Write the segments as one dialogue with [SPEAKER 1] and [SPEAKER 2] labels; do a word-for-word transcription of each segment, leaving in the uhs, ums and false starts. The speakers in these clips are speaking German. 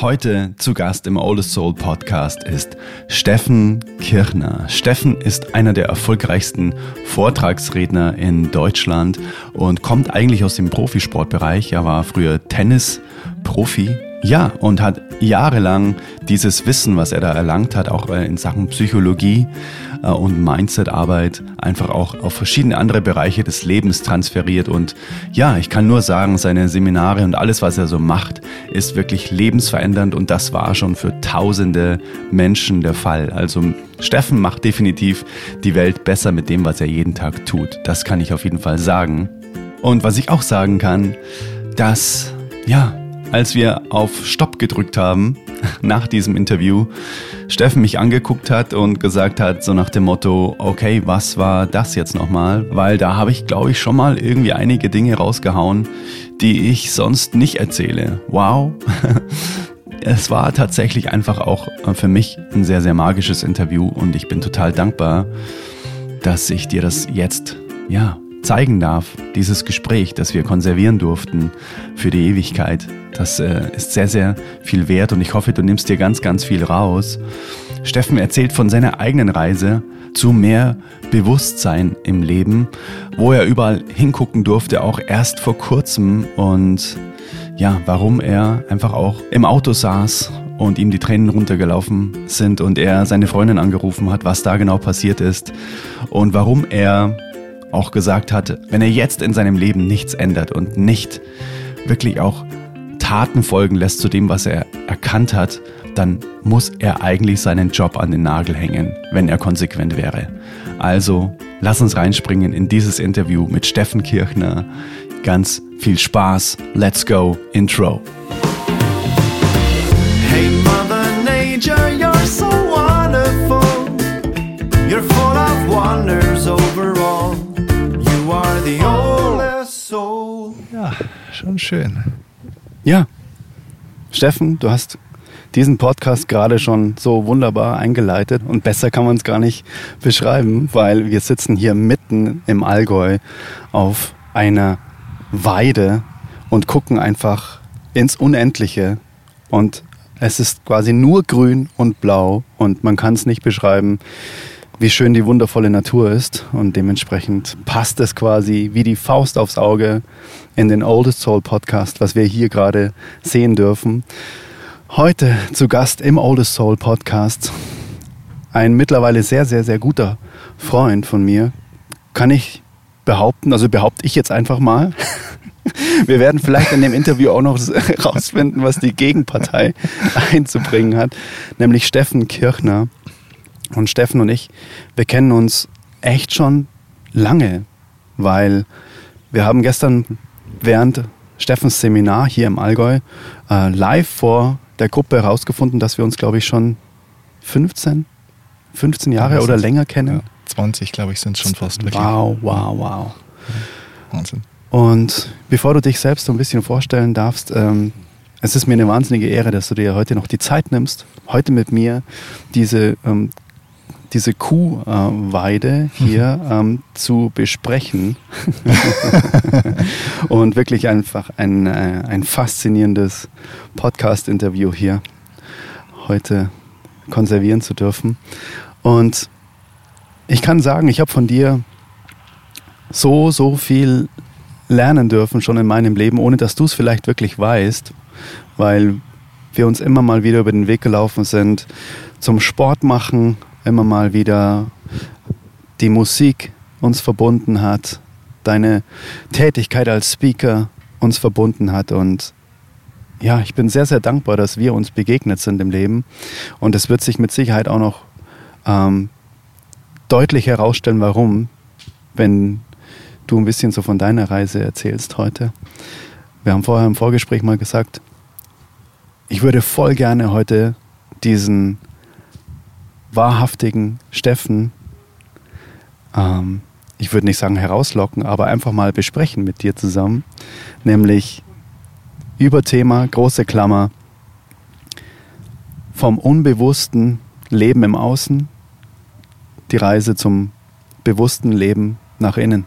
[SPEAKER 1] Heute zu Gast im Oldest Soul Podcast ist Steffen Kirchner. Steffen ist einer der erfolgreichsten Vortragsredner in Deutschland und kommt eigentlich aus dem Profisportbereich. Er war früher Tennisprofi. Ja, und hat jahrelang dieses Wissen, was er da erlangt hat, auch in Sachen Psychologie und Mindset-Arbeit, einfach auch auf verschiedene andere Bereiche des Lebens transferiert. Und ja, ich kann nur sagen, seine Seminare und alles, was er so macht, ist wirklich lebensverändernd und das war schon für tausende Menschen der Fall. Also Steffen macht definitiv die Welt besser mit dem, was er jeden Tag tut. Das kann ich auf jeden Fall sagen. Und was ich auch sagen kann, dass, ja, als wir auf Stopp gedrückt haben, nach diesem Interview, Steffen mich angeguckt hat und gesagt hat, so nach dem Motto, okay, was war das jetzt nochmal? Weil da habe ich, glaube ich, schon mal irgendwie einige Dinge rausgehauen, die ich sonst nicht erzähle. Wow! Es war tatsächlich einfach auch für mich ein sehr, sehr magisches Interview und ich bin total dankbar, dass ich dir das jetzt, ja, zeigen darf, dieses Gespräch, das wir konservieren durften für die Ewigkeit. Das äh, ist sehr, sehr viel wert und ich hoffe, du nimmst dir ganz, ganz viel raus. Steffen erzählt von seiner eigenen Reise zu mehr Bewusstsein im Leben, wo er überall hingucken durfte, auch erst vor kurzem und ja, warum er einfach auch im Auto saß und ihm die Tränen runtergelaufen sind und er seine Freundin angerufen hat, was da genau passiert ist und warum er auch gesagt hat, wenn er jetzt in seinem Leben nichts ändert und nicht wirklich auch Taten folgen lässt zu dem, was er erkannt hat, dann muss er eigentlich seinen Job an den Nagel hängen, wenn er konsequent wäre. Also, lass uns reinspringen in dieses Interview mit Steffen Kirchner. Ganz viel Spaß. Let's go. Intro.
[SPEAKER 2] Hey Mother Nature, you're so wonderful. You're full of wonders overall. You are the oldest soul.
[SPEAKER 3] Ja, schon schön.
[SPEAKER 1] Ja, Steffen, du hast diesen Podcast gerade schon so wunderbar eingeleitet und besser kann man es gar nicht beschreiben, weil wir sitzen hier mitten im Allgäu auf einer Weide und gucken einfach ins Unendliche und es ist quasi nur grün und blau und man kann es nicht beschreiben, wie schön die wundervolle Natur ist und dementsprechend passt es quasi wie die Faust aufs Auge in den Oldest Soul Podcast, was wir hier gerade sehen dürfen. Heute zu Gast im Oldest Soul Podcast ein mittlerweile sehr, sehr, sehr guter Freund von mir, kann ich behaupten, also behaupte ich jetzt einfach mal. Wir werden vielleicht in dem Interview auch noch rausfinden, was die Gegenpartei einzubringen hat, nämlich Steffen Kirchner. Und Steffen und ich, wir kennen uns echt schon lange, weil wir haben gestern während Steffens Seminar hier im Allgäu äh, live vor der Gruppe herausgefunden, dass wir uns, glaube ich, schon fünfzehn, fünfzehn Jahre ja, oder länger kennen.
[SPEAKER 3] Ja, zwanzig, glaube ich, sind es schon fast. Wirklich.
[SPEAKER 1] Wow, wow, wow.
[SPEAKER 3] Ja, Wahnsinn.
[SPEAKER 1] Und bevor du dich selbst so ein bisschen vorstellen darfst, ähm, es ist mir eine wahnsinnige Ehre, dass du dir heute noch die Zeit nimmst, heute mit mir diese ähm, diese Kuhweide hier ähm, zu besprechen und wirklich einfach ein, äh, ein faszinierendes Podcast-Interview hier heute konservieren zu dürfen. Und ich kann sagen, ich habe von dir so, so viel lernen dürfen schon in meinem Leben, ohne dass du es vielleicht wirklich weißt, weil wir uns immer mal wieder über den Weg gelaufen sind zum Sport machen, immer mal wieder die Musik uns verbunden hat, deine Tätigkeit als Speaker uns verbunden hat und ja, ich bin sehr, sehr dankbar, dass wir uns begegnet sind im Leben und es wird sich mit Sicherheit auch noch ähm, deutlich herausstellen, warum, wenn du ein bisschen so von deiner Reise erzählst heute. Wir haben vorher im Vorgespräch mal gesagt, ich würde voll gerne heute diesen wahrhaftigen Steffen, ähm, ich würde nicht sagen herauslocken, aber einfach mal besprechen mit dir zusammen, nämlich über Thema, große Klammer, vom unbewussten Leben im Außen, die Reise zum bewussten Leben nach innen.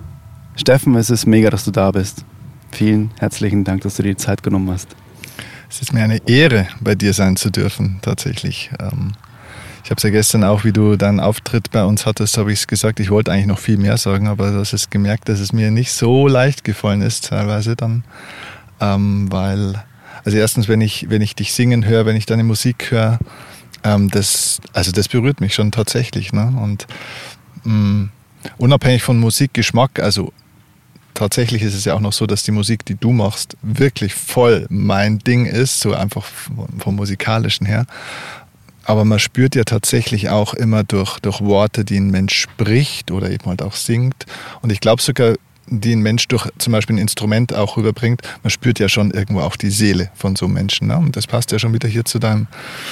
[SPEAKER 1] Steffen, es ist mega, dass du da bist. Vielen herzlichen Dank, dass du dir die Zeit genommen hast.
[SPEAKER 3] Es ist mir eine Ehre, bei dir sein zu dürfen, tatsächlich. Ähm, ich habe es ja gestern auch, wie du deinen Auftritt bei uns hattest, habe ich es gesagt, ich wollte eigentlich noch viel mehr sagen, aber du hast es gemerkt, dass es mir nicht so leicht gefallen ist teilweise dann, ähm, weil, also erstens, wenn ich, wenn ich dich singen höre, wenn ich deine Musik höre, ähm, das, also das berührt mich schon tatsächlich, ne? Und mh, unabhängig von Musikgeschmack, also tatsächlich ist es ja auch noch so, dass die Musik, die du machst, wirklich voll mein Ding ist, so einfach vom, vom Musikalischen her. Aber man spürt ja tatsächlich auch immer durch, durch Worte, die ein Mensch spricht oder eben halt auch singt. Und ich glaube sogar, die ein Mensch durch zum Beispiel ein Instrument auch rüberbringt, man spürt ja schon irgendwo auch die Seele von so einem Menschen. Ne? Und das passt ja schon wieder hier zu deinem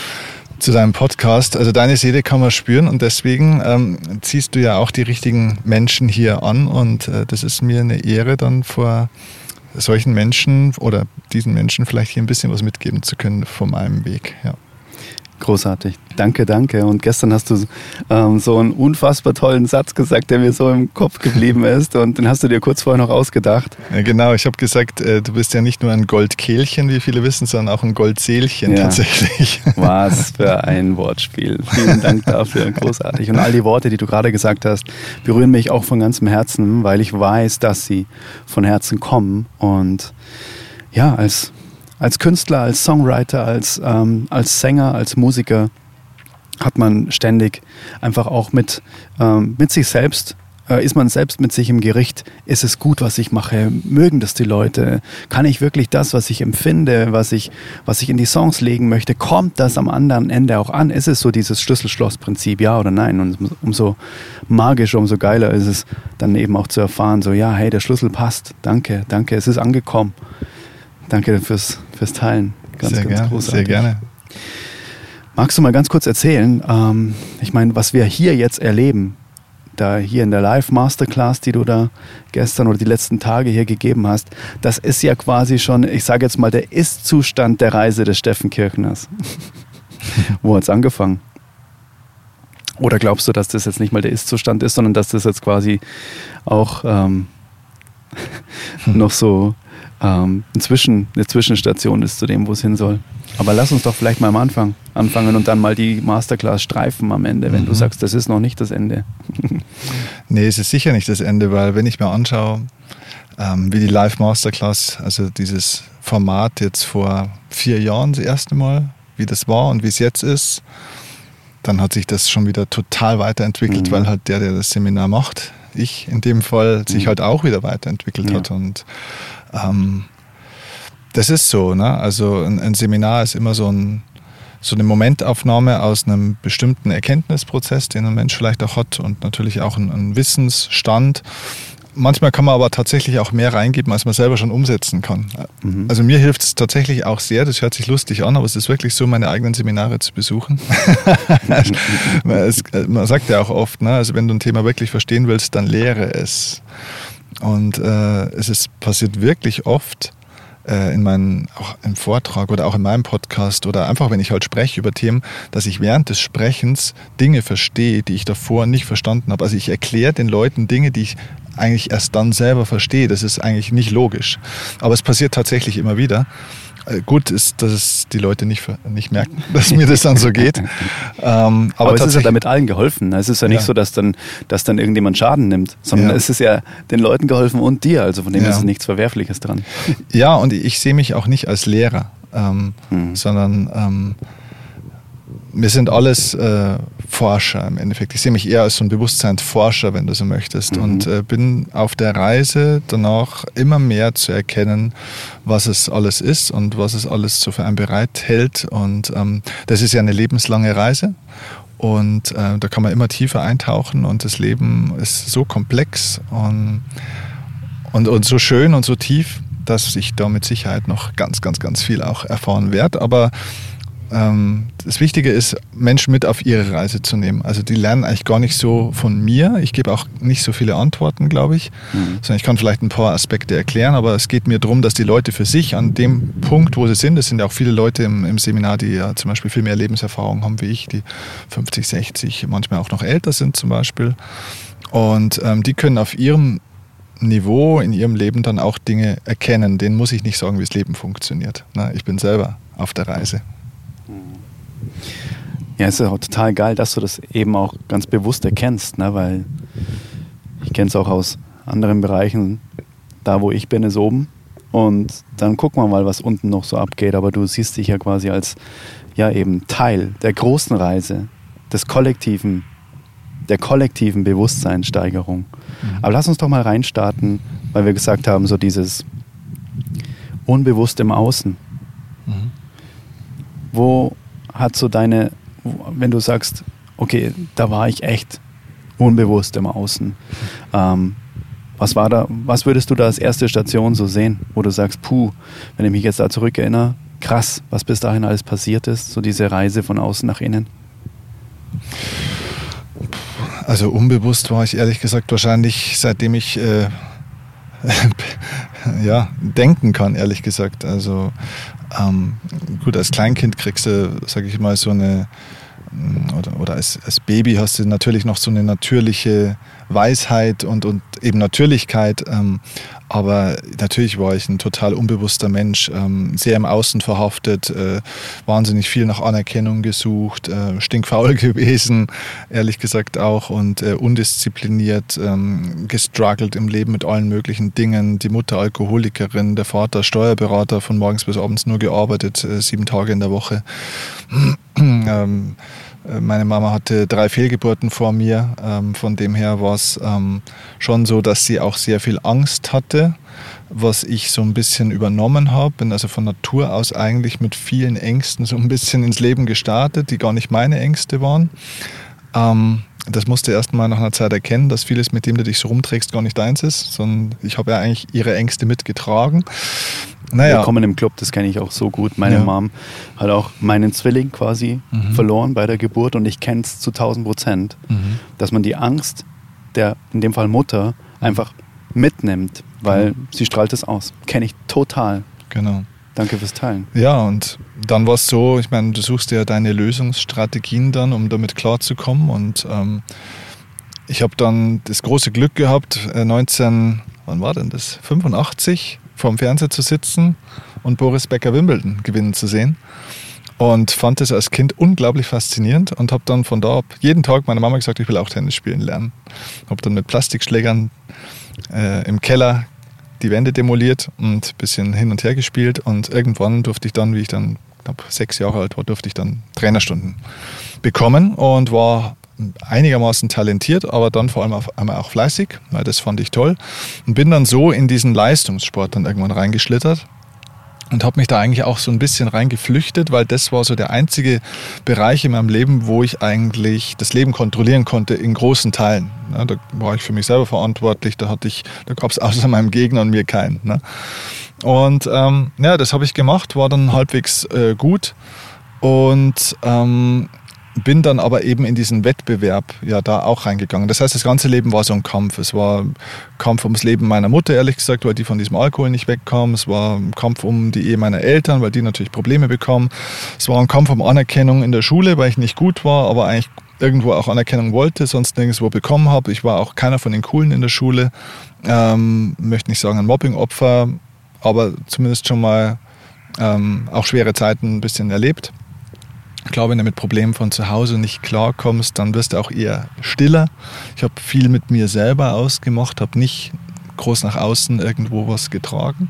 [SPEAKER 3] zu deinem Podcast. Also deine Seele kann man spüren und deswegen ähm, ziehst du ja auch die richtigen Menschen hier an und äh, das ist mir eine Ehre, dann vor solchen Menschen oder diesen Menschen vielleicht hier ein bisschen was mitgeben zu können von meinem Weg. Ja.
[SPEAKER 1] Großartig. Danke, danke. Und gestern hast du ähm, so einen unfassbar tollen Satz gesagt, der mir so im Kopf geblieben ist und den hast du dir kurz vorher noch ausgedacht.
[SPEAKER 3] Ja, genau, ich habe gesagt, äh, du bist ja nicht nur ein Goldkehlchen, wie viele wissen, sondern auch ein Goldseelchen ja. tatsächlich.
[SPEAKER 1] Was für ein Wortspiel. Vielen Dank dafür. Großartig. Und all die Worte, die du gerade gesagt hast, berühren mich auch von ganzem Herzen, weil ich weiß, dass sie von Herzen kommen. Und ja, als Als Künstler, als Songwriter, als, ähm, als Sänger, als Musiker hat man ständig einfach auch mit, ähm, mit sich selbst, äh, ist man selbst mit sich im Gericht. Ist es gut, was ich mache? Mögen das die Leute? Kann ich wirklich das, was ich empfinde, was ich, was ich in die Songs legen möchte, kommt das am anderen Ende auch an? Ist es so dieses Schlüssel-Schloss-Prinzip, ja oder nein? Und umso magischer, umso geiler ist es dann eben auch zu erfahren, so ja, hey, der Schlüssel passt, danke, danke, es ist angekommen. Danke fürs, fürs Teilen. Ganz,
[SPEAKER 3] sehr
[SPEAKER 1] ganz
[SPEAKER 3] gerne,
[SPEAKER 1] großartig.
[SPEAKER 3] Sehr gerne.
[SPEAKER 1] Magst du mal ganz kurz erzählen, ähm, ich meine, was wir hier jetzt erleben, da hier in der Live-Masterclass, die du da gestern oder die letzten Tage hier gegeben hast, das ist ja quasi schon, ich sage jetzt mal, der Ist-Zustand der Reise des Steffen Kirchners. Wo hat es angefangen? Oder glaubst du, dass das jetzt nicht mal der Ist-Zustand ist, sondern dass das jetzt quasi auch ähm, noch so ähm, ein Zwischen, eine Zwischenstation ist zu dem, wo es hin soll. Aber lass uns doch vielleicht mal am Anfang anfangen und dann mal die Masterclass streifen am Ende, wenn mhm. du sagst, das ist noch nicht das Ende.
[SPEAKER 3] Nee, es ist sicher nicht das Ende, weil wenn ich mir anschaue, ähm, wie die Live Masterclass, also dieses Format jetzt vor vier Jahren das erste Mal, wie das war und wie es jetzt ist, dann hat sich das schon wieder total weiterentwickelt, mhm. weil halt der, der das Seminar macht, ich in dem Fall, sich mhm. halt auch wieder weiterentwickelt ja. hat. Und ähm, das ist so, ne? Also ein, ein Seminar ist immer so, ein, so eine Momentaufnahme aus einem bestimmten Erkenntnisprozess, den ein Mensch vielleicht auch hat und natürlich auch ein, ein Wissensstand. Manchmal kann man aber tatsächlich auch mehr reingeben, als man selber schon umsetzen kann. Mhm. Also mir hilft es tatsächlich auch sehr, das hört sich lustig an, aber es ist wirklich so, meine eigenen Seminare zu besuchen. es, man sagt ja auch oft, ne, also wenn du ein Thema wirklich verstehen willst, dann lehre es. Und äh, es ist passiert wirklich oft, in meinen, auch im Vortrag oder auch in meinem Podcast oder einfach, wenn ich halt spreche über Themen, dass ich während des Sprechens Dinge verstehe, die ich davor nicht verstanden habe. Also ich erkläre den Leuten Dinge, die ich eigentlich erst dann selber verstehe. Das ist eigentlich nicht logisch. Aber es passiert tatsächlich immer wieder. Gut ist, dass es die Leute nicht, nicht merken, dass mir das dann so geht. ähm, aber
[SPEAKER 1] aber es ist ja damit allen geholfen. Es ist ja nicht ja. so, dass dann, dass dann irgendjemand Schaden nimmt, sondern ja. es ist ja den Leuten geholfen und dir. Also von dem ja. ist nichts Verwerfliches dran.
[SPEAKER 3] Ja, und ich sehe mich auch nicht als Lehrer, ähm, hm. sondern ähm, wir sind alles äh, Forscher im Endeffekt. Ich sehe mich eher als so ein Bewusstseinsforscher, wenn du so möchtest. Mhm. Und äh, bin auf der Reise danach immer mehr zu erkennen, was es alles ist und was es alles so für einen bereithält. Und ähm, das ist ja eine lebenslange Reise. Und äh, da kann man immer tiefer eintauchen. Und das Leben ist so komplex und, und, und so schön und so tief, dass ich da mit Sicherheit noch ganz, ganz, ganz viel auch erfahren werde. Aber das Wichtige ist, Menschen mit auf ihre Reise zu nehmen. Also die lernen eigentlich gar nicht so von mir. Ich gebe auch nicht so viele Antworten, glaube ich. Mhm. Sondern ich kann vielleicht ein paar Aspekte erklären, aber es geht mir darum, dass die Leute für sich an dem Punkt, wo sie sind, es sind ja auch viele Leute im, im Seminar, die ja zum Beispiel viel mehr Lebenserfahrung haben wie ich, die fünfzig, sechzig, manchmal auch noch älter sind zum Beispiel. Und ähm, die können auf ihrem Niveau in ihrem Leben dann auch Dinge erkennen. Denen muss ich nicht sagen, wie das Leben funktioniert. Na, ich bin selber auf der Reise.
[SPEAKER 1] Ja, es ist auch total geil, dass du das eben auch ganz bewusst erkennst, ne? Weil ich kenne es auch aus anderen Bereichen. Da, wo ich bin, ist oben. Und dann gucken wir mal, was unten noch so abgeht. Aber du siehst dich ja quasi als ja eben Teil der großen Reise, des kollektiven, der kollektiven Bewusstseinssteigerung. Mhm. Aber lass uns doch mal reinstarten, weil wir gesagt haben, so dieses Unbewusst im Außen. Mhm. Wo hat so deine, wenn du sagst, okay, da war ich echt unbewusst im Außen. Ähm, was war da, was würdest du da als erste Station so sehen, wo du sagst, puh, wenn ich mich jetzt da zurückerinnere, krass, was bis dahin alles passiert ist, so diese Reise von außen nach innen?
[SPEAKER 3] Also unbewusst war ich ehrlich gesagt wahrscheinlich, seitdem ich äh, ja, denken kann, ehrlich gesagt. Also ähm, gut, als Kleinkind kriegst du, sag ich mal, so eine, oder, oder als, als Baby hast du natürlich noch so eine natürliche Weisheit und, und eben Natürlichkeit. Ähm, aber natürlich war ich ein total unbewusster Mensch, ähm, sehr im Außen verhaftet, äh, wahnsinnig viel nach Anerkennung gesucht, äh, stinkfaul gewesen, ehrlich gesagt auch, und äh, undiszipliniert, ähm, gestruggelt im Leben mit allen möglichen Dingen. Die Mutter Alkoholikerin, der Vater Steuerberater, von morgens bis abends nur gearbeitet, äh, sieben Tage in der Woche. ähm, Meine Mama hatte drei Fehlgeburten vor mir, ähm, von dem her war es ähm, schon so, dass sie auch sehr viel Angst hatte, was ich so ein bisschen übernommen habe. Bin also von Natur aus eigentlich mit vielen Ängsten so ein bisschen ins Leben gestartet, die gar nicht meine Ängste waren. Ähm, das musste erst mal nach einer Zeit erkennen, dass vieles, mit dem du dich so rumträgst, gar nicht deins ist, sondern ich habe ja eigentlich ihre Ängste mitgetragen. Naja.
[SPEAKER 1] Willkommen im Club, das kenne ich auch so gut. Meine ja. Mom hat auch meinen Zwilling quasi mhm. verloren bei der Geburt und ich kenne es zu tausend Prozent, mhm. dass man die Angst der, in dem Fall Mutter, einfach mitnimmt, weil mhm. sie strahlt es aus. Kenne ich total.
[SPEAKER 3] Genau.
[SPEAKER 1] Danke fürs Teilen.
[SPEAKER 3] Ja, und dann war es so, ich meine, du suchst ja deine Lösungsstrategien dann, um damit klarzukommen, und ähm, ich habe dann das große Glück gehabt, äh, neunzehn, wann war denn das, fünfundachtzig, vorm Fernseher zu sitzen und Boris Becker-Wimbledon gewinnen zu sehen. Und fand das als Kind unglaublich faszinierend und habe dann von da ab jeden Tag meiner Mama gesagt, ich will auch Tennis spielen lernen. Habe dann mit Plastikschlägern äh, im Keller die Wände demoliert und ein bisschen hin und her gespielt. Und irgendwann durfte ich dann, wie ich dann knapp sechs Jahre alt war, durfte ich dann Trainerstunden bekommen und war einigermaßen talentiert, aber dann vor allem auch fleißig, weil das fand ich toll. Und bin dann so in diesen Leistungssport dann irgendwann reingeschlittert und habe mich da eigentlich auch so ein bisschen reingeflüchtet, weil das war so der einzige Bereich in meinem Leben, wo ich eigentlich das Leben kontrollieren konnte in großen Teilen. Ja, da war ich für mich selber verantwortlich, da hatte ich, da gab es außer meinem Gegner und mir keinen. Ne? Und ähm, ja, das habe ich gemacht, war dann halbwegs äh, gut und ähm, bin dann aber eben in diesen Wettbewerb ja da auch reingegangen. Das heißt, das ganze Leben war so ein Kampf. Es war ein Kampf ums Leben meiner Mutter, ehrlich gesagt, weil die von diesem Alkohol nicht wegkam. Es war ein Kampf um die Ehe meiner Eltern, weil die natürlich Probleme bekamen. Es war ein Kampf um Anerkennung in der Schule, weil ich nicht gut war, aber eigentlich irgendwo auch Anerkennung wollte, sonst nirgendwo bekommen habe. Ich war auch keiner von den Coolen in der Schule. Ähm, möchte nicht sagen ein Mobbing-Opfer, aber zumindest schon mal ähm, auch schwere Zeiten ein bisschen erlebt. Ich glaube, wenn du mit Problemen von zu Hause nicht klarkommst, dann wirst du auch eher stiller. Ich habe viel mit mir selber ausgemacht, habe nicht groß nach außen irgendwo was getragen.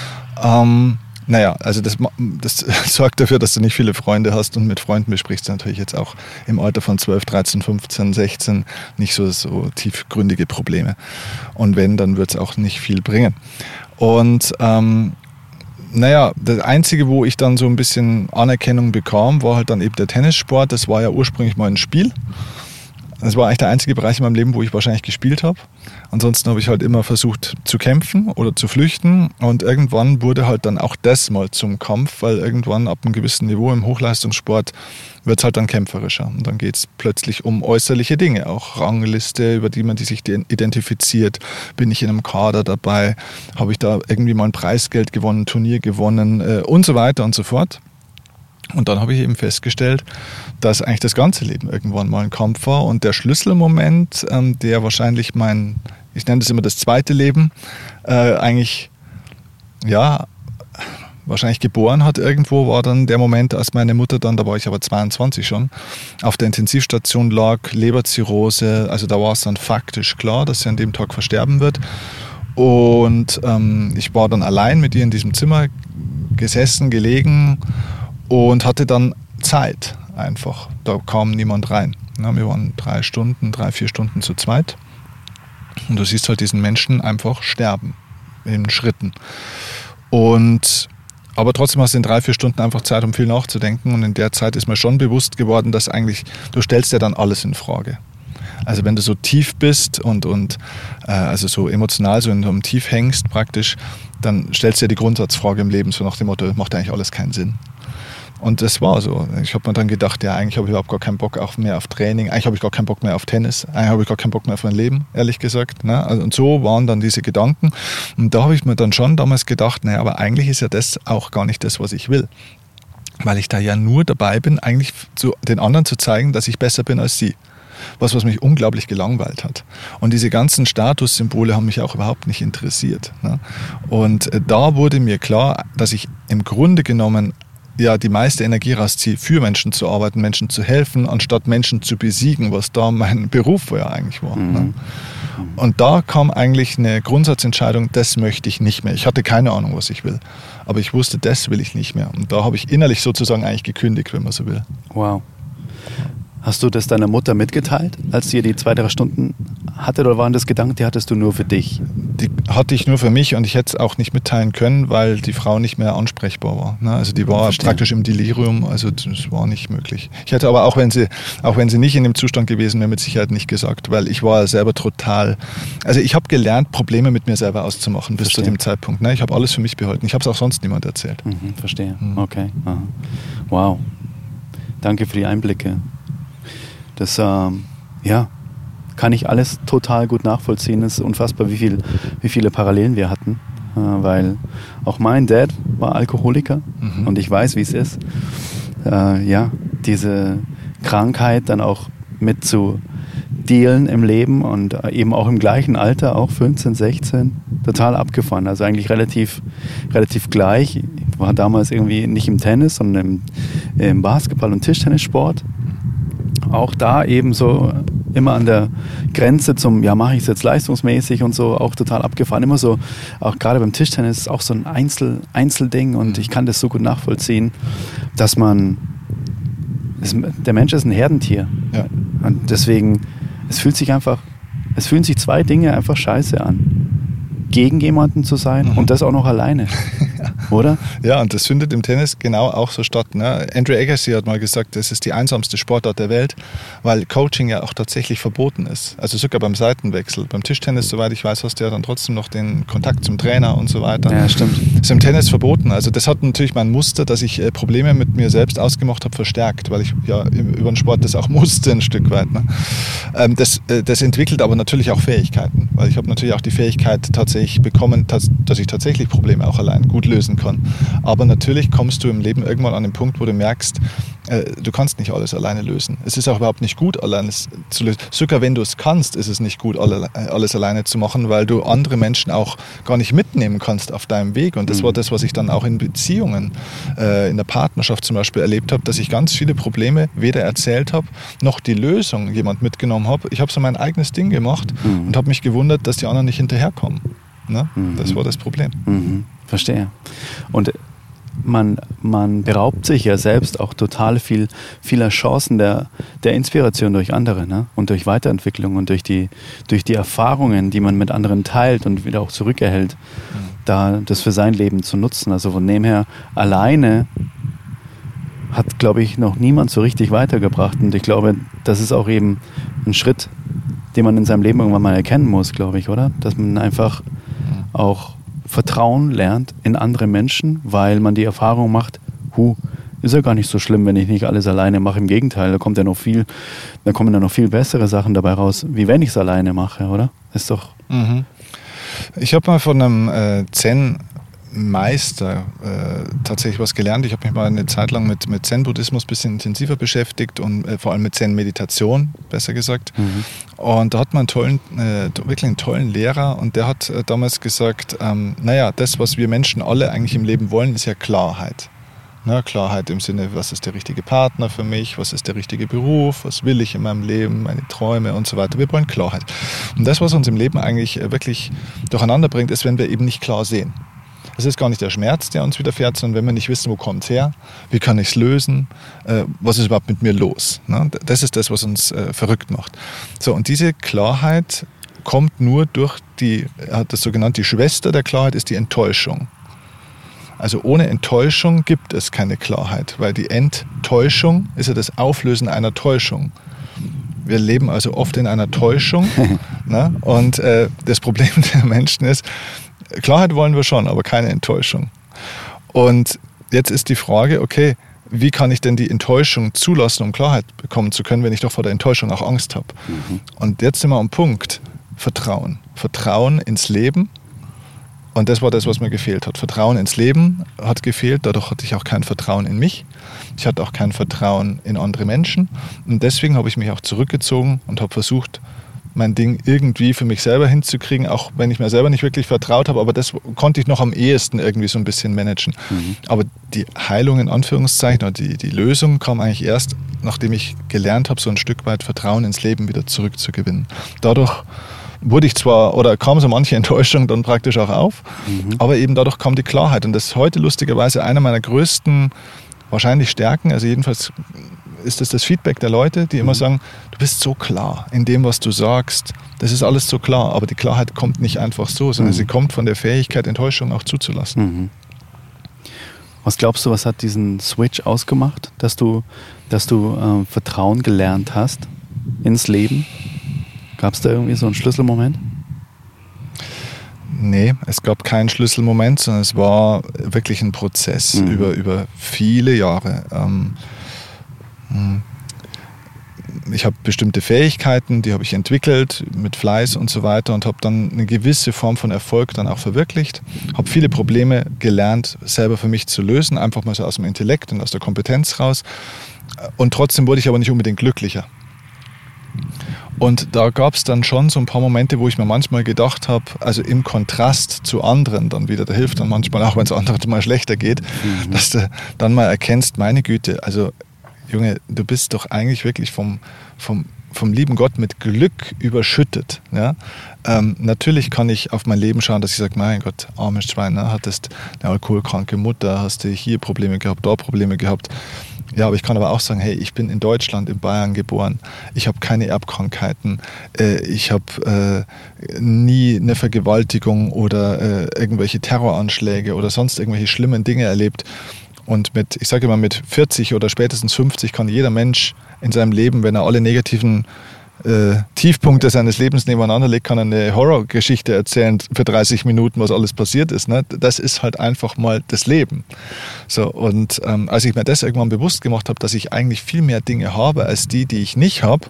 [SPEAKER 3] Ähm, naja, also das, das sorgt dafür, dass du nicht viele Freunde hast, und mit Freunden besprichst du natürlich jetzt auch im Alter von zwölf, dreizehn, fünfzehn, sechzehn nicht so, so tiefgründige Probleme. Und wenn, dann wird es auch nicht viel bringen. Und ähm, Naja, das Einzige, wo ich dann so ein bisschen Anerkennung bekam, war halt dann eben der Tennissport. Das war ja ursprünglich mal ein Spiel. Das war eigentlich der einzige Bereich in meinem Leben, wo ich wahrscheinlich gespielt habe. Ansonsten habe ich halt immer versucht zu kämpfen oder zu flüchten. Und irgendwann wurde halt dann auch das mal zum Kampf, weil irgendwann ab einem gewissen Niveau im Hochleistungssport wird es halt dann kämpferischer. Und dann geht es plötzlich um äußerliche Dinge, auch Rangliste, über die man die sich identifiziert. Bin ich in einem Kader dabei? Habe ich da irgendwie mal ein Preisgeld gewonnen, ein Turnier gewonnen äh, und so weiter und so fort. Und dann habe ich eben festgestellt, dass eigentlich das ganze Leben irgendwann mal ein Kampf war. Und der Schlüsselmoment, ähm, der wahrscheinlich mein, ich nenne das immer das zweite Leben, äh, eigentlich, ja, wahrscheinlich geboren hat irgendwo, war dann der Moment, als meine Mutter dann, da war ich aber zweiundzwanzig schon, auf der Intensivstation lag, Leberzirrhose, also da war es dann faktisch klar, dass sie an dem Tag versterben wird. Und ähm, ich war dann allein mit ihr in diesem Zimmer gesessen, gelegen und hatte dann Zeit einfach. Da kam niemand rein. Ja, wir waren drei Stunden, drei, vier Stunden zu zweit. Und du siehst halt diesen Menschen einfach sterben, in Schritten. Und, aber trotzdem hast du in drei, vier Stunden einfach Zeit, um viel nachzudenken. Und in der Zeit ist mir schon bewusst geworden, dass eigentlich, du stellst ja dann alles in Frage. Also wenn du so tief bist und, und äh, also so emotional so in so einem Tief hängst praktisch, dann stellst du dir die Grundsatzfrage im Leben, so nach dem Motto, macht eigentlich alles keinen Sinn. Und das war so. Ich habe mir dann gedacht, ja, eigentlich habe ich überhaupt gar keinen Bock auch mehr auf Training, eigentlich habe ich gar keinen Bock mehr auf Tennis, eigentlich habe ich gar keinen Bock mehr auf mein Leben, ehrlich gesagt. Ne? Und so waren dann diese Gedanken. Und da habe ich mir dann schon damals gedacht, naja, aber eigentlich ist ja das auch gar nicht das, was ich will. Weil ich da ja nur dabei bin, eigentlich zu den anderen zu zeigen, dass ich besser bin als sie. Was, was mich unglaublich gelangweilt hat. Und diese ganzen Statussymbole haben mich auch überhaupt nicht interessiert. Ne? Und da wurde mir klar, dass ich im Grunde genommen ja die meiste Energie rausziehe, für Menschen zu arbeiten, Menschen zu helfen, anstatt Menschen zu besiegen, was da mein Beruf vorher eigentlich war. Mhm. Ne? Und da kam eigentlich eine Grundsatzentscheidung, das möchte ich nicht mehr. Ich hatte keine Ahnung, was ich will. Aber ich wusste, das will ich nicht mehr. Und da habe ich innerlich sozusagen eigentlich gekündigt, wenn man so will.
[SPEAKER 1] Wow. Hast du das deiner Mutter mitgeteilt, als sie die zwei, drei Stunden hatte, oder waren das Gedanken, die hattest du nur für dich?
[SPEAKER 3] Die hatte ich nur für mich und ich hätte es auch nicht mitteilen können, weil die Frau nicht mehr ansprechbar war. Ne? Also die war Verstehen. praktisch im Delirium, also das war nicht möglich. Ich hätte aber auch, wenn sie, auch wenn sie nicht in dem Zustand gewesen wäre, mit Sicherheit nicht gesagt, weil ich war selber total, also ich habe gelernt, Probleme mit mir selber auszumachen bis Verstehen. zu dem Zeitpunkt. Ne? Ich habe alles für mich behalten. Ich habe es auch sonst niemand erzählt.
[SPEAKER 1] Mhm, verstehe, mhm. okay. Aha. Wow, danke für die Einblicke. Das, ähm, ja, kann ich alles total gut nachvollziehen. Es ist unfassbar, wie, viel, wie viele Parallelen wir hatten. Äh, weil auch mein Dad war Alkoholiker mhm. und ich weiß, wie es ist. Äh, ja, diese Krankheit dann auch mit zu dealen im Leben und eben auch im gleichen Alter, auch fünfzehn, sechzehn, total abgefahren. Also eigentlich relativ, relativ gleich. Ich war damals irgendwie nicht im Tennis, sondern im, im Basketball- und Tischtennissport. Auch da eben so immer an der Grenze zum, ja, mache ich es jetzt leistungsmäßig und so, auch total abgefahren. Immer so, auch gerade beim Tischtennis ist auch so ein Einzel, Einzelding und ich kann das so gut nachvollziehen, dass man, das, der Mensch ist ein Herdentier. Ja. Und deswegen, es fühlt sich einfach, es fühlen sich zwei Dinge einfach scheiße an. Gegen jemanden zu sein mhm. und das auch noch alleine, oder?
[SPEAKER 3] Ja, und das findet im Tennis genau auch so statt. Ne? Andrew Agassi hat mal gesagt, das ist die einsamste Sportart der Welt, weil Coaching ja auch tatsächlich verboten ist. Also sogar beim Seitenwechsel. Beim Tischtennis, soweit ich weiß, hast du ja dann trotzdem noch den Kontakt zum Trainer und so weiter.
[SPEAKER 1] Ja, stimmt.
[SPEAKER 3] Das ist im Tennis verboten. Also das hat natürlich mein Muster, dass ich äh, Probleme mit mir selbst ausgemacht habe, verstärkt, weil ich ja über den Sport das auch musste ein Stück weit. Ne? Ähm, das, äh, das entwickelt aber natürlich auch Fähigkeiten, weil ich habe natürlich auch die Fähigkeit tatsächlich bekommen, dass ich tatsächlich Probleme auch allein gut lösen kann. Aber natürlich kommst du im Leben irgendwann an den Punkt, wo du merkst, äh, du kannst nicht alles alleine lösen. Es ist auch überhaupt nicht gut, alles zu lösen. Sogar wenn du es kannst, ist es nicht gut, alle, alles alleine zu machen, weil du andere Menschen auch gar nicht mitnehmen kannst auf deinem Weg. Und das war das, was ich dann auch in Beziehungen, äh, in der Partnerschaft zum Beispiel erlebt habe, dass ich ganz viele Probleme weder erzählt habe, noch die Lösung jemand mitgenommen habe. Ich habe so mein eigenes Ding gemacht mhm. und habe mich gewundert, dass die anderen nicht hinterherkommen. Ne? Mhm. Das war das Problem.
[SPEAKER 1] Mhm. Verstehe. Und man, man beraubt sich ja selbst auch total viel, vieler Chancen der, der Inspiration durch andere, ne? Und durch Weiterentwicklung und durch die, durch die Erfahrungen, die man mit anderen teilt und wieder auch zurückerhält, mhm. da das für sein Leben zu nutzen. Also von dem her, alleine hat, glaube ich, noch niemand so richtig weitergebracht. Und ich glaube, das ist auch eben ein Schritt, den man in seinem Leben irgendwann mal erkennen muss, glaube ich, oder? Dass man einfach auch Vertrauen lernt in andere Menschen, weil man die Erfahrung macht, hu, ist ja gar nicht so schlimm, wenn ich nicht alles alleine mache. Im Gegenteil, da kommt ja noch viel, da kommen ja noch viel bessere Sachen dabei raus, wie wenn ich es alleine mache, oder? Ist doch.
[SPEAKER 3] Mhm. Ich habe mal von einem äh, Zen Meister äh, tatsächlich was gelernt. Ich habe mich mal eine Zeit lang mit, mit Zen-Buddhismus ein bisschen intensiver beschäftigt und äh, vor allem mit Zen-Meditation, besser gesagt. Mhm. Und da hat man einen tollen, äh, wirklich einen tollen Lehrer und der hat äh, damals gesagt, ähm, naja, das, was wir Menschen alle eigentlich im Leben wollen, ist ja Klarheit. Na, Klarheit im Sinne, was ist der richtige Partner für mich, was ist der richtige Beruf, was will ich in meinem Leben, meine Träume und so weiter. Wir wollen Klarheit. Und das, was uns im Leben eigentlich äh, wirklich durcheinander bringt, ist, wenn wir eben nicht klar sehen. Es ist gar nicht der Schmerz, der uns widerfährt, sondern wenn wir nicht wissen, wo kommt es her, wie kann ich es lösen, äh, was ist überhaupt mit mir los. Ne? Das ist das, was uns äh, verrückt macht. So, und diese Klarheit kommt nur durch die, er hat das so genannt, die Schwester der Klarheit ist die Enttäuschung. Also ohne Enttäuschung gibt es keine Klarheit, weil die Enttäuschung ist ja das Auflösen einer Täuschung. Wir leben also oft in einer Täuschung. Ne? Und äh, das Problem der Menschen ist, Klarheit wollen wir schon, aber keine Enttäuschung. Und jetzt ist die Frage, okay, wie kann ich denn die Enttäuschung zulassen, um Klarheit bekommen zu können, wenn ich doch vor der Enttäuschung auch Angst habe? Mhm. Und jetzt sind wir am Punkt, Vertrauen. Vertrauen ins Leben. Und das war das, was mir gefehlt hat. Vertrauen ins Leben hat gefehlt, dadurch hatte ich auch kein Vertrauen in mich. Ich hatte auch kein Vertrauen in andere Menschen. Und deswegen habe ich mich auch zurückgezogen und habe versucht, mein Ding irgendwie für mich selber hinzukriegen, auch wenn ich mir selber nicht wirklich vertraut habe, aber das konnte ich noch am ehesten irgendwie so ein bisschen managen. Mhm. Aber die Heilung in Anführungszeichen oder die, die Lösung kam eigentlich erst, nachdem ich gelernt habe, so ein Stück weit Vertrauen ins Leben wieder zurückzugewinnen. Dadurch wurde ich zwar, oder kam so manche Enttäuschung dann praktisch auch auf, mhm. aber eben dadurch kam die Klarheit. Und das ist heute lustigerweise einer meiner größten, wahrscheinlich Stärken, also jedenfalls ist das das Feedback der Leute, die immer sagen, du bist so klar in dem, was du sagst. Das ist alles so klar, aber die Klarheit kommt nicht einfach so, sondern mhm. sie kommt von der Fähigkeit, Enttäuschung auch zuzulassen.
[SPEAKER 1] Mhm. Was glaubst du, was hat diesen Switch ausgemacht, dass du, dass du äh, Vertrauen gelernt hast ins Leben? Gab es da irgendwie so einen Schlüsselmoment?
[SPEAKER 3] Nee, es gab keinen Schlüsselmoment, sondern es war wirklich ein Prozess mhm. über, über viele Jahre. Ähm, Ich habe bestimmte Fähigkeiten, die habe ich entwickelt mit Fleiß und so weiter und habe dann eine gewisse Form von Erfolg dann auch verwirklicht. Habe viele Probleme gelernt, selber für mich zu lösen, einfach mal so aus dem Intellekt und aus der Kompetenz raus. Und trotzdem wurde ich aber nicht unbedingt glücklicher. Und da gab es dann schon so ein paar Momente, wo ich mir manchmal gedacht habe, also im Kontrast zu anderen dann wieder, da hilft dann manchmal auch, wenn es anderen mal schlechter geht, mhm. dass du dann mal erkennst, meine Güte, also Junge, du bist doch eigentlich wirklich vom, vom, vom lieben Gott mit Glück überschüttet. Ja? Ähm, natürlich kann ich auf mein Leben schauen, dass ich sage, mein Gott, armes Schwein, ne? Hattest eine alkoholkranke Mutter, hast du hier Probleme gehabt, da Probleme gehabt. Ja, aber ich kann aber auch sagen, hey, ich bin in Deutschland, in Bayern geboren. Ich habe keine Erbkrankheiten. Äh, ich habe äh, nie eine Vergewaltigung oder äh, irgendwelche Terroranschläge oder sonst irgendwelche schlimmen Dinge erlebt. Und mit, ich sage immer, mit vierzig oder spätestens fünfzig kann jeder Mensch in seinem Leben, wenn er alle negativen äh, Tiefpunkte seines Lebens nebeneinander legt, kann er eine Horrorgeschichte erzählen für dreißig Minuten, was alles passiert ist. Ne? Das ist halt einfach mal das Leben. So, und ähm, als ich mir das irgendwann bewusst gemacht habe, dass ich eigentlich viel mehr Dinge habe als die, die ich nicht habe,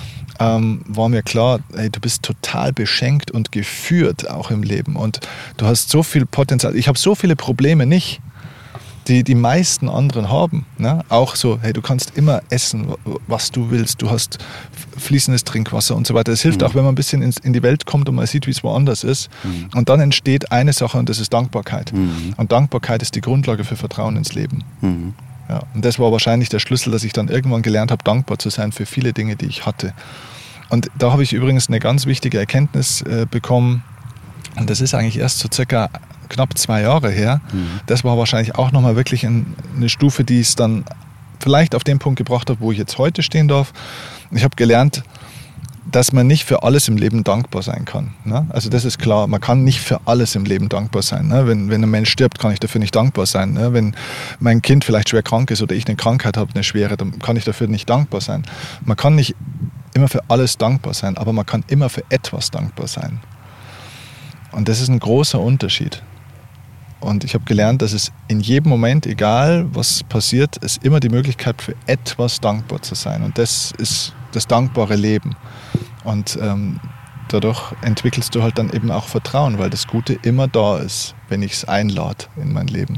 [SPEAKER 3] ähm, war mir klar, hey, du bist total beschenkt und geführt auch im Leben. Und du hast so viel Potenzial. Ich habe so viele Probleme nicht, die die meisten anderen haben. Ne? Auch so, hey, du kannst immer essen, was du willst, du hast fließendes Trinkwasser und so weiter. Es hilft mhm. auch, wenn man ein bisschen ins, in die Welt kommt und man sieht, wie es woanders ist. Mhm. Und dann entsteht eine Sache und das ist Dankbarkeit. Mhm. Und Dankbarkeit ist die Grundlage für Vertrauen ins Leben. Mhm. Ja, und das war wahrscheinlich der Schlüssel, dass ich dann irgendwann gelernt habe, dankbar zu sein für viele Dinge, die ich hatte. Und da habe ich übrigens eine ganz wichtige Erkenntnis äh, bekommen. Und das ist eigentlich erst so circa knapp zwei Jahre her. Mhm. Das war wahrscheinlich auch nochmal wirklich ein, eine Stufe, die es dann vielleicht auf den Punkt gebracht hat, wo ich jetzt heute stehen darf. Ich habe gelernt, dass man nicht für alles im Leben dankbar sein kann. Ne? Also das ist klar, man kann nicht für alles im Leben dankbar sein. Ne? Wenn, wenn ein Mensch stirbt, kann ich dafür nicht dankbar sein. Ne? Wenn mein Kind vielleicht schwer krank ist oder ich eine Krankheit habe, eine schwere, dann kann ich dafür nicht dankbar sein. Man kann nicht immer für alles dankbar sein, aber man kann immer für etwas dankbar sein. Und das ist ein großer Unterschied. Und ich habe gelernt, dass es in jedem Moment, egal was passiert, es immer die Möglichkeit für etwas dankbar zu sein. Und das ist das dankbare Leben. Und ähm, dadurch entwickelst du halt dann eben auch Vertrauen, weil das Gute immer da ist, wenn ich es einlade in mein Leben.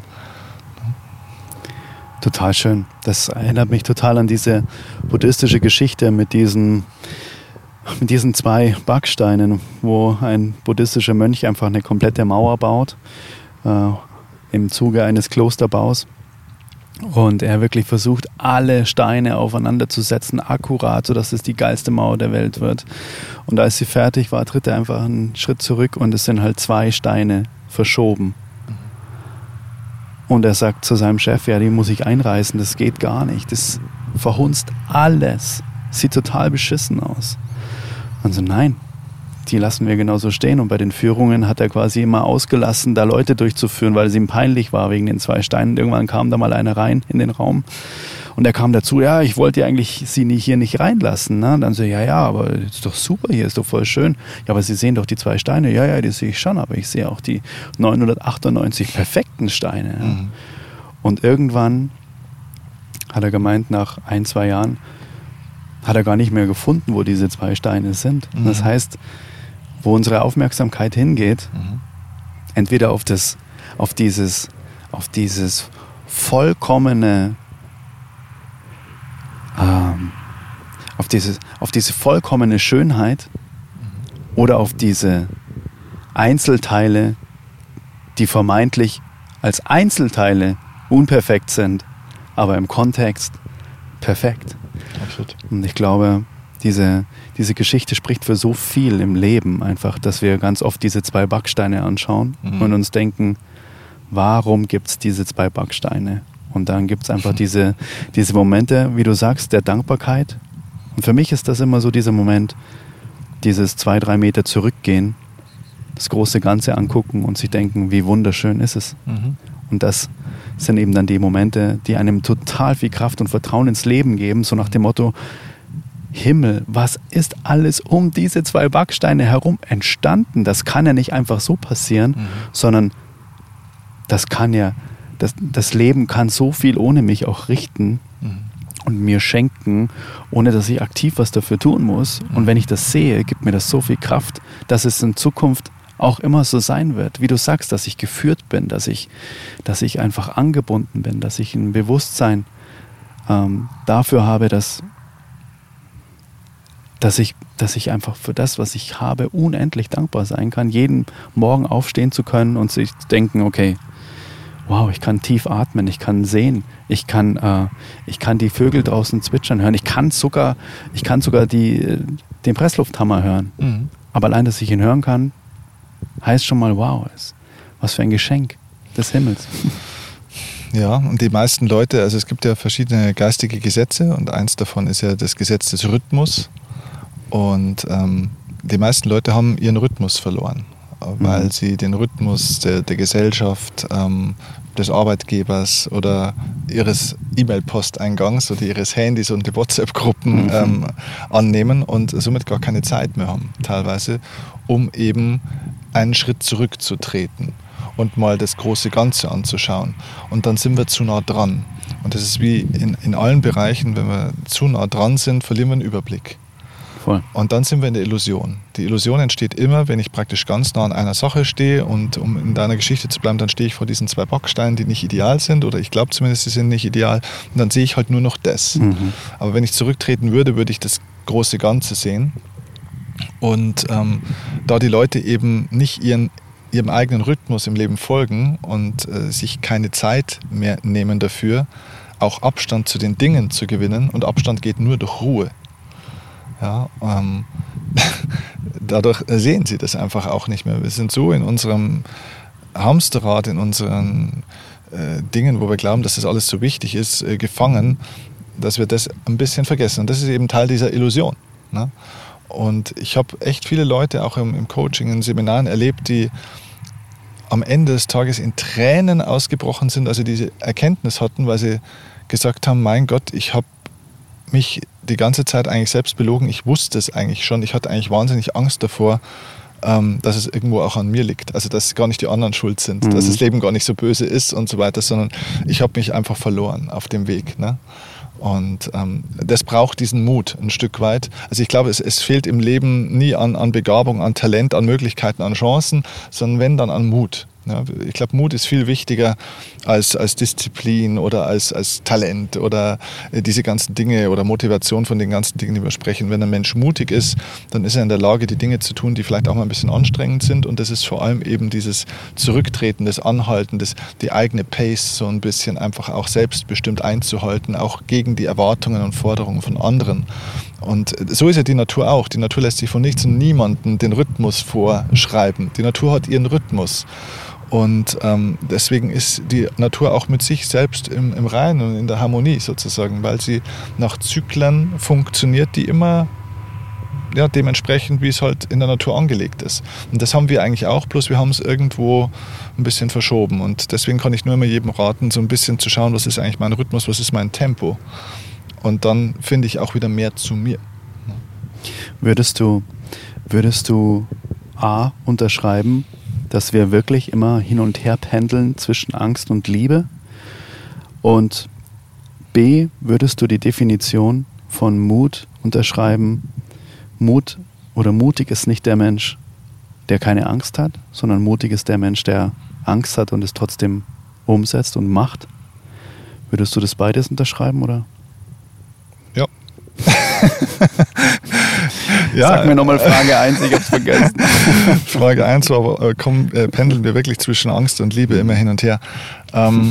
[SPEAKER 1] Total schön. Das erinnert mich total an diese buddhistische Geschichte mit diesen, mit diesen zwei Backsteinen, wo ein buddhistischer Mönch einfach eine komplette Mauer baut, äh, im Zuge eines Klosterbaus. Und er wirklich versucht, alle Steine aufeinander zu setzen, akkurat, sodass es die geilste Mauer der Welt wird. Und als sie fertig war, tritt er einfach einen Schritt zurück und es sind halt zwei Steine verschoben. Und er sagt zu seinem Chef, ja, die muss ich einreißen, das geht gar nicht. Das verhunzt alles. Sieht total beschissen aus. Und so, nein, die lassen wir genauso stehen. Und bei den Führungen hat er quasi immer ausgelassen, da Leute durchzuführen, weil es ihm peinlich war wegen den zwei Steinen. Irgendwann kam da mal einer rein in den Raum und er kam dazu, ja, ich wollte eigentlich sie nicht, hier nicht reinlassen. Ne? Und dann so, ja, ja, aber das ist doch super hier, ist doch voll schön. Ja, aber Sie sehen doch die zwei Steine. Ja, ja, die sehe ich schon, aber ich sehe auch die neunhundertachtundneunzig perfekten Steine. Ja? Mhm. Und irgendwann hat er gemeint, nach ein, zwei Jahren hat er gar nicht mehr gefunden, wo diese zwei Steine sind. Mhm. Das heißt, wo unsere Aufmerksamkeit hingeht, mhm. entweder auf das, auf dieses, auf dieses vollkommene, ähm, auf diese, auf diese vollkommene Schönheit mhm. oder auf diese Einzelteile, die vermeintlich als Einzelteile unperfekt sind, aber im Kontext perfekt. Absolut. Und ich glaube, diese, diese Geschichte spricht für so viel im Leben einfach, dass wir ganz oft diese zwei Backsteine anschauen mhm. und uns denken, warum gibt es diese zwei Backsteine? Und dann gibt es einfach diese, diese Momente, wie du sagst, der Dankbarkeit. Und für mich ist das immer so dieser Moment, dieses zwei, drei Meter zurückgehen, das große Ganze angucken und sich denken, wie wunderschön ist es. Mhm. Und das sind eben dann die Momente, die einem total viel Kraft und Vertrauen ins Leben geben, so nach dem Motto, Himmel, was ist alles um diese zwei Backsteine herum entstanden? Das kann ja nicht einfach so passieren, mhm. sondern das kann ja, das, das Leben kann so viel ohne mich auch richten mhm. und mir schenken, ohne dass ich aktiv was dafür tun muss. Mhm. Und wenn ich das sehe, gibt mir das so viel Kraft, dass es in Zukunft auch immer so sein wird, wie du sagst, dass ich geführt bin, dass ich, dass ich einfach angebunden bin, dass ich ein Bewusstsein ähm, dafür habe, dass, dass, ich, dass ich einfach für das, was ich habe, unendlich dankbar sein kann, jeden Morgen aufstehen zu können und sich denken, okay, wow, ich kann tief atmen, ich kann sehen, ich kann, äh, ich kann die Vögel draußen zwitschern hören, ich kann sogar, ich kann sogar die, den Presslufthammer hören. Mhm. Aber allein, dass ich ihn hören kann, heißt schon mal, wow, was für ein Geschenk des Himmels.
[SPEAKER 3] Ja, und die meisten Leute, also es gibt ja verschiedene geistige Gesetze und eins davon ist ja das Gesetz des Rhythmus. Und ähm, die meisten Leute haben ihren Rhythmus verloren, weil mhm. sie den Rhythmus der, der Gesellschaft, ähm, des Arbeitgebers oder ihres E-Mail-Posteingangs oder ihres Handys und die WhatsApp-Gruppen mhm. ähm, annehmen und somit gar keine Zeit mehr haben, teilweise, um eben einen Schritt zurückzutreten und mal das große Ganze anzuschauen. Und dann sind wir zu nah dran. Und das ist wie in, in allen Bereichen, wenn wir zu nah dran sind, verlieren wir einen Überblick. Voll. Und dann sind wir in der Illusion. Die Illusion entsteht immer, wenn ich praktisch ganz nah an einer Sache stehe und um in deiner Geschichte zu bleiben, dann stehe ich vor diesen zwei Backsteinen, die nicht ideal sind oder ich glaube zumindest, sie sind nicht ideal und dann sehe ich halt nur noch das. Mhm. Aber wenn ich zurücktreten würde, würde ich das große Ganze sehen. Und ähm, da die Leute eben nicht ihren, ihrem eigenen Rhythmus im Leben folgen und äh, sich keine Zeit mehr nehmen dafür, auch Abstand zu den Dingen zu gewinnen und Abstand geht nur durch Ruhe. Ja, ähm, dadurch sehen sie das einfach auch nicht mehr. Wir sind so in unserem Hamsterrad, in unseren äh, Dingen, wo wir glauben, dass das alles so wichtig ist, äh, gefangen, dass wir das ein bisschen vergessen. Und das ist eben Teil dieser Illusion. Ne? Und ich habe echt viele Leute auch im, im Coaching, in Seminaren erlebt, die am Ende des Tages in Tränen ausgebrochen sind, also diese Erkenntnis hatten, weil sie gesagt haben, mein Gott, ich habe mich die ganze Zeit eigentlich selbst belogen. Ich wusste es eigentlich schon. Ich hatte eigentlich wahnsinnig Angst davor, ähm, dass es irgendwo auch an mir liegt. Also dass gar nicht die anderen schuld sind, mhm. dass das Leben gar nicht so böse ist und so weiter, sondern ich habe mich einfach verloren auf dem Weg. Ne? Und ähm, das braucht diesen Mut ein Stück weit. Also ich glaube, es, es fehlt im Leben nie an, an Begabung, an Talent, an Möglichkeiten, an Chancen, sondern wenn, dann an Mut. Ja, ich glaube, Mut ist viel wichtiger als, als Disziplin oder als, als Talent oder diese ganzen Dinge oder Motivation von den ganzen Dingen, die wir sprechen. Wenn ein Mensch mutig ist, dann ist er in der Lage, die Dinge zu tun, die vielleicht auch mal ein bisschen anstrengend sind. Und das ist vor allem eben dieses Zurücktreten, das Anhalten, das, die eigene Pace so ein bisschen einfach auch selbstbestimmt einzuhalten, auch gegen die Erwartungen und Forderungen von anderen. Und so ist ja die Natur auch. Die Natur lässt sich von nichts und niemandem den Rhythmus vorschreiben. Die Natur hat ihren Rhythmus. Und ähm, deswegen ist die Natur auch mit sich selbst im, im Reinen und in der Harmonie sozusagen, weil sie nach Zyklen funktioniert, die immer ja, dementsprechend, wie es halt in der Natur angelegt ist. Und das haben wir eigentlich auch, bloß wir haben es irgendwo ein bisschen verschoben. Und deswegen kann ich nur immer jedem raten, so ein bisschen zu schauen, was ist eigentlich mein Rhythmus, was ist mein Tempo. Und dann finde ich auch wieder mehr zu mir.
[SPEAKER 1] Würdest du, würdest du A, unterschreiben, dass wir wirklich immer hin und her pendeln zwischen Angst und Liebe? Und B, würdest du die Definition von Mut unterschreiben? Mut oder mutig ist nicht der Mensch, der keine Angst hat, sondern mutig ist der Mensch, der Angst hat und es trotzdem umsetzt und macht. Würdest du das beides unterschreiben, oder?
[SPEAKER 3] Ja. Ja,
[SPEAKER 1] sag mir nochmal Frage eins, ich hab's vergessen.
[SPEAKER 3] Frage eins war, aber komm, äh, pendeln wir wirklich zwischen Angst und Liebe immer hin und her. Ähm,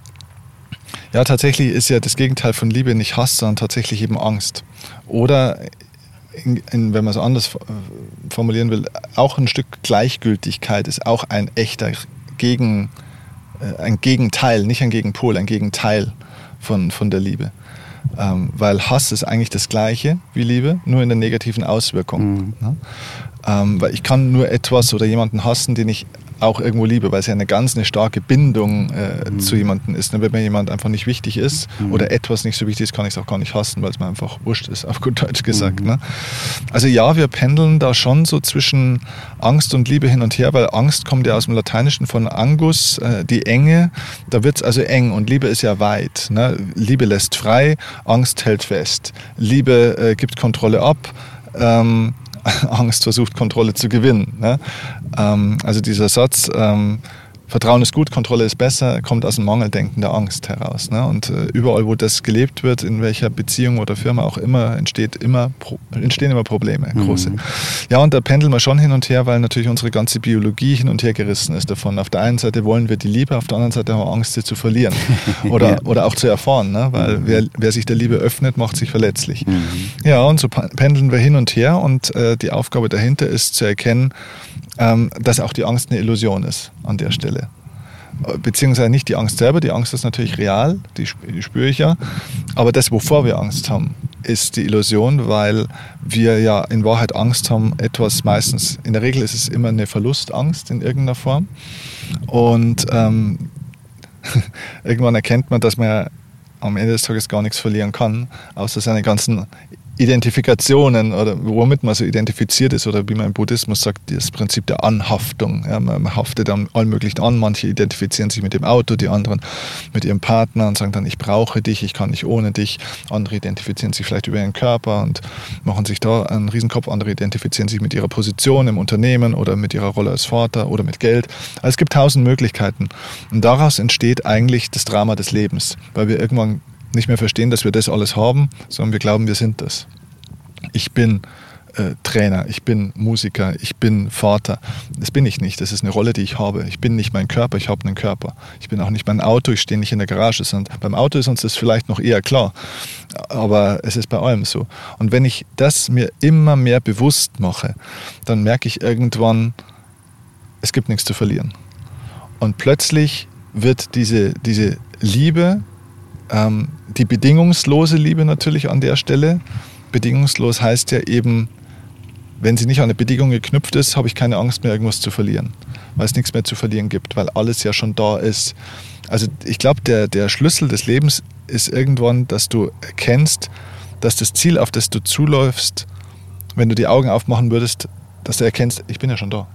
[SPEAKER 3] ja, tatsächlich ist ja das Gegenteil von Liebe nicht Hass, sondern tatsächlich eben Angst. Oder, in, in, wenn man es anders formulieren will, auch ein Stück Gleichgültigkeit ist auch ein echter Gegen, äh, ein Gegenteil, nicht ein Gegenpol, ein Gegenteil von, von der Liebe. Ähm, weil Hass ist eigentlich das Gleiche wie Liebe, nur in der negativen Auswirkung. Mhm. Ne? Ähm, weil ich kann nur etwas oder jemanden hassen, den ich auch irgendwo liebe, weil es ja eine ganz eine starke Bindung äh, mhm. zu jemandem ist. Wenn mir jemand einfach nicht wichtig ist mhm. oder etwas nicht so wichtig ist, kann ich es auch gar nicht hassen, weil es mir einfach wurscht ist, auf gut Deutsch gesagt. Mhm. Ne? Also ja, wir pendeln da schon so zwischen Angst und Liebe hin und her, weil Angst kommt ja aus dem Lateinischen von Angus, äh, die Enge. Da wird es also eng und Liebe ist ja weit. Ne? Liebe lässt frei, Angst hält fest. Liebe äh, gibt Kontrolle ab. Ähm, Angst versucht, Kontrolle zu gewinnen. Ne? Ähm, also dieser Satz, ähm, Vertrauen ist gut, Kontrolle ist besser, kommt aus dem Mangeldenken der Angst heraus. Ne? Und äh, überall, wo das gelebt wird, in welcher Beziehung oder Firma auch immer, entsteht immer Pro- entstehen immer Probleme, große. Mhm. Ja, und da pendeln wir schon hin und her, weil natürlich unsere ganze Biologie hin und her gerissen ist davon. Auf der einen Seite wollen wir die Liebe, auf der anderen Seite haben wir Angst, sie zu verlieren oder, ja. oder auch zu erfahren, ne? Weil mhm. wer, wer sich der Liebe öffnet, macht sich verletzlich. Mhm. Ja, und so pendeln wir hin und her und äh, die Aufgabe dahinter ist zu erkennen, ähm, dass auch die Angst eine Illusion ist an der Stelle. Beziehungsweise nicht die Angst selber, die Angst ist natürlich real, die, die spüre ich ja, aber das, wovor wir Angst haben, ist die Illusion, weil wir ja in Wahrheit Angst haben, etwas meistens, in der Regel ist es immer eine Verlustangst in irgendeiner Form und ähm, irgendwann erkennt man, dass man am Ende des Tages gar nichts verlieren kann, außer seine ganzen Identifikationen oder womit man so identifiziert ist oder wie man im Buddhismus sagt, das Prinzip der Anhaftung. Ja, man haftet an allen möglichen an, manche identifizieren sich mit dem Auto, die anderen mit ihrem Partner und sagen dann, ich brauche dich, ich kann nicht ohne dich. Andere identifizieren sich vielleicht über ihren Körper und machen sich da einen Riesenkopf. Andere identifizieren sich mit ihrer Position im Unternehmen oder mit ihrer Rolle als Vater oder mit Geld. Also es gibt tausend Möglichkeiten. Und daraus entsteht eigentlich das Drama des Lebens, weil wir irgendwann nicht mehr verstehen, dass wir das alles haben, sondern wir glauben, wir sind das. Ich bin äh, Trainer, ich bin Musiker, ich bin Vater. Das bin ich nicht, das ist eine Rolle, die ich habe. Ich bin nicht mein Körper, ich habe einen Körper. Ich bin auch nicht mein Auto, ich stehe nicht in der Garage. Sondern beim Auto ist uns das vielleicht noch eher klar, aber es ist bei allem so. Und wenn ich das mir immer mehr bewusst mache, dann merke ich irgendwann, es gibt nichts zu verlieren. Und plötzlich wird diese, diese Liebe, ähm, die bedingungslose Liebe natürlich an der Stelle. Bedingungslos heißt ja eben, wenn sie nicht an eine Bedingung geknüpft ist, habe ich keine Angst mehr, irgendwas zu verlieren. Weil es nichts mehr zu verlieren gibt, weil alles ja schon da ist. Also ich glaube, der, der Schlüssel des Lebens ist irgendwann, dass du erkennst, dass das Ziel, auf das du zuläufst, wenn du die Augen aufmachen würdest, dass du erkennst, ich bin ja schon da.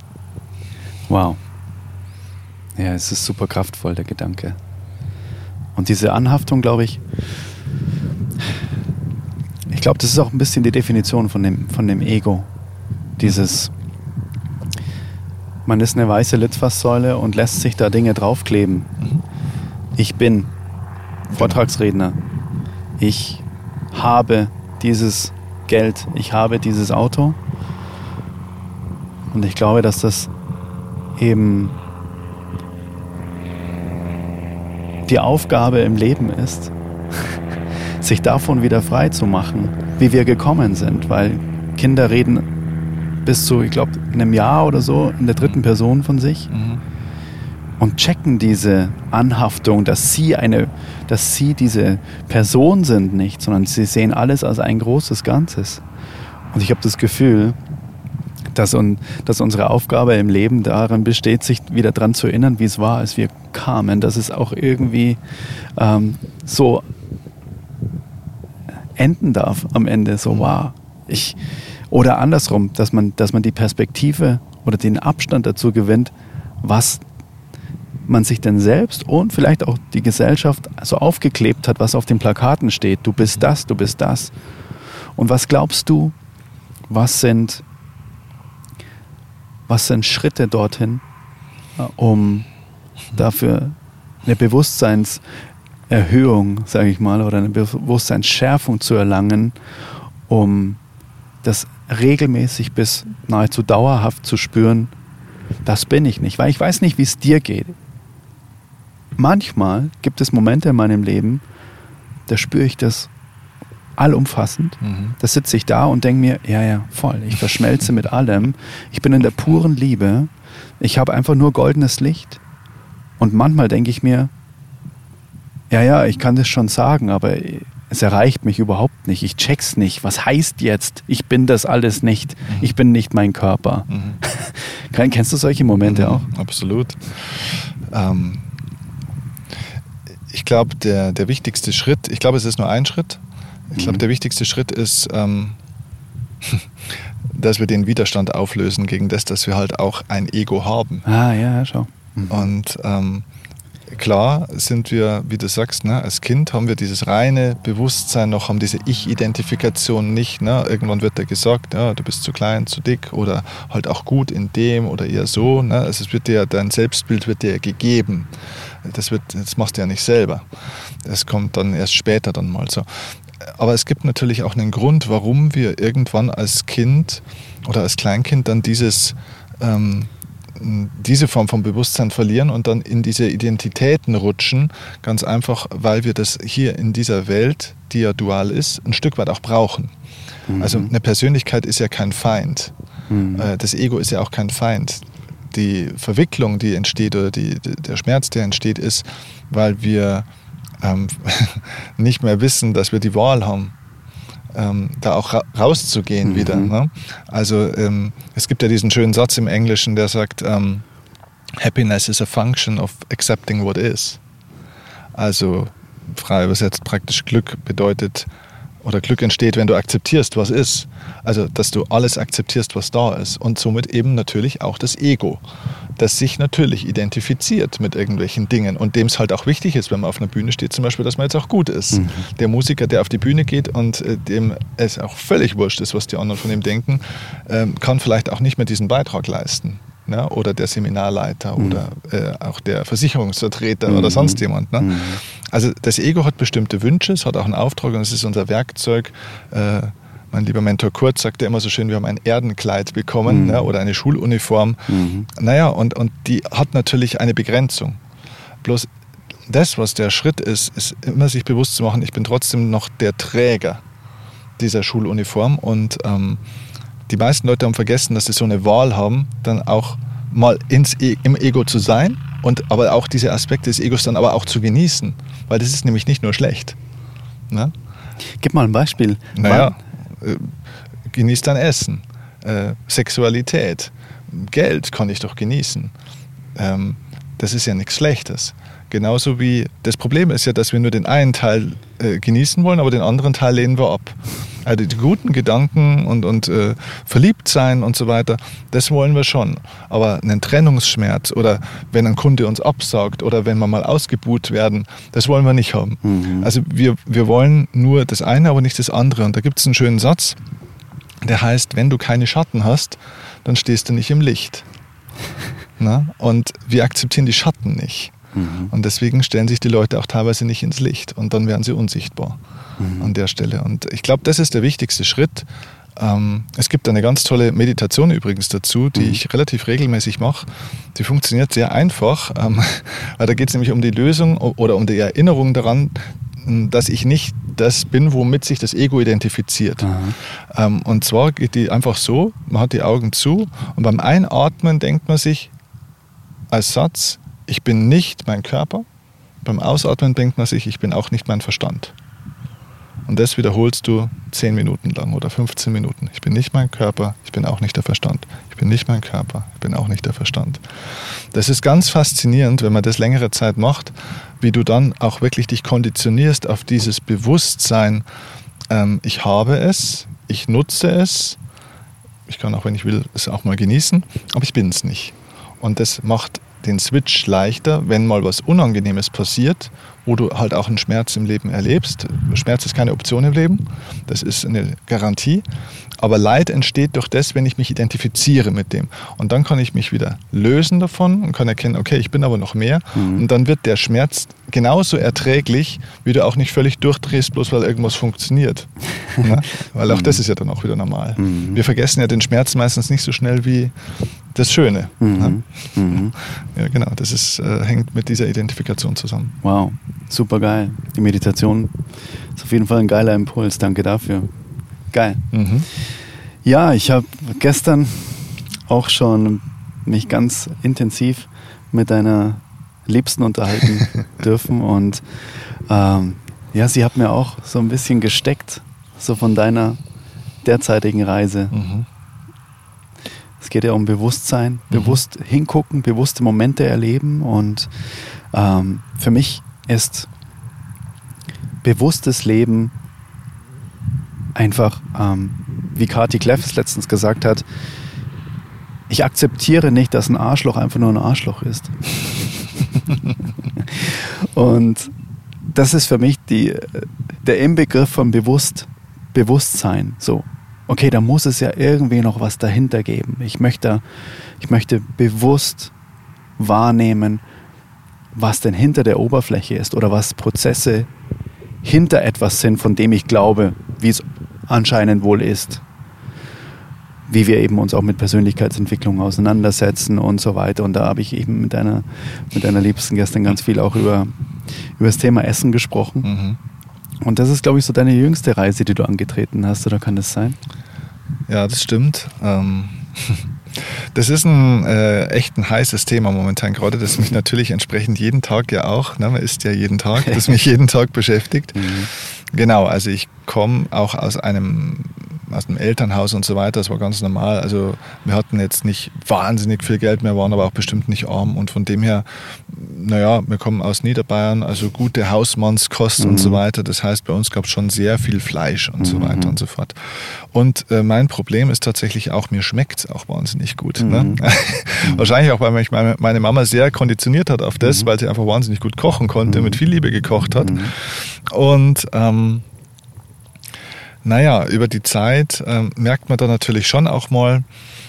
[SPEAKER 1] Wow. Ja, es ist super kraftvoll, der Gedanke. Und diese Anhaftung, glaube ich, ich glaube, das ist auch ein bisschen die Definition von dem, von dem Ego. Dieses, man ist eine weiße Litfaßsäule und lässt sich da Dinge draufkleben.
[SPEAKER 3] Mhm.
[SPEAKER 1] Ich bin Vortragsredner. Ich habe dieses Geld. Ich habe dieses Auto. Und ich glaube, dass das eben die Aufgabe im Leben ist, sich davon wieder frei zu machen, wie wir gekommen sind. Weil Kinder reden bis zu, ich glaube, einem Jahr oder so in der dritten Person von sich.
[SPEAKER 3] Mhm.
[SPEAKER 1] Und checken diese Anhaftung, dass sie eine, dass sie diese Person sind nicht, sondern sie sehen alles als ein großes Ganzes. Und ich habe das Gefühl, dass, un, dass unsere Aufgabe im Leben darin besteht, sich wieder daran zu erinnern, wie es war, als wir kamen. Dass es auch irgendwie ähm, so enden darf am Ende. So, wow. Ich, oder andersrum, dass man, dass man die Perspektive oder den Abstand dazu gewinnt, was man sich denn selbst und vielleicht auch die Gesellschaft so aufgeklebt hat, was auf den Plakaten steht. Du bist das, du bist das. Und was glaubst du, was sind, was sind Schritte dorthin, um dafür eine Bewusstseinserhöhung, sage ich mal, oder eine Bewusstseinsschärfung zu erlangen, um das regelmäßig bis nahezu dauerhaft zu spüren, das bin ich nicht, weil ich weiß nicht, wie es dir geht. Manchmal gibt es Momente in meinem Leben, da spüre ich das allumfassend.
[SPEAKER 3] Mhm.
[SPEAKER 1] Da sitze ich da und denke mir, ja, ja, voll, ich verschmelze mit allem. Ich bin in der puren Liebe. Ich habe einfach nur goldenes Licht. Und manchmal denke ich mir, ja, ja, ich kann das schon sagen, aber es erreicht mich überhaupt nicht. Ich check's nicht. Was heißt jetzt? Ich bin das alles nicht.
[SPEAKER 3] Mhm.
[SPEAKER 1] Ich bin nicht mein Körper.
[SPEAKER 3] Mhm.
[SPEAKER 1] Kennst du solche Momente
[SPEAKER 3] mhm,
[SPEAKER 1] auch?
[SPEAKER 3] Absolut. Ähm, ich glaube, der, der wichtigste Schritt, ich glaube, es ist nur ein Schritt. Ich glaube,
[SPEAKER 1] Mhm.
[SPEAKER 3] der wichtigste Schritt ist, ähm, dass wir den Widerstand auflösen gegen das, dass wir halt auch ein Ego haben.
[SPEAKER 1] Ah, ja, schau. Mhm.
[SPEAKER 3] Und ähm, klar sind wir, wie du sagst, ne, als Kind haben wir dieses reine Bewusstsein noch, haben diese Ich-Identifikation nicht. Ne? Irgendwann wird da gesagt, ja, du bist zu klein, zu dick oder halt auch gut in dem oder eher so. Ne? Also es wird dir, dein Selbstbild wird dir gegeben. Das, wird, das machst du ja nicht selber. Das kommt dann erst später dann mal so. Aber es gibt natürlich auch einen Grund, warum wir irgendwann als Kind oder als Kleinkind dann dieses ähm, diese Form von Bewusstsein verlieren und dann in diese Identitäten rutschen, ganz einfach, weil wir das hier in dieser Welt, die ja dual ist, ein Stück weit auch brauchen. Mhm. Also eine Persönlichkeit ist ja kein Feind. Mhm. Das Ego ist ja auch kein Feind. Die Verwicklung, die entsteht oder die, der Schmerz, der entsteht, ist, weil wir ähm, nicht mehr wissen, dass wir die Wahl haben. Ähm, da auch ra- rauszugehen mhm. wieder. Ne? Also ähm, es gibt ja diesen schönen Satz im Englischen, der sagt, ähm, Happiness is a function of accepting what is. Also frei übersetzt praktisch Glück bedeutet, oder Glück entsteht, wenn du akzeptierst, was ist. Also, dass du alles akzeptierst, was da ist. Und somit eben natürlich auch das Ego, das sich natürlich identifiziert mit irgendwelchen Dingen und dem es halt auch wichtig ist, wenn man auf einer Bühne steht, zum Beispiel, dass man jetzt auch gut ist. Mhm. Der Musiker, der auf die Bühne geht und äh, dem es auch völlig wurscht ist, was die anderen von ihm denken, äh, kann vielleicht auch nicht mehr diesen Beitrag leisten. Ne? Oder der Seminarleiter mhm. oder äh, auch der Versicherungsvertreter mhm. oder sonst jemand. Ne? Mhm. Also das Ego hat bestimmte Wünsche, es hat auch einen Auftrag und es ist unser Werkzeug. Äh, mein lieber Mentor Kurt sagte immer so schön, wir haben ein Erdenkleid bekommen mhm. ne? oder eine Schuluniform. Mhm. Naja, und, und die hat natürlich eine Begrenzung. Bloß das, was der Schritt ist, ist immer sich bewusst zu machen, ich bin trotzdem noch der Träger dieser Schuluniform und ähm, die meisten Leute haben vergessen, dass sie so eine Wahl haben, dann auch mal ins e- im Ego zu sein und aber auch diese Aspekte des Egos dann aber auch zu genießen, weil das ist nämlich nicht nur schlecht. Ne?
[SPEAKER 1] Gib mal ein Beispiel.
[SPEAKER 3] Naja, äh, genieß dein Essen, äh, Sexualität, Geld kann ich doch genießen. Ähm, das ist ja nichts Schlechtes. Genauso wie das Problem ist ja, dass wir nur den einen Teil äh, genießen wollen, aber den anderen Teil lehnen wir ab. Also die guten Gedanken und, und äh, verliebt sein und so weiter, das wollen wir schon. Aber einen Trennungsschmerz oder wenn ein Kunde uns absagt oder wenn wir mal ausgebuht werden, das wollen wir nicht haben. Mhm. Also wir, wir wollen nur das eine, aber nicht das andere. Und da gibt es einen schönen Satz, der heißt, wenn du keine Schatten hast, dann stehst du nicht im Licht. Na? Und wir akzeptieren die Schatten nicht. Mhm. Und deswegen stellen sich die Leute auch teilweise nicht ins Licht und dann werden sie unsichtbar mhm. an der Stelle. Und ich glaube, das ist der wichtigste Schritt. Ähm, es gibt eine ganz tolle Meditation übrigens dazu, die mhm. ich relativ regelmäßig mache. Die funktioniert sehr einfach, ähm, weil da geht es nämlich um die Lösung oder um die Erinnerung daran, dass ich nicht das bin, womit sich das Ego identifiziert. Ähm, und zwar geht die einfach so, man hat die Augen zu und beim Einatmen denkt man sich als Satz, ich bin nicht mein Körper. Beim Ausatmen denkt man sich, ich bin auch nicht mein Verstand. Und das wiederholst du zehn Minuten lang oder fünfzehn Minuten. Ich bin nicht mein Körper, ich bin auch nicht der Verstand. Ich bin nicht mein Körper, ich bin auch nicht der Verstand. Das ist ganz faszinierend, wenn man das längere Zeit macht, wie du dann auch wirklich dich konditionierst auf dieses Bewusstsein, ähm, ich habe es, ich nutze es, ich kann auch, wenn ich will, es auch mal genießen, aber ich bin es nicht. Und das macht den Switch leichter, wenn mal was Unangenehmes passiert, wo du halt auch einen Schmerz im Leben erlebst. Schmerz ist keine Option im Leben, das ist eine Garantie. Aber Leid entsteht durch das, wenn ich mich identifiziere mit dem. Und dann kann ich mich wieder lösen davon und kann erkennen, okay, ich bin aber noch mehr. Mhm. Und dann wird der Schmerz genauso erträglich, wie du auch nicht völlig durchdrehst, bloß weil irgendwas funktioniert. Ne? Weil auch das ist ja dann auch wieder normal. Mhm. Wir vergessen ja den Schmerz meistens nicht so schnell wie das Schöne. Mhm. Ne? Mhm. Ja, genau, das ist, äh, hängt mit dieser Identifikation zusammen.
[SPEAKER 1] Wow, super geil. Die Meditation ist auf jeden Fall ein geiler Impuls. Danke dafür. Geil. Mhm. Ja, ich habe gestern auch schon mich ganz intensiv mit deiner Liebsten unterhalten dürfen und ähm, ja, sie hat mir auch so ein bisschen gesteckt, so von deiner derzeitigen Reise. Mhm. Es geht ja um Bewusstsein, mhm. bewusst hingucken, bewusste Momente erleben und ähm, für mich ist bewusstes Leben einfach, ähm, wie Kati Kleff letztens gesagt hat, ich akzeptiere nicht, dass ein Arschloch einfach nur ein Arschloch ist. Und das ist für mich die, der Inbegriff von bewusst, Bewusstsein. So, okay, da muss es ja irgendwie noch was dahinter geben. Ich möchte, ich möchte bewusst wahrnehmen, was denn hinter der Oberfläche ist oder was Prozesse hinter etwas sind, von dem ich glaube, wie es anscheinend wohl ist. Wie wir eben uns auch mit Persönlichkeitsentwicklung auseinandersetzen und so weiter. Und da habe ich eben mit deiner, mit deiner Liebsten gestern ganz viel auch über, über das Thema Essen gesprochen. Mhm. Und das ist, glaube ich, so deine jüngste Reise, die du angetreten hast, oder kann das sein?
[SPEAKER 3] Ja, das stimmt. Ähm Das ist ein äh, echt ein heißes Thema momentan gerade, das mich natürlich entsprechend jeden Tag ja auch, ne, man isst ja jeden Tag, das mich jeden Tag beschäftigt. Mhm. Genau, also ich komme auch aus einem, aus einem Elternhaus und so weiter, das war ganz normal. Also wir hatten jetzt nicht wahnsinnig viel Geld mehr, waren aber auch bestimmt nicht arm und von dem her, naja, wir kommen aus Niederbayern, also gute Hausmannskost mhm. und so weiter. Das heißt, bei uns gab es schon sehr viel Fleisch und mhm. so weiter und so fort. Und äh, mein Problem ist tatsächlich auch, mir schmeckt es auch wahnsinnig gut. Mhm. Ne? Mhm. Wahrscheinlich auch, weil mich meine, meine Mama sehr konditioniert hat auf das, mhm. weil sie einfach wahnsinnig gut kochen konnte, mhm. mit viel Liebe gekocht hat. Mhm. Und ähm, naja, über die Zeit ähm, merkt man da natürlich schon auch mal,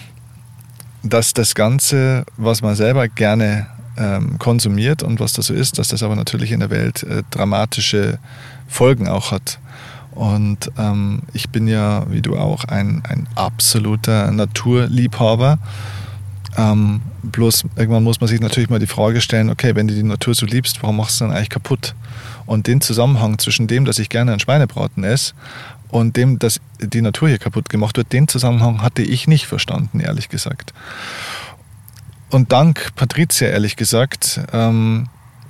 [SPEAKER 3] dass das Ganze, was man selber gerne ähm, konsumiert und was das so ist, dass das aber natürlich in der Welt äh, dramatische Folgen auch hat. Und ähm, ich bin ja, wie du auch, ein, ein absoluter Naturliebhaber. Ähm, bloß irgendwann muss man sich natürlich mal die Frage stellen, okay, wenn du die Natur so liebst, warum machst du dann eigentlich kaputt? Und den Zusammenhang zwischen dem, dass ich gerne einen Schweinebraten esse und dem, dass die Natur hier kaputt gemacht wird, den Zusammenhang hatte ich nicht verstanden, ehrlich gesagt. Und dank Patricia, ehrlich gesagt, ähm,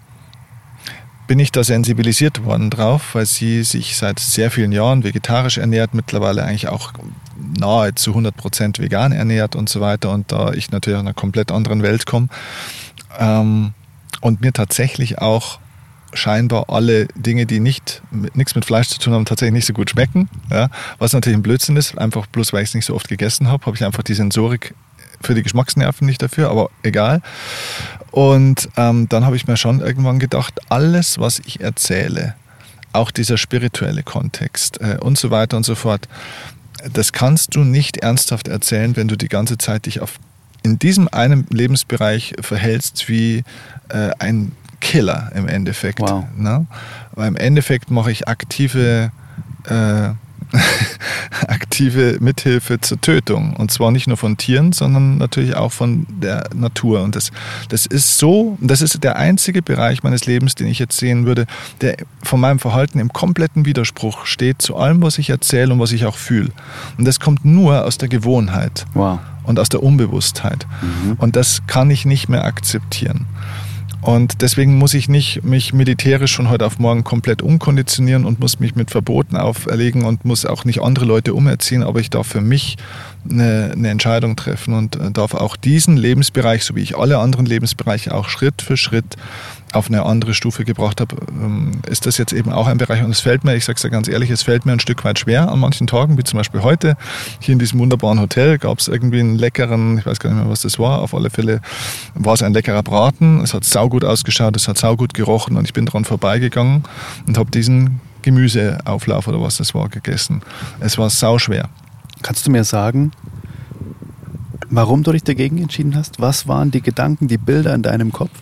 [SPEAKER 3] bin ich da sensibilisiert worden drauf, weil sie sich seit sehr vielen Jahren vegetarisch ernährt, mittlerweile eigentlich auch nahezu hundert Prozent vegan ernährt und so weiter und da ich natürlich aus einer komplett anderen Welt komme, ähm, und mir tatsächlich auch scheinbar alle Dinge, die nicht mit, nichts mit Fleisch zu tun haben, tatsächlich nicht so gut schmecken. Ja? Was natürlich ein Blödsinn ist, einfach bloß weil ich es nicht so oft gegessen habe, habe ich einfach die Sensorik für die Geschmacksnerven nicht dafür, aber egal. Und ähm, dann habe ich mir schon irgendwann gedacht, alles, was ich erzähle, auch dieser spirituelle Kontext äh, und so weiter und so fort, das kannst du nicht ernsthaft erzählen, wenn du die ganze Zeit dich auf, in diesem einen Lebensbereich verhältst wie äh, ein Killer im Endeffekt.
[SPEAKER 1] Wow.
[SPEAKER 3] Ne? Weil im Endeffekt mache ich aktive äh, aktive Mithilfe zur Tötung. Und zwar nicht nur von Tieren, sondern natürlich auch von der Natur. Und das, das ist so, das ist der einzige Bereich meines Lebens, den ich jetzt sehen würde, der von meinem Verhalten im kompletten Widerspruch steht zu allem, was ich erzähle und was ich auch fühle. Und das kommt nur aus der Gewohnheit.
[SPEAKER 1] Wow.
[SPEAKER 3] Und aus der Unbewusstheit. Mhm. Und das kann ich nicht mehr akzeptieren. Und deswegen muss ich nicht mich militärisch von heute auf morgen komplett umkonditionieren und muss mich mit Verboten auferlegen und muss auch nicht andere Leute umerziehen, aber ich darf für mich eine, eine Entscheidung treffen und darf auch diesen Lebensbereich, so wie ich alle anderen Lebensbereiche auch Schritt für Schritt auf eine andere Stufe gebracht habe, ist das jetzt eben auch ein Bereich. Und es fällt mir, ich sage es ja ganz ehrlich, es fällt mir ein Stück weit schwer an manchen Tagen, wie zum Beispiel heute. Hier in diesem wunderbaren Hotel gab es irgendwie einen leckeren, ich weiß gar nicht mehr, was das war, auf alle Fälle war es ein leckerer Braten. Es hat saugut ausgeschaut, es hat saugut gerochen und ich bin dran vorbeigegangen und habe diesen Gemüseauflauf oder was das war gegessen. Es war sauschwer.
[SPEAKER 1] Kannst du mir sagen, warum du dich dagegen entschieden hast? Was waren die Gedanken, die Bilder in deinem Kopf?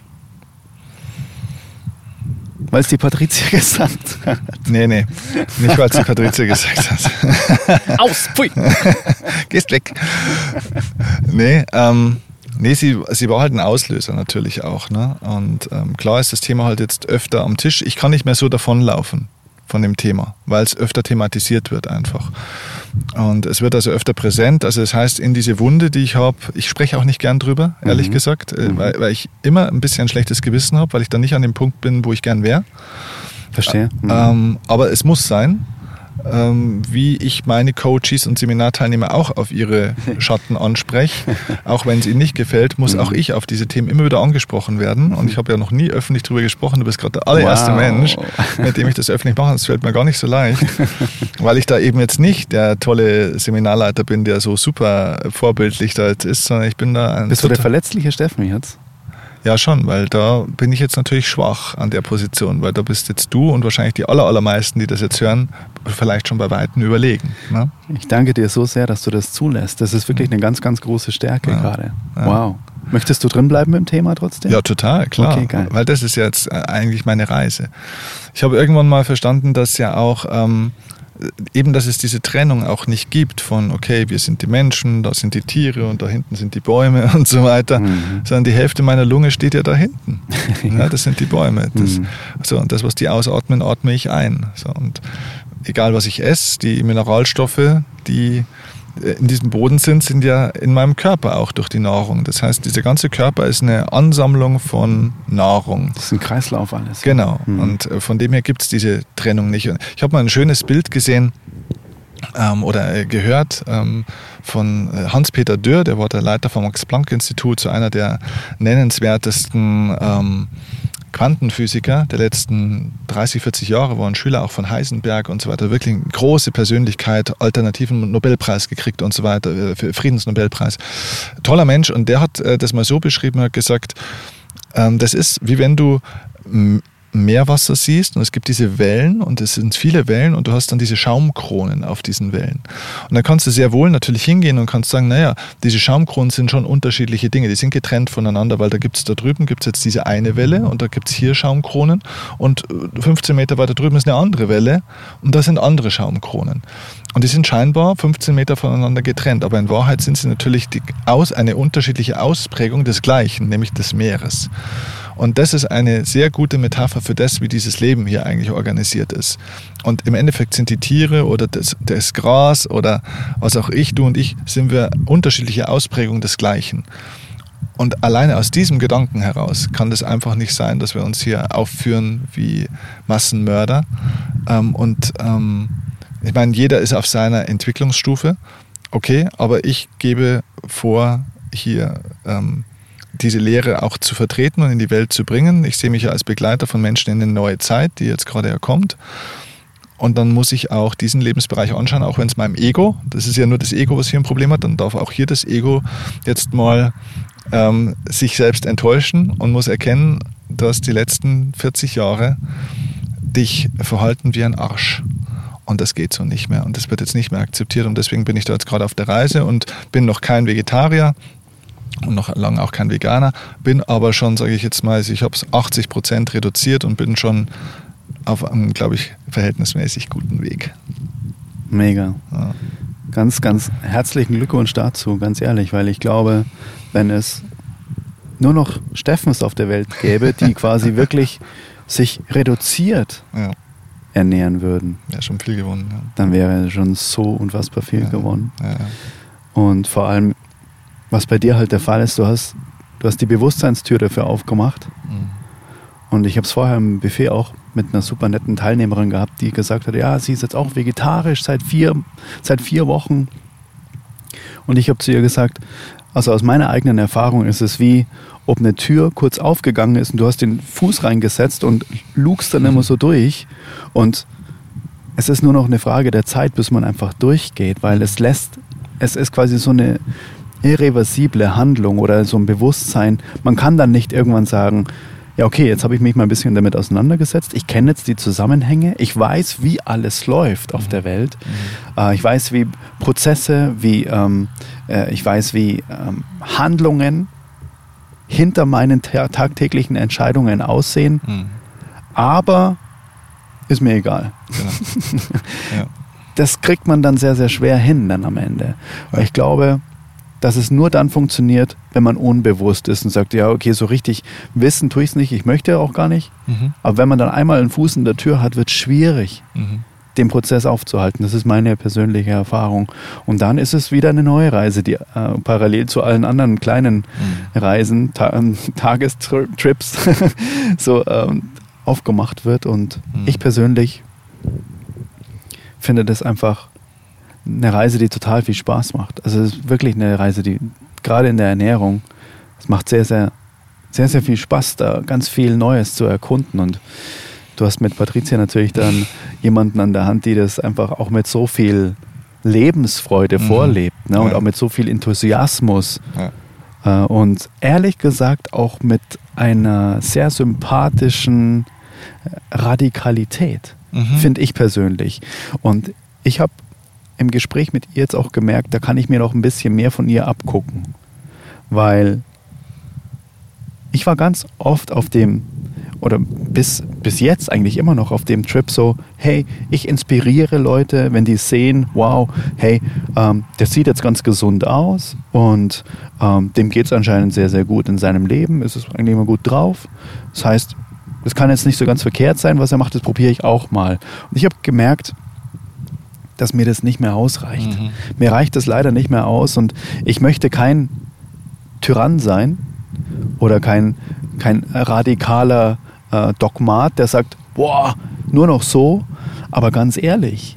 [SPEAKER 1] Weil es die Patrizia gesagt hat.
[SPEAKER 3] Nee, nee. Nicht, weil es die Patrizia gesagt hat.
[SPEAKER 1] Aus, pfui.
[SPEAKER 3] Gehst weg. Nee, ähm, nee sie, sie war halt ein Auslöser natürlich auch. Ne? Und ähm, klar ist das Thema halt jetzt öfter am Tisch. Ich kann nicht mehr so davonlaufen von dem Thema, weil es öfter thematisiert wird einfach. Und es wird also öfter präsent. Also das heißt, in diese Wunde, die ich habe, ich spreche auch nicht gern drüber, ehrlich mhm. gesagt, mhm. Weil, weil ich immer ein bisschen ein schlechtes Gewissen habe, weil ich dann nicht an dem Punkt bin, wo ich gern wäre.
[SPEAKER 1] Verstehe. Mhm.
[SPEAKER 3] Ähm, aber es muss sein, ähm, wie ich meine Coaches und Seminarteilnehmer auch auf ihre Schatten anspreche. Auch wenn es ihnen nicht gefällt, muss mhm. auch ich auf diese Themen immer wieder angesprochen werden. Und ich habe ja noch nie öffentlich darüber gesprochen. Du bist gerade der allererste wow. Mensch, mit dem ich das öffentlich mache. Das fällt mir gar nicht so leicht, weil ich da eben jetzt nicht der tolle Seminarleiter bin, der so super vorbildlich da jetzt ist, sondern ich bin da ein...
[SPEAKER 1] Bist du der verletzliche Steffen jetzt?
[SPEAKER 3] Ja, schon, weil da bin ich jetzt natürlich schwach an der Position, weil da bist jetzt du und wahrscheinlich die aller, allermeisten, die das jetzt hören, vielleicht schon bei Weitem überlegen. Ne?
[SPEAKER 1] Ich danke dir so sehr, dass du das zulässt. Das ist wirklich eine ganz, ganz große Stärke ja. gerade. Ja. Wow. Möchtest du drinbleiben im Thema trotzdem?
[SPEAKER 3] Ja, total, klar.
[SPEAKER 1] Okay, geil.
[SPEAKER 3] Weil das ist jetzt eigentlich meine Reise. Ich habe irgendwann mal verstanden, dass ja auch... Ähm, eben, dass es diese Trennung auch nicht gibt von, okay, wir sind die Menschen, da sind die Tiere und da hinten sind die Bäume und so weiter, mhm. sondern die Hälfte meiner Lunge steht ja da hinten. Ja, das sind die Bäume. Das, mhm. so, und das, was die ausatmen, atme ich ein. So, und egal, was ich esse, die Mineralstoffe, die in diesem Boden sind, sind ja in meinem Körper auch durch die Nahrung. Das heißt, dieser ganze Körper ist eine Ansammlung von Nahrung.
[SPEAKER 1] Das ist ein Kreislauf alles.
[SPEAKER 3] Genau.
[SPEAKER 1] Mhm.
[SPEAKER 3] Und von dem her gibt es diese Trennung nicht. Ich habe mal ein schönes Bild gesehen ähm, oder äh, gehört ähm, von Hans-Peter Dürr, der war der Leiter vom Max-Planck-Institut, so einer der nennenswertesten ähm, Quantenphysiker der letzten dreißig, vierzig Jahre, war ein Schüler auch von Heisenberg und so weiter, wirklich eine große Persönlichkeit, alternativen Nobelpreis gekriegt und so weiter, für Friedensnobelpreis. Toller Mensch, und der hat das mal so beschrieben, hat gesagt, das ist wie wenn du Meerwasser siehst und es gibt diese Wellen und es sind viele Wellen und du hast dann diese Schaumkronen auf diesen Wellen. Und dann kannst du sehr wohl natürlich hingehen und kannst sagen, naja, diese Schaumkronen sind schon unterschiedliche Dinge, die sind getrennt voneinander, weil da gibt es da drüben gibt's jetzt diese eine Welle und da gibt es hier Schaumkronen und fünfzehn Meter weiter drüben ist eine andere Welle und da sind andere Schaumkronen. Und die sind scheinbar fünfzehn Meter voneinander getrennt, aber in Wahrheit sind sie natürlich die aus, eine unterschiedliche Ausprägung des Gleichen, nämlich des Meeres. Und das ist eine sehr gute Metapher für das, wie dieses Leben hier eigentlich organisiert ist. Und im Endeffekt sind die Tiere oder das, das Gras oder was auch ich, du und ich, sind wir unterschiedliche Ausprägungen des Gleichen. Und alleine aus diesem Gedanken heraus kann das einfach nicht sein, dass wir uns hier aufführen wie Massenmörder. Und ich meine, jeder ist auf seiner Entwicklungsstufe, okay, aber ich gebe vor, hier diese Lehre auch zu vertreten und in die Welt zu bringen. Ich sehe mich ja als Begleiter von Menschen in eine neue Zeit, die jetzt gerade ja kommt. Und dann muss ich auch diesen Lebensbereich anschauen, auch wenn es meinem Ego, das ist ja nur das Ego, was hier ein Problem hat, dann darf auch hier das Ego jetzt mal ähm, sich selbst enttäuschen und muss erkennen, dass die letzten vierzig Jahre dich verhalten wie ein Arsch. Und das geht so nicht mehr. Und das wird jetzt nicht mehr akzeptiert. Und deswegen bin ich da jetzt gerade auf der Reise und bin noch kein Vegetarier und noch lange auch kein Veganer. Bin aber schon, sage ich jetzt mal, ich habe es achtzig Prozent reduziert und bin schon auf einem, glaube ich, verhältnismäßig guten Weg.
[SPEAKER 1] Mega.
[SPEAKER 3] Ja.
[SPEAKER 1] Ganz, ganz herzlichen Glückwunsch dazu, ganz ehrlich, weil ich glaube, wenn es nur noch Steffens auf der Welt gäbe, die quasi wirklich sich reduziert
[SPEAKER 3] Ja.
[SPEAKER 1] ernähren würden,
[SPEAKER 3] Ja, schon viel gewonnen. Ja.
[SPEAKER 1] dann wäre schon so unfassbar viel
[SPEAKER 3] Ja.
[SPEAKER 1] gewonnen.
[SPEAKER 3] Ja, ja.
[SPEAKER 1] Und vor allem, was bei dir halt der Fall ist, du hast, du hast die Bewusstseinstür dafür aufgemacht.
[SPEAKER 3] Mhm.
[SPEAKER 1] Und ich habe es vorher im Buffet auch mit einer super netten Teilnehmerin gehabt, die gesagt hat, ja, sie ist jetzt auch vegetarisch seit vier, seit vier Wochen. Und ich habe zu ihr gesagt, also aus meiner eigenen Erfahrung ist es wie, ob eine Tür kurz aufgegangen ist und du hast den Fuß reingesetzt und lugst dann immer so durch. Und es ist nur noch eine Frage der Zeit, bis man einfach durchgeht, weil es lässt, es ist quasi so eine irreversible Handlung oder so ein Bewusstsein. Man kann dann nicht irgendwann sagen, ja okay, jetzt habe ich mich mal ein bisschen damit auseinandergesetzt, ich kenne jetzt die Zusammenhänge, ich weiß, wie alles läuft auf der Welt, mhm. äh, ich weiß, wie Prozesse, wie ähm, äh, ich weiß, wie ähm, Handlungen hinter meinen ta- tagtäglichen Entscheidungen aussehen,
[SPEAKER 3] Mhm.
[SPEAKER 1] aber ist mir egal.
[SPEAKER 3] Genau. Ja.
[SPEAKER 1] Das kriegt man dann sehr, sehr schwer hin dann am Ende. Weil ich glaube, dass es nur dann funktioniert, wenn man unbewusst ist und sagt, ja, okay, so richtig wissen tue ich es nicht, ich möchte auch gar nicht.
[SPEAKER 3] Mhm.
[SPEAKER 1] Aber wenn man dann einmal einen Fuß in der Tür hat, wird es schwierig,
[SPEAKER 3] Mhm.
[SPEAKER 1] den Prozess aufzuhalten. Das ist meine persönliche Erfahrung. Und dann ist es wieder eine neue Reise, die äh, parallel zu allen anderen kleinen
[SPEAKER 3] Mhm.
[SPEAKER 1] Reisen, Ta- ähm, Tagestrips so ähm, aufgemacht wird. Und
[SPEAKER 3] Mhm.
[SPEAKER 1] ich persönlich finde das einfach eine Reise, die total viel Spaß macht. Also es ist wirklich eine Reise, die gerade in der Ernährung, es macht sehr, sehr, sehr, sehr viel Spaß, da ganz viel Neues zu erkunden. Und du hast mit Patricia natürlich dann jemanden an der Hand, die das einfach auch mit so viel Lebensfreude
[SPEAKER 3] Mhm.
[SPEAKER 1] vorlebt, ne? Und
[SPEAKER 3] Ja.
[SPEAKER 1] auch mit so viel Enthusiasmus.
[SPEAKER 3] Ja.
[SPEAKER 1] Äh, und ehrlich gesagt auch mit einer sehr sympathischen Radikalität,
[SPEAKER 3] Mhm.
[SPEAKER 1] finde ich persönlich. Und ich habe im Gespräch mit ihr jetzt auch gemerkt, da kann ich mir noch ein bisschen mehr von ihr abgucken. Weil ich war ganz oft auf dem, oder bis, bis jetzt eigentlich immer noch auf dem Trip so, hey, ich inspiriere Leute, wenn die sehen, wow, hey, ähm, der sieht jetzt ganz gesund aus und ähm, dem geht es anscheinend sehr, sehr gut in seinem Leben, ist es eigentlich immer gut drauf. Das heißt, das kann jetzt nicht so ganz verkehrt sein, was er macht, das probiere ich auch mal. Und ich habe gemerkt, dass mir das nicht mehr ausreicht.
[SPEAKER 3] Mhm.
[SPEAKER 1] Mir reicht das leider nicht mehr aus und ich möchte kein Tyrann sein oder kein, kein radikaler äh, Dogmat, der sagt, boah, nur noch so. Aber ganz ehrlich,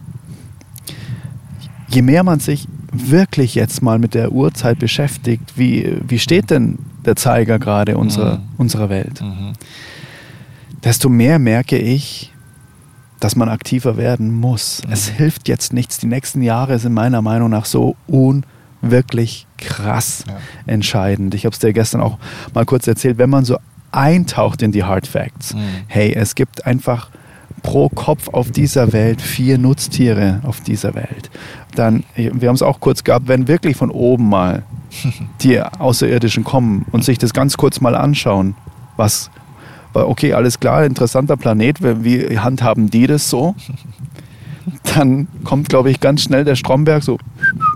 [SPEAKER 1] je mehr man sich wirklich jetzt mal mit der Uhrzeit beschäftigt, wie, wie steht denn der Zeiger gerade unserer,
[SPEAKER 3] Mhm.
[SPEAKER 1] unserer Welt,
[SPEAKER 3] Mhm.
[SPEAKER 1] desto mehr merke ich, dass man aktiver werden muss.
[SPEAKER 3] Mhm.
[SPEAKER 1] Es hilft jetzt nichts. Die nächsten Jahre sind meiner Meinung nach so unwirklich krass
[SPEAKER 3] Ja.
[SPEAKER 1] entscheidend. Ich habe es dir gestern auch mal kurz erzählt, wenn man so eintaucht in die Hard Facts,
[SPEAKER 3] Mhm.
[SPEAKER 1] hey, es gibt einfach pro Kopf auf dieser Welt vier Nutztiere auf dieser Welt. Dann, wir haben es auch kurz gehabt, wenn wirklich von oben mal die Außerirdischen kommen und sich das ganz kurz mal anschauen, was okay, alles klar, interessanter Planet, wie handhaben die das so? Dann kommt, glaube ich, ganz schnell der Stromberg so.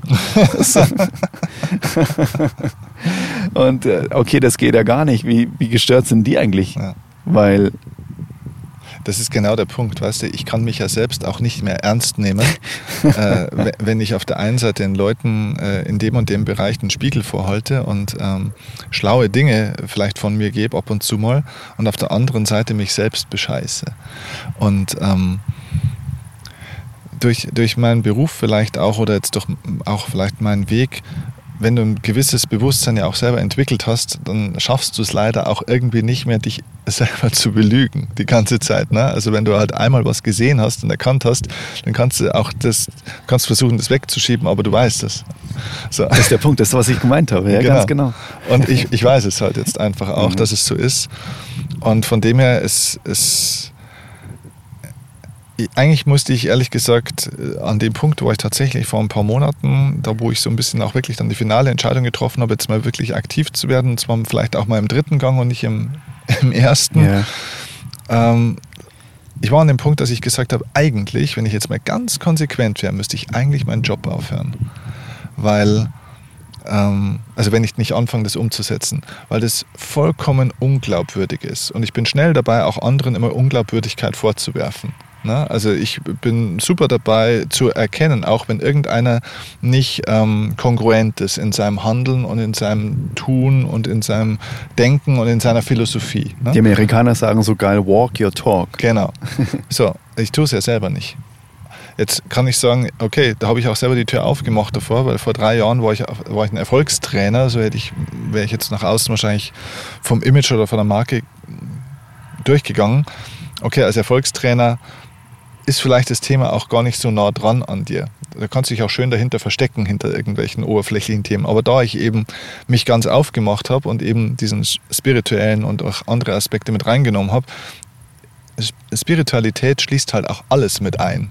[SPEAKER 1] Und äh, okay, das geht ja gar nicht. Wie, wie gestört sind die eigentlich?
[SPEAKER 3] Ja.
[SPEAKER 1] Weil
[SPEAKER 3] Das ist genau der Punkt, weißt du, ich kann mich ja selbst auch nicht mehr ernst nehmen, äh, wenn ich auf der einen Seite den Leuten äh, in dem und dem Bereich den Spiegel vorhalte und ähm, schlaue Dinge vielleicht von mir gebe ab und zu mal und auf der anderen Seite mich selbst bescheiße. Und ähm, durch, durch meinen Beruf vielleicht auch oder jetzt durch auch vielleicht meinen Weg wenn du ein gewisses Bewusstsein ja auch selber entwickelt hast, dann schaffst du es leider auch irgendwie nicht mehr, dich selber zu belügen die ganze Zeit. Ne? Also wenn du halt einmal was gesehen hast und erkannt hast, dann kannst du auch das, kannst versuchen, das wegzuschieben, aber du weißt es. So.
[SPEAKER 1] Das ist der Punkt, das ist, was ich gemeint habe. Ja,
[SPEAKER 3] genau.
[SPEAKER 1] Ganz genau.
[SPEAKER 3] Und ich, ich weiß es halt jetzt einfach auch,
[SPEAKER 1] mhm.
[SPEAKER 3] dass es so ist. Und von dem her ist es... Eigentlich musste ich ehrlich gesagt an dem Punkt, wo ich tatsächlich vor ein paar Monaten, da wo ich so ein bisschen auch wirklich dann die finale Entscheidung getroffen habe, jetzt mal wirklich aktiv zu werden, und zwar vielleicht auch mal im dritten Gang und nicht im, im ersten.
[SPEAKER 1] Yeah.
[SPEAKER 3] Ähm, ich war an dem Punkt, dass ich gesagt habe, eigentlich, wenn ich jetzt mal ganz konsequent wäre, müsste ich eigentlich meinen Job aufhören. Weil, ähm, also wenn ich nicht anfange, das umzusetzen, weil das vollkommen unglaubwürdig ist. Und ich bin schnell dabei, auch anderen immer Unglaubwürdigkeit vorzuwerfen. Also ich bin super dabei zu erkennen, auch wenn irgendeiner nicht ähm, kongruent ist in seinem Handeln und in seinem Tun und in seinem Denken und in seiner Philosophie. Ne?
[SPEAKER 1] Die Amerikaner sagen so geil, walk your talk.
[SPEAKER 3] Genau. So, ich tue es ja selber nicht. Jetzt kann ich sagen, okay, da habe ich auch selber die Tür aufgemacht davor, weil vor drei Jahren war ich, war ich ein Erfolgstrainer, so hätte ich, wäre ich jetzt nach außen wahrscheinlich vom Image oder von der Marke durchgegangen. Okay, als Erfolgstrainer ist vielleicht das Thema auch gar nicht so nah dran an dir. Da kannst du dich auch schön dahinter verstecken, hinter irgendwelchen oberflächlichen Themen. Aber da ich eben mich ganz aufgemacht habe und eben diesen spirituellen und auch andere Aspekte mit reingenommen habe, Spiritualität schließt halt auch alles mit ein.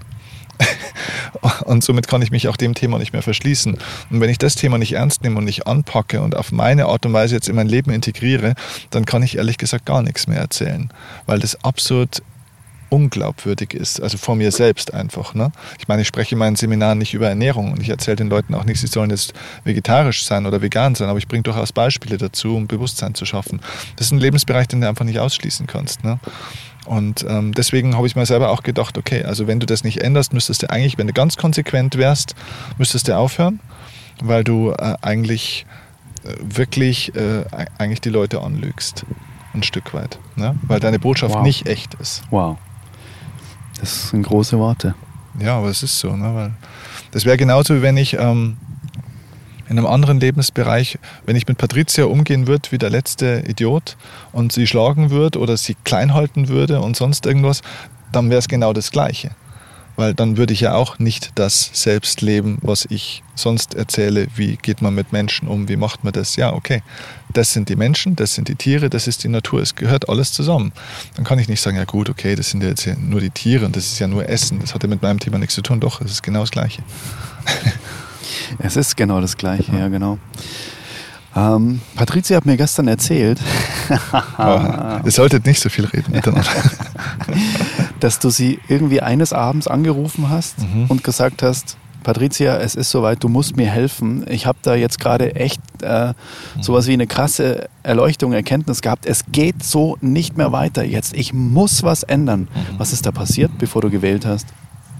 [SPEAKER 3] Und somit kann ich mich auch dem Thema nicht mehr verschließen. Und wenn ich das Thema nicht ernst nehme und nicht anpacke und auf meine Art und Weise jetzt in mein Leben integriere, dann kann ich ehrlich gesagt gar nichts mehr erzählen. Weil das absurd unglaubwürdig ist, also vor mir selbst einfach. Ne? Ich meine, ich spreche in meinen Seminaren nicht über Ernährung und ich erzähle den Leuten auch nicht, sie sollen jetzt vegetarisch sein oder vegan sein, aber ich bringe durchaus Beispiele dazu, um Bewusstsein zu schaffen. Das ist ein Lebensbereich, den du einfach nicht ausschließen kannst. Ne? Und ähm, deswegen habe ich mir selber auch gedacht, okay, also wenn du das nicht änderst, müsstest du eigentlich, wenn du ganz konsequent wärst, müsstest du aufhören, weil du äh, eigentlich äh, wirklich äh, eigentlich die Leute anlügst. Ein Stück weit. Ne? Weil deine Botschaft wow. nicht echt ist.
[SPEAKER 1] Wow. Das sind große Worte.
[SPEAKER 3] Ja, aber es ist so. Ne? Weil das wäre genauso, wie wenn ich ähm, in einem anderen Lebensbereich, wenn ich mit Patricia umgehen würde wie der letzte Idiot und sie schlagen würde oder sie klein halten würde und sonst irgendwas, dann wäre es genau das Gleiche. Weil dann würde ich ja auch nicht das selbst leben, was ich sonst erzähle. Wie geht man mit Menschen um? Wie macht man das? Ja, okay, das sind die Menschen, das sind die Tiere, das ist die Natur. Es gehört alles zusammen. Dann kann ich nicht sagen, ja gut, okay, das sind ja jetzt nur die Tiere und das ist ja nur Essen. Das hat ja mit meinem Thema nichts zu tun. Doch, es ist genau das Gleiche.
[SPEAKER 1] Es ist genau das Gleiche, ja, ja genau. Ähm, Patricia hat mir gestern erzählt,
[SPEAKER 3] oh, ihr solltet nicht so viel reden miteinander.
[SPEAKER 1] Dass du sie irgendwie eines Abends angerufen hast mhm. und gesagt hast, Patricia, es ist soweit, du musst mir helfen. Ich habe da jetzt gerade echt äh, sowas wie eine krasse Erleuchtung, Erkenntnis gehabt. Es geht so nicht mehr weiter jetzt. Ich muss was ändern. Mhm. Was ist da passiert, bevor du gewählt hast?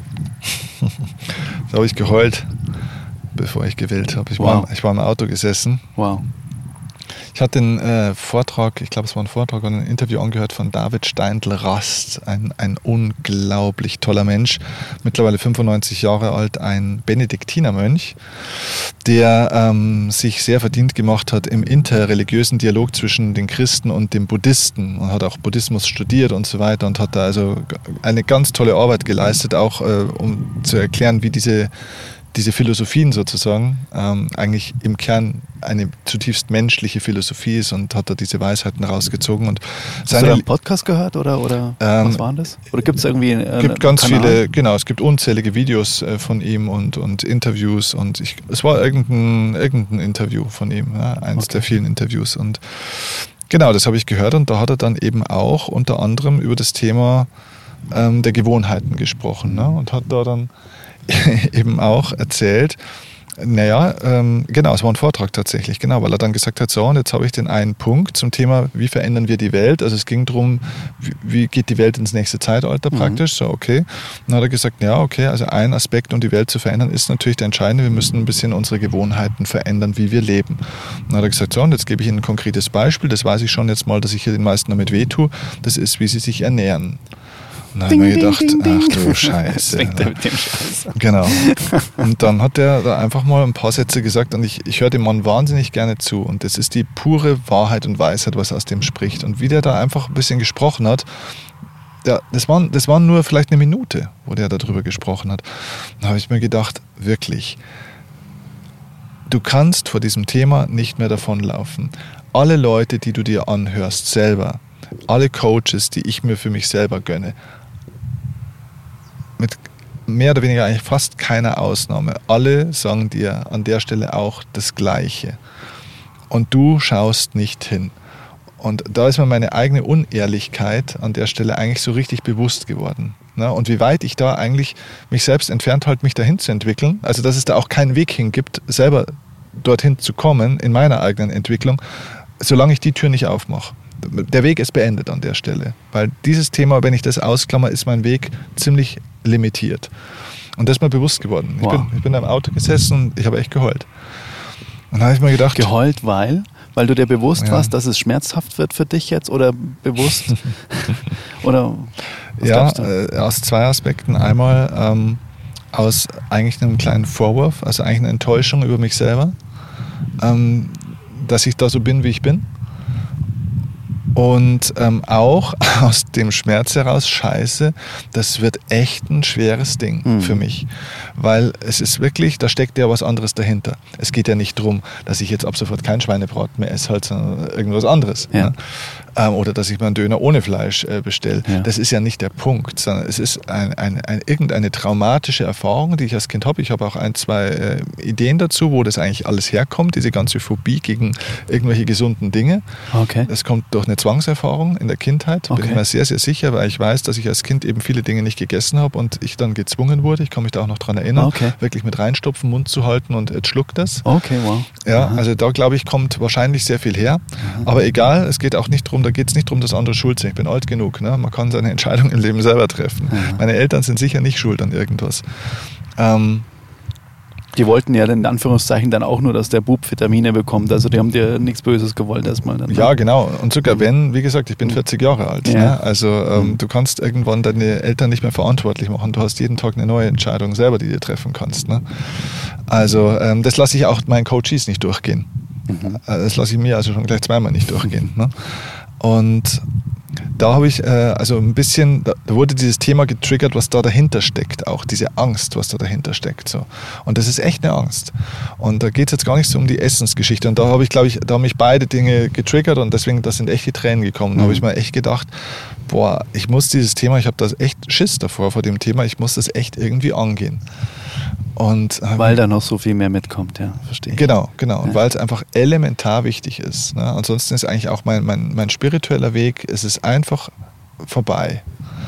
[SPEAKER 3] Da habe ich geheult, bevor ich gewählt habe. Ich,
[SPEAKER 1] wow.
[SPEAKER 3] war, ich war im Auto gesessen.
[SPEAKER 1] Wow.
[SPEAKER 3] Ich hatte einen äh, Vortrag, ich glaube es war ein Vortrag und ein Interview angehört von David Steindl-Rast, ein, ein unglaublich toller Mensch, mittlerweile fünfundneunzig Jahre alt, ein Benediktinermönch, der ähm, sich sehr verdient gemacht hat im interreligiösen Dialog zwischen den Christen und den Buddhisten und hat auch Buddhismus studiert und so weiter und hat da also eine ganz tolle Arbeit geleistet, auch äh, um zu erklären, wie diese diese Philosophien sozusagen ähm, eigentlich im Kern eine zutiefst menschliche Philosophie ist und hat da diese Weisheiten rausgezogen. Und
[SPEAKER 1] Hast du da einen Podcast gehört oder, oder ähm, was war das? Oder gibt es irgendwie einen
[SPEAKER 3] Es gibt ganz Kanal? viele, genau, es gibt unzählige Videos äh, von ihm und, und Interviews und ich, es war irgendein, irgendein Interview von ihm, ja, eins okay. der vielen Interviews und genau, das habe ich gehört und da hat er dann eben auch unter anderem über das Thema ähm, der Gewohnheiten gesprochen, ne? Und hat da dann eben auch erzählt, naja, ähm, genau, es war ein Vortrag tatsächlich, genau, weil er dann gesagt hat, so, und jetzt habe ich den einen Punkt zum Thema, wie verändern wir die Welt, also es ging darum, wie, wie geht die Welt ins nächste Zeitalter praktisch, mhm. so, okay, und dann hat er gesagt, ja, okay, also ein Aspekt, um die Welt zu verändern, ist natürlich der entscheidende, wir müssen ein bisschen unsere Gewohnheiten verändern, wie wir leben. Und dann hat er gesagt, so, und jetzt gebe ich Ihnen ein konkretes Beispiel, das weiß ich schon jetzt mal, dass ich hier den meisten damit wehtue, das ist, wie sie sich ernähren. Und Und dann habe ich mir gedacht, ding, ding, ach du Scheiße.
[SPEAKER 1] Fängt er mit dem Scheiß an.
[SPEAKER 3] Genau. Und dann hat er da einfach mal ein paar Sätze gesagt und ich, ich höre dem Mann wahnsinnig gerne zu. Und das ist die pure Wahrheit und Weisheit, was aus dem spricht. Und wie der da einfach ein bisschen gesprochen hat, der, das, waren, das waren nur vielleicht eine Minute, wo der darüber gesprochen hat. Da habe ich mir gedacht, wirklich, du kannst vor diesem Thema nicht mehr davonlaufen. Alle Leute, die du dir anhörst, selber, alle Coaches, die ich mir für mich selber gönne, mit mehr oder weniger eigentlich fast keiner Ausnahme, alle sagen dir an der Stelle auch das Gleiche. Und du schaust nicht hin. Und da ist mir meine eigene Unehrlichkeit an der Stelle eigentlich so richtig bewusst geworden. Und wie weit ich da eigentlich mich selbst entfernt halte, mich dahin zu entwickeln. Also dass es da auch keinen Weg hin gibt, selber dorthin zu kommen in meiner eigenen Entwicklung, solange ich die Tür nicht aufmache. Der Weg ist beendet an der Stelle. Weil dieses Thema, wenn ich das ausklammer, ist mein Weg ziemlich limitiert. Und das ist mir bewusst geworden. Wow. Ich bin, ich bin im Auto gesessen und ich habe echt geheult. Und dann habe ich mir gedacht...
[SPEAKER 1] Geheult, weil? Weil du dir bewusst
[SPEAKER 3] ja.
[SPEAKER 1] warst, dass es schmerzhaft wird für dich jetzt? Oder bewusst? Oder was
[SPEAKER 3] ja,
[SPEAKER 1] du?
[SPEAKER 3] Äh, aus zwei Aspekten. Einmal ähm, aus eigentlich einem kleinen Vorwurf, also eigentlich eine Enttäuschung über mich selber, ähm, dass ich da so bin, wie ich bin. Und ähm, auch aus dem Schmerz heraus, scheiße, das wird echt ein schweres Ding mhm. für mich. Weil es ist wirklich, da steckt ja was anderes dahinter. Es geht ja nicht darum, dass ich jetzt ab sofort kein Schweinebraten mehr esse, halt, sondern irgendwas anderes.
[SPEAKER 1] Ja.
[SPEAKER 3] Ne? Ähm, oder dass ich mir einen Döner ohne Fleisch äh, bestelle. Ja. Das ist ja nicht der Punkt, sondern es ist ein, ein, ein, irgendeine traumatische Erfahrung, die ich als Kind habe. Ich habe auch ein, zwei äh, Ideen dazu, wo das eigentlich alles herkommt, diese ganze Phobie gegen irgendwelche gesunden Dinge.
[SPEAKER 1] Okay.
[SPEAKER 3] Das kommt durch eine Zwangserfahrung in der Kindheit,
[SPEAKER 1] okay.
[SPEAKER 3] bin ich mir sehr, sehr sicher, weil ich weiß, dass ich als Kind eben viele Dinge nicht gegessen habe und ich dann gezwungen wurde, ich kann mich da auch noch dran erinnern,
[SPEAKER 1] okay.
[SPEAKER 3] wirklich mit reinstopfen, Mund zu halten und jetzt schluckt das.
[SPEAKER 1] Okay, wow.
[SPEAKER 3] Ja,
[SPEAKER 1] Aha.
[SPEAKER 3] also da glaube ich, kommt wahrscheinlich sehr viel her,
[SPEAKER 1] Aha.
[SPEAKER 3] aber egal, es geht auch nicht darum, da geht es nicht darum, dass andere schuld sind. Ich bin alt genug, ne? Man kann seine Entscheidung im Leben selber treffen.
[SPEAKER 1] Aha.
[SPEAKER 3] Meine Eltern sind sicher nicht schuld an irgendwas. Ähm,
[SPEAKER 1] Die wollten ja in Anführungszeichen dann auch nur, dass der Bub Vitamine bekommt. Also die haben dir nichts Böses gewollt erstmal. Dann,
[SPEAKER 3] ja, genau. Und sogar wenn, wie gesagt, ich bin vierzig Jahre alt.
[SPEAKER 1] Ja.
[SPEAKER 3] Ne? Also ähm,
[SPEAKER 1] mhm.
[SPEAKER 3] du kannst irgendwann deine Eltern nicht mehr verantwortlich machen. Du hast jeden Tag eine neue Entscheidung selber, die du treffen kannst. Ne? Also ähm, das lasse ich auch meinen Coaches nicht durchgehen. Mhm. Das lasse ich mir also schon gleich zweimal nicht durchgehen. Ne? Und da habe ich äh, also ein bisschen, da, da wurde dieses Thema getriggert, was da dahinter steckt, auch diese Angst, was da dahinter steckt. So. Und das ist echt eine Angst. Und da geht es jetzt gar nicht so um die Essensgeschichte. Und da habe ich, glaube ich, da haben mich beide Dinge getriggert und deswegen, da sind echt die Tränen gekommen. Da
[SPEAKER 1] mhm.
[SPEAKER 3] habe ich mir echt gedacht, boah, ich muss dieses Thema, ich habe da echt Schiss davor, vor dem Thema, ich muss das echt irgendwie angehen. Und,
[SPEAKER 1] weil da noch so viel mehr mitkommt, ja, verstehe ich.
[SPEAKER 3] Genau, genau. Und
[SPEAKER 1] ja. weil
[SPEAKER 3] es einfach elementar wichtig ist. Ne? Ansonsten ist eigentlich auch mein, mein, mein spiritueller Weg, es ist einfach vorbei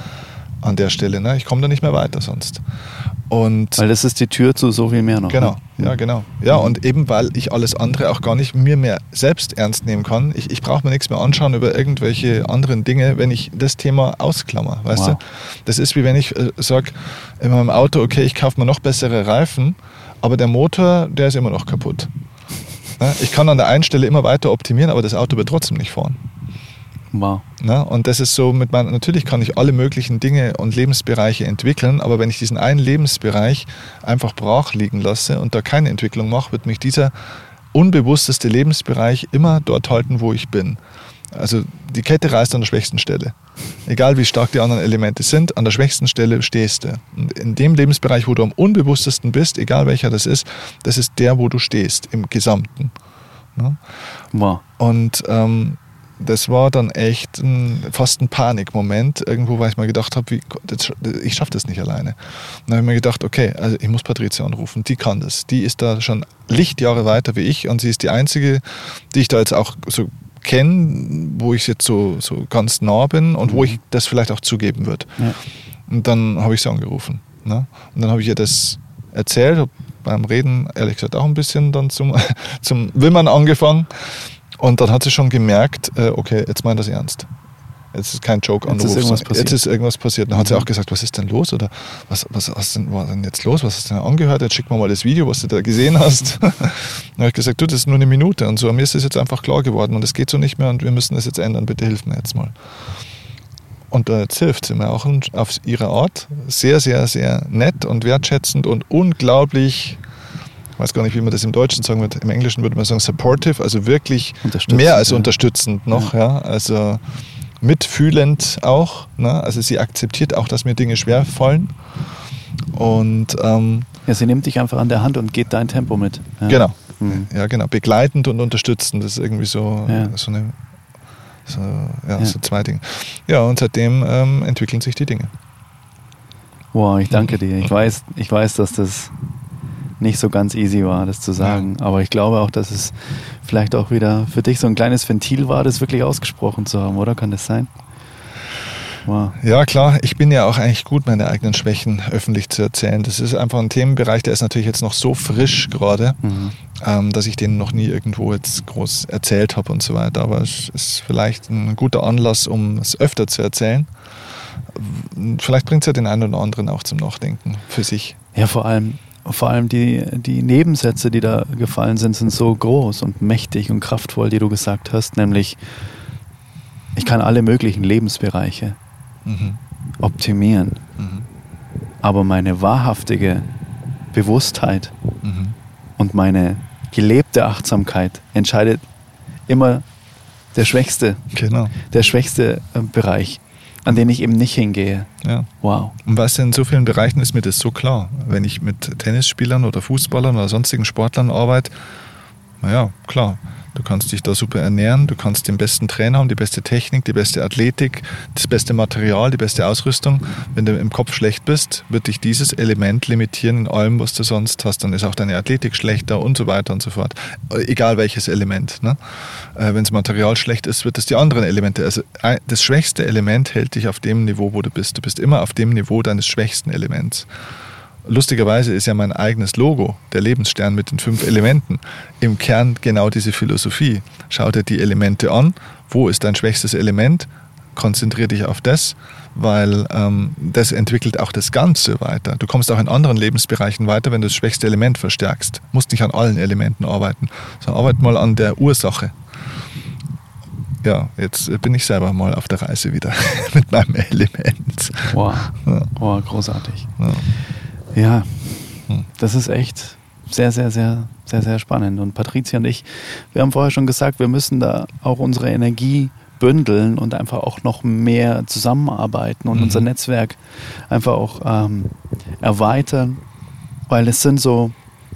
[SPEAKER 3] an der Stelle. Ne? Ich komme da nicht mehr weiter sonst. Und
[SPEAKER 1] weil das ist die Tür zu so viel mehr noch.
[SPEAKER 3] Genau,
[SPEAKER 1] ne?
[SPEAKER 3] ja, genau. Ja, und eben weil ich alles andere auch gar nicht mir mehr selbst ernst nehmen kann. Ich, ich brauche mir nichts mehr anschauen über irgendwelche anderen Dinge, wenn ich das Thema ausklammer, weißt wow. du? Das ist wie wenn ich äh, sage in meinem Auto, okay, ich kaufe mir noch bessere Reifen, aber der Motor, der ist immer noch kaputt. Ja, ich kann an der einen Stelle immer weiter optimieren, aber das Auto wird trotzdem nicht fahren.
[SPEAKER 1] Wow.
[SPEAKER 3] Na, und das ist so mit meinen, natürlich kann ich alle möglichen Dinge und Lebensbereiche entwickeln, aber wenn ich diesen einen Lebensbereich einfach brach liegen lasse und da keine Entwicklung mache, wird mich dieser unbewussteste Lebensbereich immer dort halten, wo ich bin. Also die Kette reißt an der schwächsten Stelle. Egal wie stark die anderen Elemente sind, an der schwächsten Stelle stehst du. Und in dem Lebensbereich, wo du am unbewusstesten bist, egal welcher das ist, das ist der, wo du stehst, im Gesamten. Na?
[SPEAKER 1] Wow.
[SPEAKER 3] Und ähm, das war dann echt ein, fast ein Panikmoment, irgendwo, weil ich mir gedacht habe, wie, das, ich schaffe das nicht alleine. Dann habe ich mir gedacht, okay, also ich muss Patricia anrufen, die kann das. Die ist da schon Lichtjahre weiter wie ich und sie ist die einzige, die ich da jetzt auch so kenne, wo ich jetzt so, so ganz nah bin und mhm. wo ich das vielleicht auch zugeben würde. Ja. Und dann habe ich sie angerufen. Ne? Und dann habe ich ihr das erzählt, habe beim Reden ehrlich gesagt auch ein bisschen dann zum, zum Wimmern angefangen. Und dann hat sie schon gemerkt, äh, okay, jetzt meint das ernst. Jetzt ist kein Joke-Anruf.
[SPEAKER 1] Jetzt ist irgendwas passiert.
[SPEAKER 3] Jetzt ist irgendwas passiert. Dann hat sie auch gesagt, was ist denn los? Oder was, was, was denn, war denn jetzt los? Was hast du denn angehört? Jetzt schick mir mal das Video, was du da gesehen hast. Dann habe ich gesagt, du, das ist nur eine Minute. Und so, mir ist das jetzt einfach klar geworden. Und es geht so nicht mehr und wir müssen das jetzt ändern. Bitte hilf mir jetzt mal. Und äh, jetzt hilft sie mir auch auf ihre Art. Sehr, sehr, sehr nett und wertschätzend und unglaublich, ich weiß gar nicht, wie man das im Deutschen sagen wird, im Englischen würde man sagen supportive, also wirklich mehr als
[SPEAKER 1] ja.
[SPEAKER 3] unterstützend noch. Ja. Ja. Also mitfühlend auch. Ne? Also sie akzeptiert auch, dass mir Dinge schwerfallen. Und ähm,
[SPEAKER 1] ja, sie nimmt dich einfach an der Hand und geht dein Tempo mit. Ja.
[SPEAKER 3] Genau.
[SPEAKER 1] Mhm.
[SPEAKER 3] Ja, genau. Begleitend und unterstützend. Das ist irgendwie so,
[SPEAKER 1] ja.
[SPEAKER 3] so eine so, ja, ja. so zwei Dinge. Ja, und seitdem ähm, entwickeln sich die Dinge.
[SPEAKER 1] Wow, ich danke dir. Ich weiß, ich weiß, dass das nicht so ganz easy war, das zu sagen. Ja. Aber ich glaube auch, dass es vielleicht auch wieder für dich so ein kleines Ventil war, das wirklich ausgesprochen zu haben, oder? Kann das sein? Wow.
[SPEAKER 3] Ja, klar. Ich bin ja auch eigentlich gut, meine eigenen Schwächen öffentlich zu erzählen. Das ist einfach ein Themenbereich, der ist natürlich jetzt noch so frisch gerade, mhm. ähm, dass ich den noch nie irgendwo jetzt groß erzählt habe und so weiter. Aber es ist vielleicht ein guter Anlass, um es öfter zu erzählen. Vielleicht bringt es ja den einen oder anderen auch zum Nachdenken für sich.
[SPEAKER 1] Ja, vor allem, vor allem die, die Nebensätze, die da gefallen sind, sind so groß und mächtig und kraftvoll, die du gesagt hast, nämlich ich kann alle möglichen Lebensbereiche mhm. optimieren, mhm. aber meine wahrhaftige Bewusstheit mhm. und meine gelebte Achtsamkeit entscheidet immer der schwächste,
[SPEAKER 3] genau.
[SPEAKER 1] der schwächste äh, Bereich, an den ich eben nicht hingehe.
[SPEAKER 3] Ja.
[SPEAKER 1] Wow.
[SPEAKER 3] Und weißt du, in so vielen Bereichen ist mir das so klar. Wenn ich mit Tennisspielern oder Fußballern oder sonstigen Sportlern arbeite, naja, klar, du kannst dich da super ernähren, du kannst den besten Trainer haben, die beste Technik, die beste Athletik, das beste Material, die beste Ausrüstung. Wenn du im Kopf schlecht bist, wird dich dieses Element limitieren in allem, was du sonst hast. Dann ist auch deine Athletik schlechter und so weiter und so fort. Egal welches Element. Ne? Äh, wenn das Material schlecht ist, wird es die anderen Elemente. Also das schwächste Element hält dich auf dem Niveau, wo du bist. Du bist immer auf dem Niveau deines schwächsten Elements. Lustigerweise ist ja mein eigenes Logo, der Lebensstern mit den fünf Elementen, im Kern genau diese Philosophie. Schau dir die Elemente an, wo ist dein schwächstes Element, konzentriere dich auf das, weil ähm, das entwickelt auch das Ganze weiter. Du kommst auch in anderen Lebensbereichen weiter, wenn du das schwächste Element verstärkst. Du musst nicht an allen Elementen arbeiten, sondern arbeite mal an der Ursache. Ja, jetzt bin ich selber mal auf der Reise wieder mit meinem Element.
[SPEAKER 1] Wow, ja. Wow, großartig.
[SPEAKER 3] Ja.
[SPEAKER 1] Ja, das ist echt sehr, sehr, sehr, sehr, sehr spannend. Und Patricia und ich, wir haben vorher schon gesagt, wir müssen da auch unsere Energie bündeln und einfach auch noch mehr zusammenarbeiten und mhm. unser Netzwerk einfach auch ähm, erweitern, weil es sind so,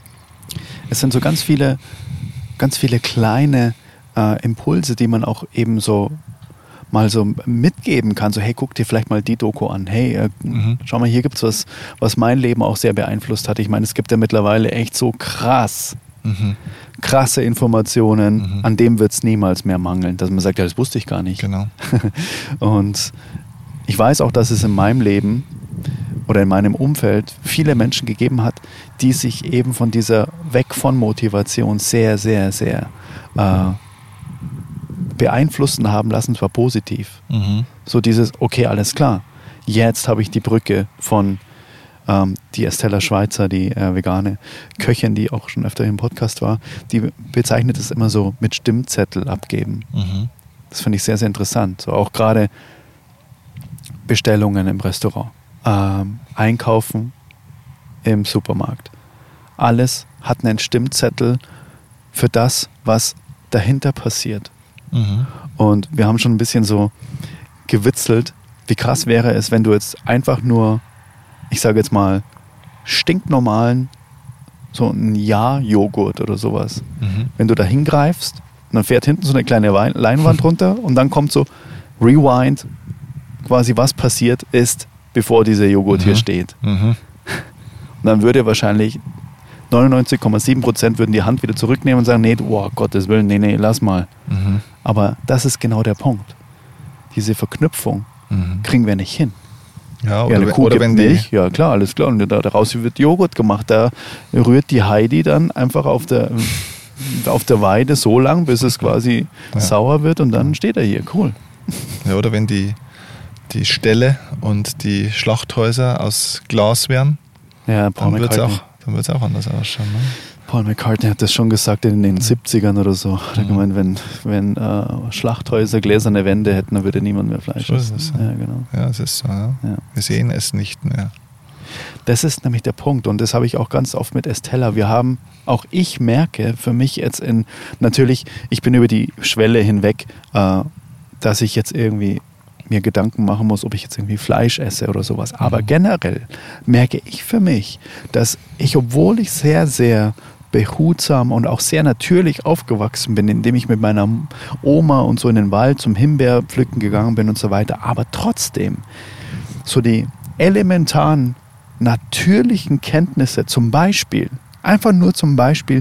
[SPEAKER 1] es sind so ganz viele, ganz viele kleine äh, Impulse, die man auch eben so mal so mitgeben kann, so hey, guck dir vielleicht mal die Doku an, hey, äh, mhm. schau mal, hier gibt's was, was mein Leben auch sehr beeinflusst hat. Ich meine, es gibt ja mittlerweile echt so krass, mhm. krasse Informationen, mhm. an dem wird's niemals mehr mangeln, dass man sagt, ja, das wusste ich gar nicht.
[SPEAKER 3] Genau.
[SPEAKER 1] Und ich weiß auch, dass es in meinem Leben oder in meinem Umfeld viele Menschen gegeben hat, die sich eben von dieser Weg von Motivation sehr, sehr, sehr äh, beeinflussen haben lassen, zwar positiv. Mhm. So dieses, okay, alles klar, jetzt habe ich die Brücke von ähm, die Estella Schweizer, die äh, vegane Köchin, die auch schon öfter im Podcast war, die bezeichnet es immer so mit Stimmzettel abgeben. Mhm. Das finde ich sehr, sehr interessant. So auch gerade Bestellungen im Restaurant, ähm, Einkaufen im Supermarkt. Alles hat einen Stimmzettel für das, was dahinter passiert. Mhm. Und wir haben schon ein bisschen so gewitzelt, wie krass wäre es, wenn du jetzt einfach nur, ich sage jetzt mal, stinknormalen, so ein Ja-Joghurt oder sowas, mhm. wenn du da hingreifst, und dann fährt hinten so eine kleine Wein- Leinwand runter und dann kommt so Rewind, quasi was passiert ist, bevor dieser Joghurt mhm. hier steht. Mhm. Und dann würde wahrscheinlich neunundneunzig Komma sieben Prozent würden die Hand wieder zurücknehmen und sagen, nee, oh Gottes Willen, nee, nee, lass mal. Mhm. Aber das ist genau der Punkt. Diese Verknüpfung mhm. kriegen wir nicht hin.
[SPEAKER 3] Ja, oder,
[SPEAKER 1] ja, eine Kuh
[SPEAKER 3] oder wenn
[SPEAKER 1] Milch, ja klar, alles klar. Und da, daraus wird Joghurt gemacht. Da rührt die Heidi dann einfach auf der, auf der Weide so lang, bis es quasi ja. sauer wird und dann steht er hier. Cool.
[SPEAKER 3] Ja, oder wenn die, die Ställe und die Schlachthäuser aus Glas wären,
[SPEAKER 1] ja,
[SPEAKER 3] dann wird es auch, dann wird's auch anders ausschauen. Ne?
[SPEAKER 1] Paul McCartney hat das schon gesagt in den siebzigern oder so. Hat er gemeint, wenn, wenn äh, Schlachthäuser gläserne Wände hätten, dann würde niemand mehr Fleisch
[SPEAKER 3] So ist
[SPEAKER 1] essen.
[SPEAKER 3] es.
[SPEAKER 1] Ja, genau.
[SPEAKER 3] Ja, es ist so. Ja.
[SPEAKER 1] Ja.
[SPEAKER 3] Wir sehen es nicht mehr.
[SPEAKER 1] Das ist nämlich der Punkt und das habe ich auch ganz oft mit Estella. Wir haben, auch ich merke für mich jetzt in, natürlich, ich bin über die Schwelle hinweg, äh, dass ich jetzt irgendwie mir Gedanken machen muss, ob ich jetzt irgendwie Fleisch esse oder sowas. Aber
[SPEAKER 3] Mhm.
[SPEAKER 1] generell merke ich für mich, dass ich, obwohl ich sehr, sehr behutsam und auch sehr natürlich aufgewachsen bin, indem ich mit meiner Oma und so in den Wald zum Himbeerpflücken gegangen bin und so weiter, aber trotzdem so die elementaren natürlichen Kenntnisse, zum Beispiel, einfach nur zum Beispiel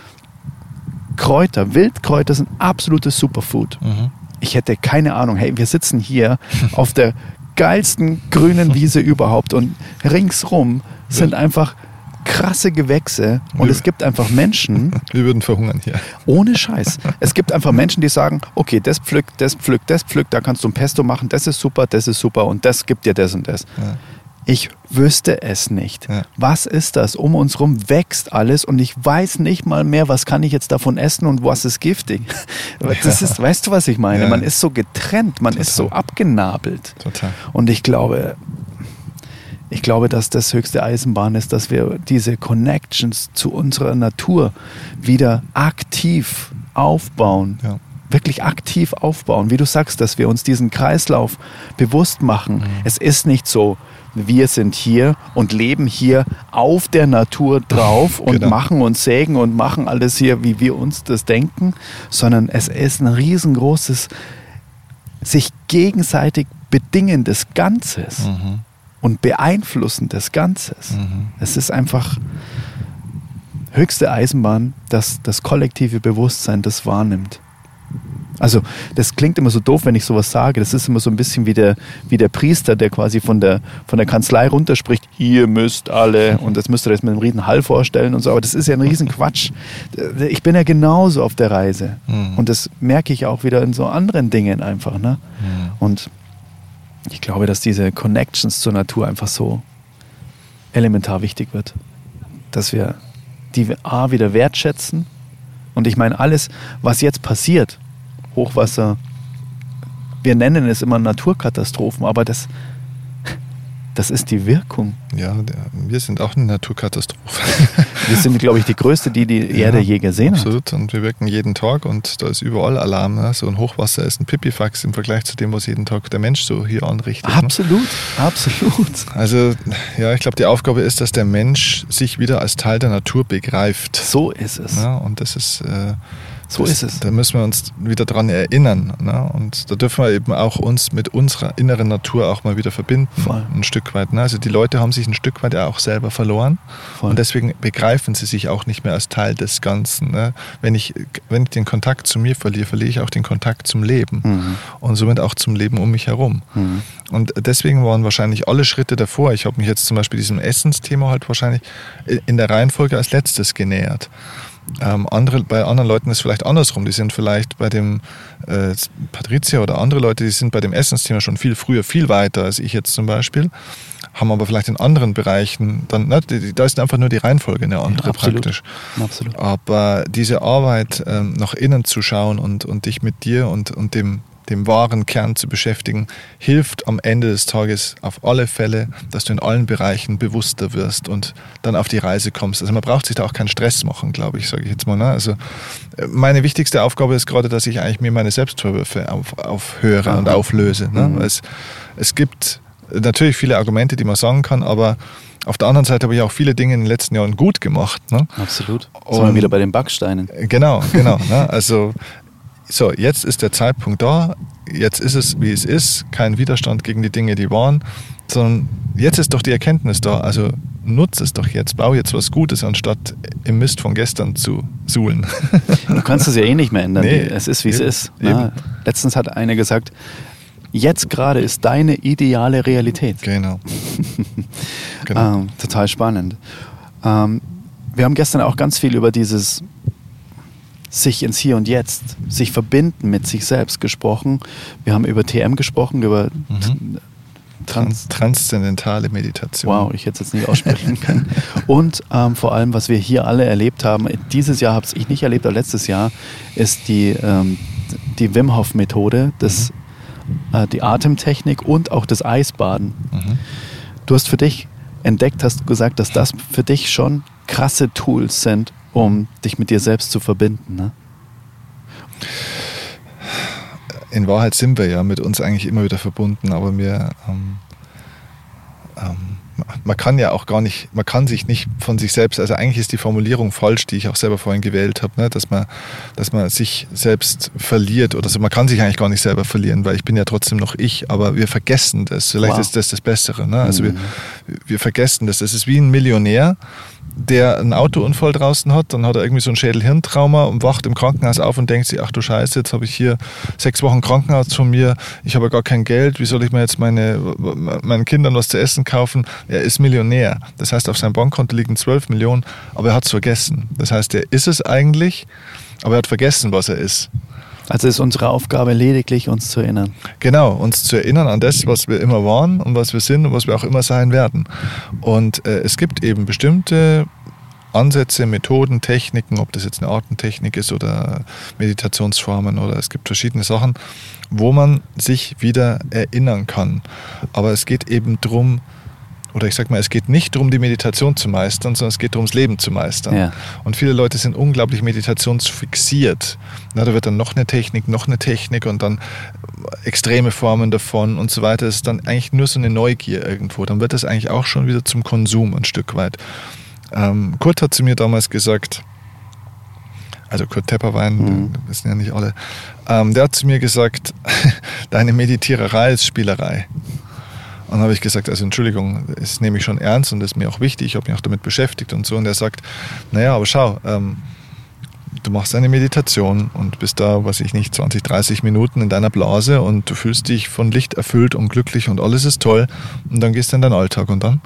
[SPEAKER 1] Kräuter, Wildkräuter sind absolutes Superfood.
[SPEAKER 3] Mhm.
[SPEAKER 1] Ich hätte keine Ahnung, hey, wir sitzen hier auf der geilsten grünen Wiese überhaupt und ringsrum sind einfach krasse Gewächse und es gibt einfach Menschen,
[SPEAKER 3] Wir würden verhungern hier.
[SPEAKER 1] ohne Scheiß, es gibt einfach Menschen, die sagen, okay, das pflückt, das pflückt, das pflückt, da kannst du ein Pesto machen, das ist super, das ist super und das gibt dir das und das.
[SPEAKER 3] Ja.
[SPEAKER 1] Ich wüsste es nicht.
[SPEAKER 3] Ja.
[SPEAKER 1] Was ist das? Um uns rum wächst alles und ich weiß nicht mal mehr, was kann ich jetzt davon essen und was ist giftig. Das ist, weißt du, was ich meine?
[SPEAKER 3] Ja.
[SPEAKER 1] Man ist so getrennt, man ist so
[SPEAKER 3] Total.
[SPEAKER 1] abgenabelt.
[SPEAKER 3] Total.
[SPEAKER 1] Und ich glaube, ich glaube, dass das höchste Eisenbahn ist, dass wir diese Connections zu unserer Natur wieder aktiv aufbauen.
[SPEAKER 3] Ja.
[SPEAKER 1] Wirklich aktiv aufbauen. Wie du sagst, dass wir uns diesen Kreislauf bewusst machen.
[SPEAKER 3] Mhm.
[SPEAKER 1] Es ist nicht so, wir sind hier und leben hier auf der Natur drauf und
[SPEAKER 3] Genau.
[SPEAKER 1] machen und sägen und machen alles hier, wie wir uns das denken, sondern es ist ein riesengroßes, sich gegenseitig bedingendes Ganzes
[SPEAKER 3] Mhm.
[SPEAKER 1] und beeinflussendes Ganzes.
[SPEAKER 3] Mhm.
[SPEAKER 1] Es ist einfach höchste Eisenbahn, dass das kollektive Bewusstsein das wahrnimmt. Also das klingt immer so doof, wenn ich sowas sage. Das ist immer so ein bisschen wie der, wie der Priester, der quasi von der, von der Kanzlei runterspricht, ihr müsst alle, und das müsst ihr jetzt mit einem riesen Hall vorstellen und so. Aber das ist ja ein riesen Quatsch. Ich bin ja genauso auf der Reise.
[SPEAKER 3] Mhm.
[SPEAKER 1] Und das merke ich auch wieder in so anderen Dingen einfach. Ne?
[SPEAKER 3] Mhm.
[SPEAKER 1] Und ich glaube, dass diese Connections zur Natur einfach so elementar wichtig wird. Dass wir die A wieder wertschätzen. Und ich meine, alles, was jetzt passiert, Hochwasser, wir nennen es immer Naturkatastrophen, aber das, das ist die Wirkung.
[SPEAKER 3] Ja, der, wir sind auch eine Naturkatastrophe.
[SPEAKER 1] Wir sind, glaube ich, die größte, die die Erde je gesehen hat.
[SPEAKER 3] Absolut. Und wir wirken jeden Tag und da ist überall Alarm. Ne? So ein Hochwasser ist ein Pipifax im Vergleich zu dem, was jeden Tag der Mensch so hier anrichtet. Ne?
[SPEAKER 1] Absolut, absolut.
[SPEAKER 3] Also, ja, ich glaube, die Aufgabe ist, dass der Mensch sich wieder als Teil der Natur begreift.
[SPEAKER 1] So ist es.
[SPEAKER 3] Ne? Und das ist... Äh,
[SPEAKER 1] So
[SPEAKER 3] das,
[SPEAKER 1] ist es.
[SPEAKER 3] Da müssen wir uns wieder dran erinnern. Ne? Und da dürfen wir eben auch uns mit unserer inneren Natur auch mal wieder verbinden.
[SPEAKER 1] Voll.
[SPEAKER 3] Ein Stück weit. Ne? Also die Leute haben sich ein Stück weit ja auch selber verloren.
[SPEAKER 1] Voll.
[SPEAKER 3] Und deswegen begreifen sie sich auch nicht mehr als Teil des Ganzen. Ne? Wenn ich, wenn ich den Kontakt zu mir verliere, verliere ich auch den Kontakt zum Leben.
[SPEAKER 1] Mhm.
[SPEAKER 3] Und somit auch zum Leben um mich herum.
[SPEAKER 1] Mhm.
[SPEAKER 3] Und deswegen waren wahrscheinlich alle Schritte davor. Ich habe mich jetzt zum Beispiel diesem Essensthema halt wahrscheinlich in der Reihenfolge als letztes genähert. Ähm, andere, bei anderen Leuten ist es vielleicht andersrum. Die sind vielleicht bei dem äh, Patricia oder andere Leute, die sind bei dem Essensthema schon viel früher, viel weiter als ich jetzt zum Beispiel, haben aber vielleicht in anderen Bereichen, dann, ne, die, da ist einfach nur die Reihenfolge eine andere,
[SPEAKER 1] Ja, absolut.
[SPEAKER 3] praktisch.
[SPEAKER 1] Absolut.
[SPEAKER 3] Aber diese Arbeit, ähm, nach innen zu schauen und, und dich mit dir und, und dem dem wahren Kern zu beschäftigen, hilft am Ende des Tages auf alle Fälle, dass du in allen Bereichen bewusster wirst und dann auf die Reise kommst. Also man braucht sich da auch keinen Stress machen, glaube ich, sage ich jetzt mal. Ne? Also meine wichtigste Aufgabe ist gerade, dass ich eigentlich mir meine Selbstvorwürfe auf, aufhöre
[SPEAKER 1] Aha.
[SPEAKER 3] und auflöse. Ne?
[SPEAKER 1] Mhm.
[SPEAKER 3] Es, es gibt natürlich viele Argumente, die man sagen kann, aber auf der anderen Seite habe ich auch viele Dinge in den letzten Jahren gut gemacht. Ne?
[SPEAKER 1] Absolut. Sind wir wieder bei den Backsteinen.
[SPEAKER 3] Genau, genau. Ne? Also so, jetzt ist der Zeitpunkt da, jetzt ist es, wie es ist, kein Widerstand gegen die Dinge, die waren, sondern jetzt ist doch die Erkenntnis da, also nutze es doch jetzt, bau jetzt was Gutes, anstatt im Mist von gestern zu suhlen.
[SPEAKER 1] Du kannst es ja eh nicht mehr ändern,
[SPEAKER 3] Nee,
[SPEAKER 1] es ist, wie es
[SPEAKER 3] eben,
[SPEAKER 1] ist. Na, letztens hat einer gesagt, jetzt gerade ist deine ideale Realität.
[SPEAKER 3] Genau. genau.
[SPEAKER 1] Ähm, total spannend. Ähm, wir haben gestern auch ganz viel über dieses sich ins Hier und Jetzt, sich verbinden mit sich selbst gesprochen. Wir haben über T M gesprochen, über
[SPEAKER 3] Mhm. Trans- transzendentale Meditation.
[SPEAKER 4] Wow, ich hätte es jetzt nicht aussprechen können. Und ähm, vor allem, was wir hier alle erlebt haben, dieses Jahr habe ich nicht erlebt, aber letztes Jahr, ist die, ähm, die Wim Hof Methode, das, mhm. äh, die Atemtechnik und auch das Eisbaden. Mhm. Du hast für dich entdeckt, hast gesagt, dass das für dich schon krasse Tools sind, um dich mit dir selbst zu verbinden, ne?
[SPEAKER 3] In Wahrheit sind wir ja mit uns eigentlich immer wieder verbunden, aber wir, ähm, ähm, man kann ja auch gar nicht, man kann sich nicht von sich selbst, also eigentlich ist die Formulierung falsch, die ich auch selber vorhin gewählt habe, ne, dass man, dass man sich selbst verliert oder so. Man kann sich eigentlich gar nicht selber verlieren, weil ich bin ja trotzdem noch ich, aber wir vergessen das. Vielleicht wow. ist das das Bessere. Ne? Also mhm. wir, wir vergessen das. Das ist wie ein Millionär, der einen Autounfall draußen hat, dann hat er irgendwie so ein Schädel-Hirntrauma und wacht im Krankenhaus auf und denkt sich, ach du Scheiße, jetzt habe ich hier sechs Wochen Krankenhaus von mir, ich habe gar kein Geld, wie soll ich mir jetzt meine, meinen Kindern was zu essen kaufen? Er ist Millionär. Das heißt, auf seinem Bankkonto liegen zwölf Millionen, aber er hat es vergessen. Das heißt, er ist es eigentlich, aber er hat vergessen, was er ist.
[SPEAKER 4] Also ist unsere Aufgabe lediglich, uns zu erinnern.
[SPEAKER 3] Genau, uns zu erinnern an das, was wir immer waren und was wir sind und was wir auch immer sein werden. Und äh, es gibt eben bestimmte Ansätze, Methoden, Techniken, ob das jetzt eine Atemtechnik ist oder Meditationsformen oder es gibt verschiedene Sachen, wo man sich wieder erinnern kann. Aber es geht eben darum, oder ich sag mal, es geht nicht darum, die Meditation zu meistern, sondern es geht darum, das Leben zu meistern. Ja. Und viele Leute sind unglaublich meditationsfixiert. Na, da wird dann noch eine Technik, noch eine Technik und dann extreme Formen davon und so weiter. Das ist dann eigentlich nur so eine Neugier irgendwo. Dann wird das eigentlich auch schon wieder zum Konsum ein Stück weit. Ähm, Kurt hat zu mir damals gesagt, also Kurt Tepperwein, mhm. das wissen ja nicht alle, ähm, der hat zu mir gesagt, deine Meditiererei ist Spielerei. Und dann habe ich gesagt, also Entschuldigung, das nehme ich schon ernst und das ist mir auch wichtig, ich habe mich auch damit beschäftigt und so. Und er sagt, naja, aber schau, ähm, du machst eine Meditation und bist da, weiß ich nicht, zwanzig, dreißig Minuten in deiner Blase und du fühlst dich von Licht erfüllt und glücklich und alles ist toll und dann gehst du in deinen Alltag und dann?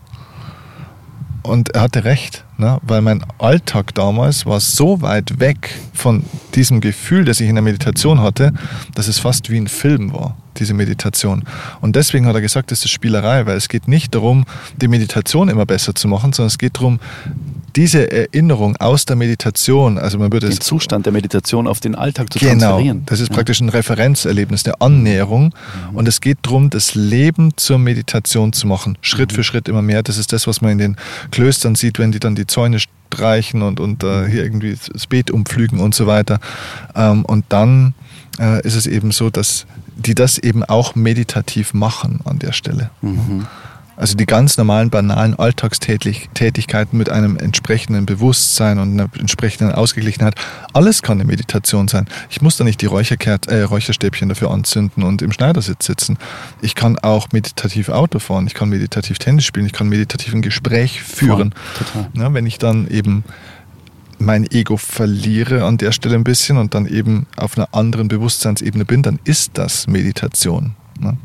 [SPEAKER 3] Und er hatte recht, ne? Weil mein Alltag damals war so weit weg von diesem Gefühl, das ich in der Meditation hatte, dass es fast wie ein Film war, diese Meditation. Und deswegen hat er gesagt, das ist Spielerei, weil es geht nicht darum, die Meditation immer besser zu machen, sondern es geht darum, diese Erinnerung aus der Meditation, also man würde
[SPEAKER 4] den Zustand der Meditation auf den Alltag zu
[SPEAKER 3] genau,
[SPEAKER 4] transferieren.
[SPEAKER 3] Das ist praktisch ein Referenzerlebnis, eine Annäherung. Mhm. Und es geht darum, das Leben zur Meditation zu machen, Schritt mhm. für Schritt immer mehr. Das ist das, was man in den Klöstern sieht, wenn die dann die Zäune streichen und, und äh, hier irgendwie das Beet umpflügen und so weiter. Ähm, und dann äh, ist es eben so, dass die das eben auch meditativ machen an der Stelle. Mhm. Also die ganz normalen, banalen Alltagstätigkeiten mit einem entsprechenden Bewusstsein und einer entsprechenden Ausgeglichenheit, alles kann eine Meditation sein. Ich muss da nicht die Räucherkert, äh, Räucherstäbchen dafür anzünden und im Schneidersitz sitzen. Ich kann auch meditativ Auto fahren, ich kann meditativ Tennis spielen, ich kann meditativ ein Gespräch führen. Total. Ja, wenn ich dann eben mein Ego verliere an der Stelle ein bisschen und dann eben auf einer anderen Bewusstseinsebene bin, dann ist das Meditation. Ne?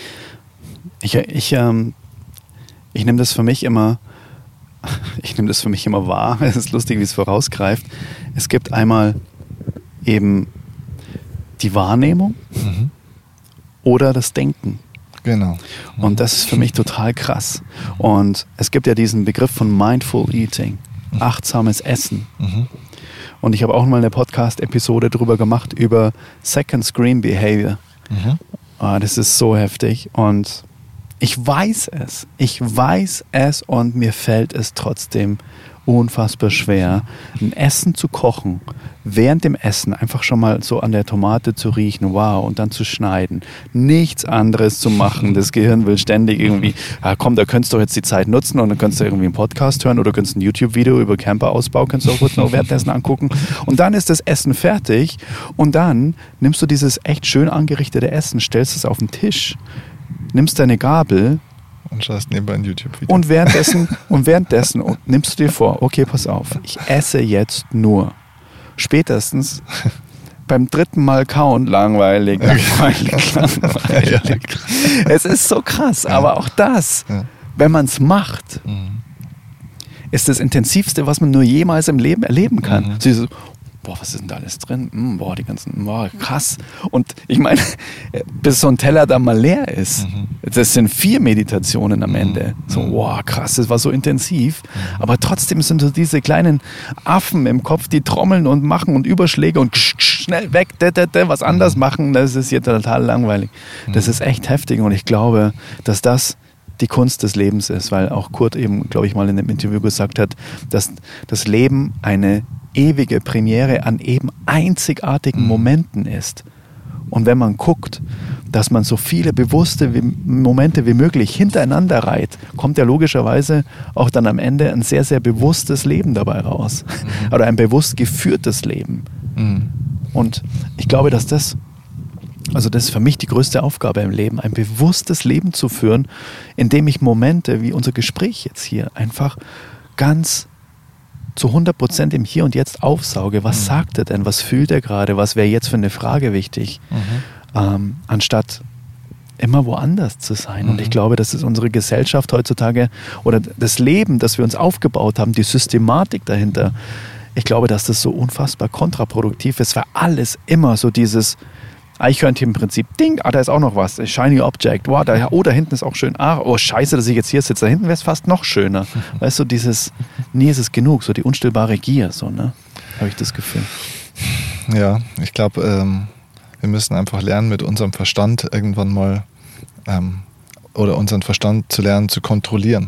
[SPEAKER 4] Ich, ich ähm Ich nehme das für mich immer, ich nehme das für mich immer wahr. Es ist lustig, wie es vorausgreift. Es gibt einmal eben die Wahrnehmung mhm. oder das Denken.
[SPEAKER 3] Genau. Mhm.
[SPEAKER 4] Und das ist für mich total krass. Und es gibt ja diesen Begriff von Mindful Eating, mhm. achtsames Essen. Mhm. Und ich habe auch mal eine Podcast-Episode darüber gemacht, über Second Screen Behavior. Mhm. Ah, das ist so heftig. Und ich weiß es, ich weiß es und mir fällt es trotzdem unfassbar schwer, ein Essen zu kochen, während dem Essen einfach schon mal so an der Tomate zu riechen, wow, und dann zu schneiden, nichts anderes zu machen. Das Gehirn will ständig irgendwie, ja komm, da könntest du jetzt die Zeit nutzen und dann könntest du irgendwie einen Podcast hören oder könntest ein YouTube-Video über Camperausbau, könntest du auch kurz noch währenddessen angucken und dann ist das Essen fertig und dann nimmst du dieses echt schön angerichtete Essen, stellst es auf den Tisch, nimmst deine Gabel
[SPEAKER 3] und schaust nebenbei ein YouTube-Video.
[SPEAKER 4] Und währenddessen, und währenddessen nimmst du dir vor, okay, pass auf, ich esse jetzt nur. Spätestens beim dritten Mal kauen, langweilig, langweilig, langweilig. Ja. Es ist so krass, ja. Aber auch das, ja. wenn man es macht, mhm. ist das Intensivste, was man nur jemals im Leben erleben kann. Mhm. So, boah, was ist denn da alles drin? Mm, boah, die ganzen, boah, krass. Und ich meine, bis so ein Teller da mal leer ist, mhm. das sind vier Meditationen am Ende. So, boah, krass, das war so intensiv. Mhm. Aber trotzdem sind so diese kleinen Affen im Kopf, die trommeln und machen und Überschläge und ksch, ksch, schnell weg, da, da, da, was anders machen, das ist hier total langweilig. Das ist echt heftig und ich glaube, dass das die Kunst des Lebens ist, weil auch Kurt eben, glaube ich, mal in dem Interview gesagt hat, dass das Leben eine ewige Premiere an eben einzigartigen mhm. Momenten ist. Und wenn man guckt, dass man so viele bewusste wie Momente wie möglich hintereinander reiht, kommt ja logischerweise auch dann am Ende ein sehr, sehr bewusstes Leben dabei raus. Mhm. Oder ein bewusst geführtes Leben. Mhm. Und ich glaube, dass das Also das ist für mich die größte Aufgabe im Leben, ein bewusstes Leben zu führen, indem ich Momente wie unser Gespräch jetzt hier einfach ganz zu hundert Prozent im Hier und Jetzt aufsauge. Was mhm. sagt er denn? Was fühlt er gerade? Was wäre jetzt für eine Frage wichtig? Mhm. Ähm, anstatt immer woanders zu sein. Mhm. Und ich glaube, das ist unsere Gesellschaft heutzutage oder das Leben, das wir uns aufgebaut haben, die Systematik dahinter. Ich glaube, dass das so unfassbar kontraproduktiv ist, weil alles immer so dieses Eichhörnchen-Prinzip, Ding, ah, da ist auch noch was, Shiny Object, wow, da, oh, da hinten ist auch schön, ah, oh, scheiße, dass ich jetzt hier sitze, da hinten wäre es fast noch schöner. Weißt du, dieses, nie ist es genug, so die unstillbare Gier, so, ne, habe ich das Gefühl.
[SPEAKER 3] Ja, ich glaube, ähm, wir müssen einfach lernen, mit unserem Verstand irgendwann mal, ähm, oder unseren Verstand zu lernen, zu kontrollieren.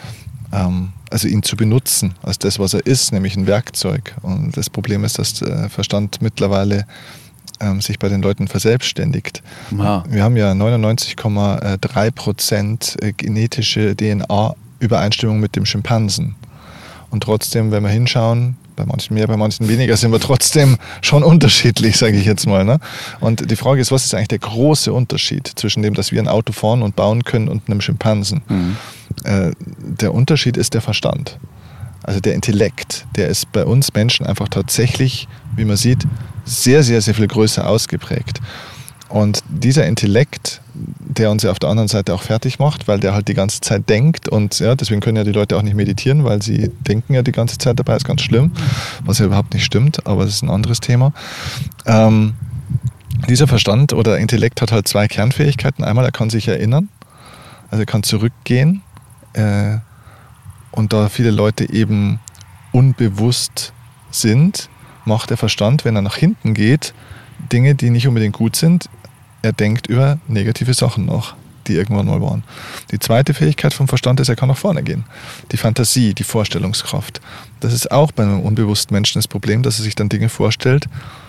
[SPEAKER 3] Ähm, also ihn zu benutzen als das, was er ist, nämlich ein Werkzeug. Und das Problem ist, dass der Verstand mittlerweile sich bei den Leuten verselbstständigt. Ja. Wir haben ja neunundneunzig Komma drei Prozent genetische D N A-Übereinstimmung mit dem Schimpansen. Und trotzdem, wenn wir hinschauen, bei manchen mehr, bei manchen weniger, sind wir trotzdem schon unterschiedlich, sage ich jetzt mal. Ne? Und die Frage ist, was ist eigentlich der große Unterschied zwischen dem, dass wir ein Auto fahren und bauen können und einem Schimpansen? Mhm. Äh, der Unterschied ist der Verstand. Also der Intellekt, der ist bei uns Menschen einfach tatsächlich, wie man sieht, sehr, sehr, sehr viel größer ausgeprägt. Und dieser Intellekt, der uns ja auf der anderen Seite auch fertig macht, weil der halt die ganze Zeit denkt und ja, deswegen können ja die Leute auch nicht meditieren, weil sie denken ja die ganze Zeit dabei, ist ganz schlimm, was ja überhaupt nicht stimmt, aber das ist ein anderes Thema. Ähm, dieser Verstand oder Intellekt hat halt zwei Kernfähigkeiten. Einmal, er kann sich erinnern, also er kann zurückgehen, äh, und da viele Leute eben unbewusst sind, macht der Verstand, wenn er nach hinten geht, Dinge, die nicht unbedingt gut sind. Er denkt über negative Sachen nach, die irgendwann mal waren. Die zweite Fähigkeit vom Verstand ist, er kann nach vorne gehen. Die Fantasie, die Vorstellungskraft. Das ist auch bei einem unbewussten Menschen das Problem, dass er sich dann Dinge vorstellt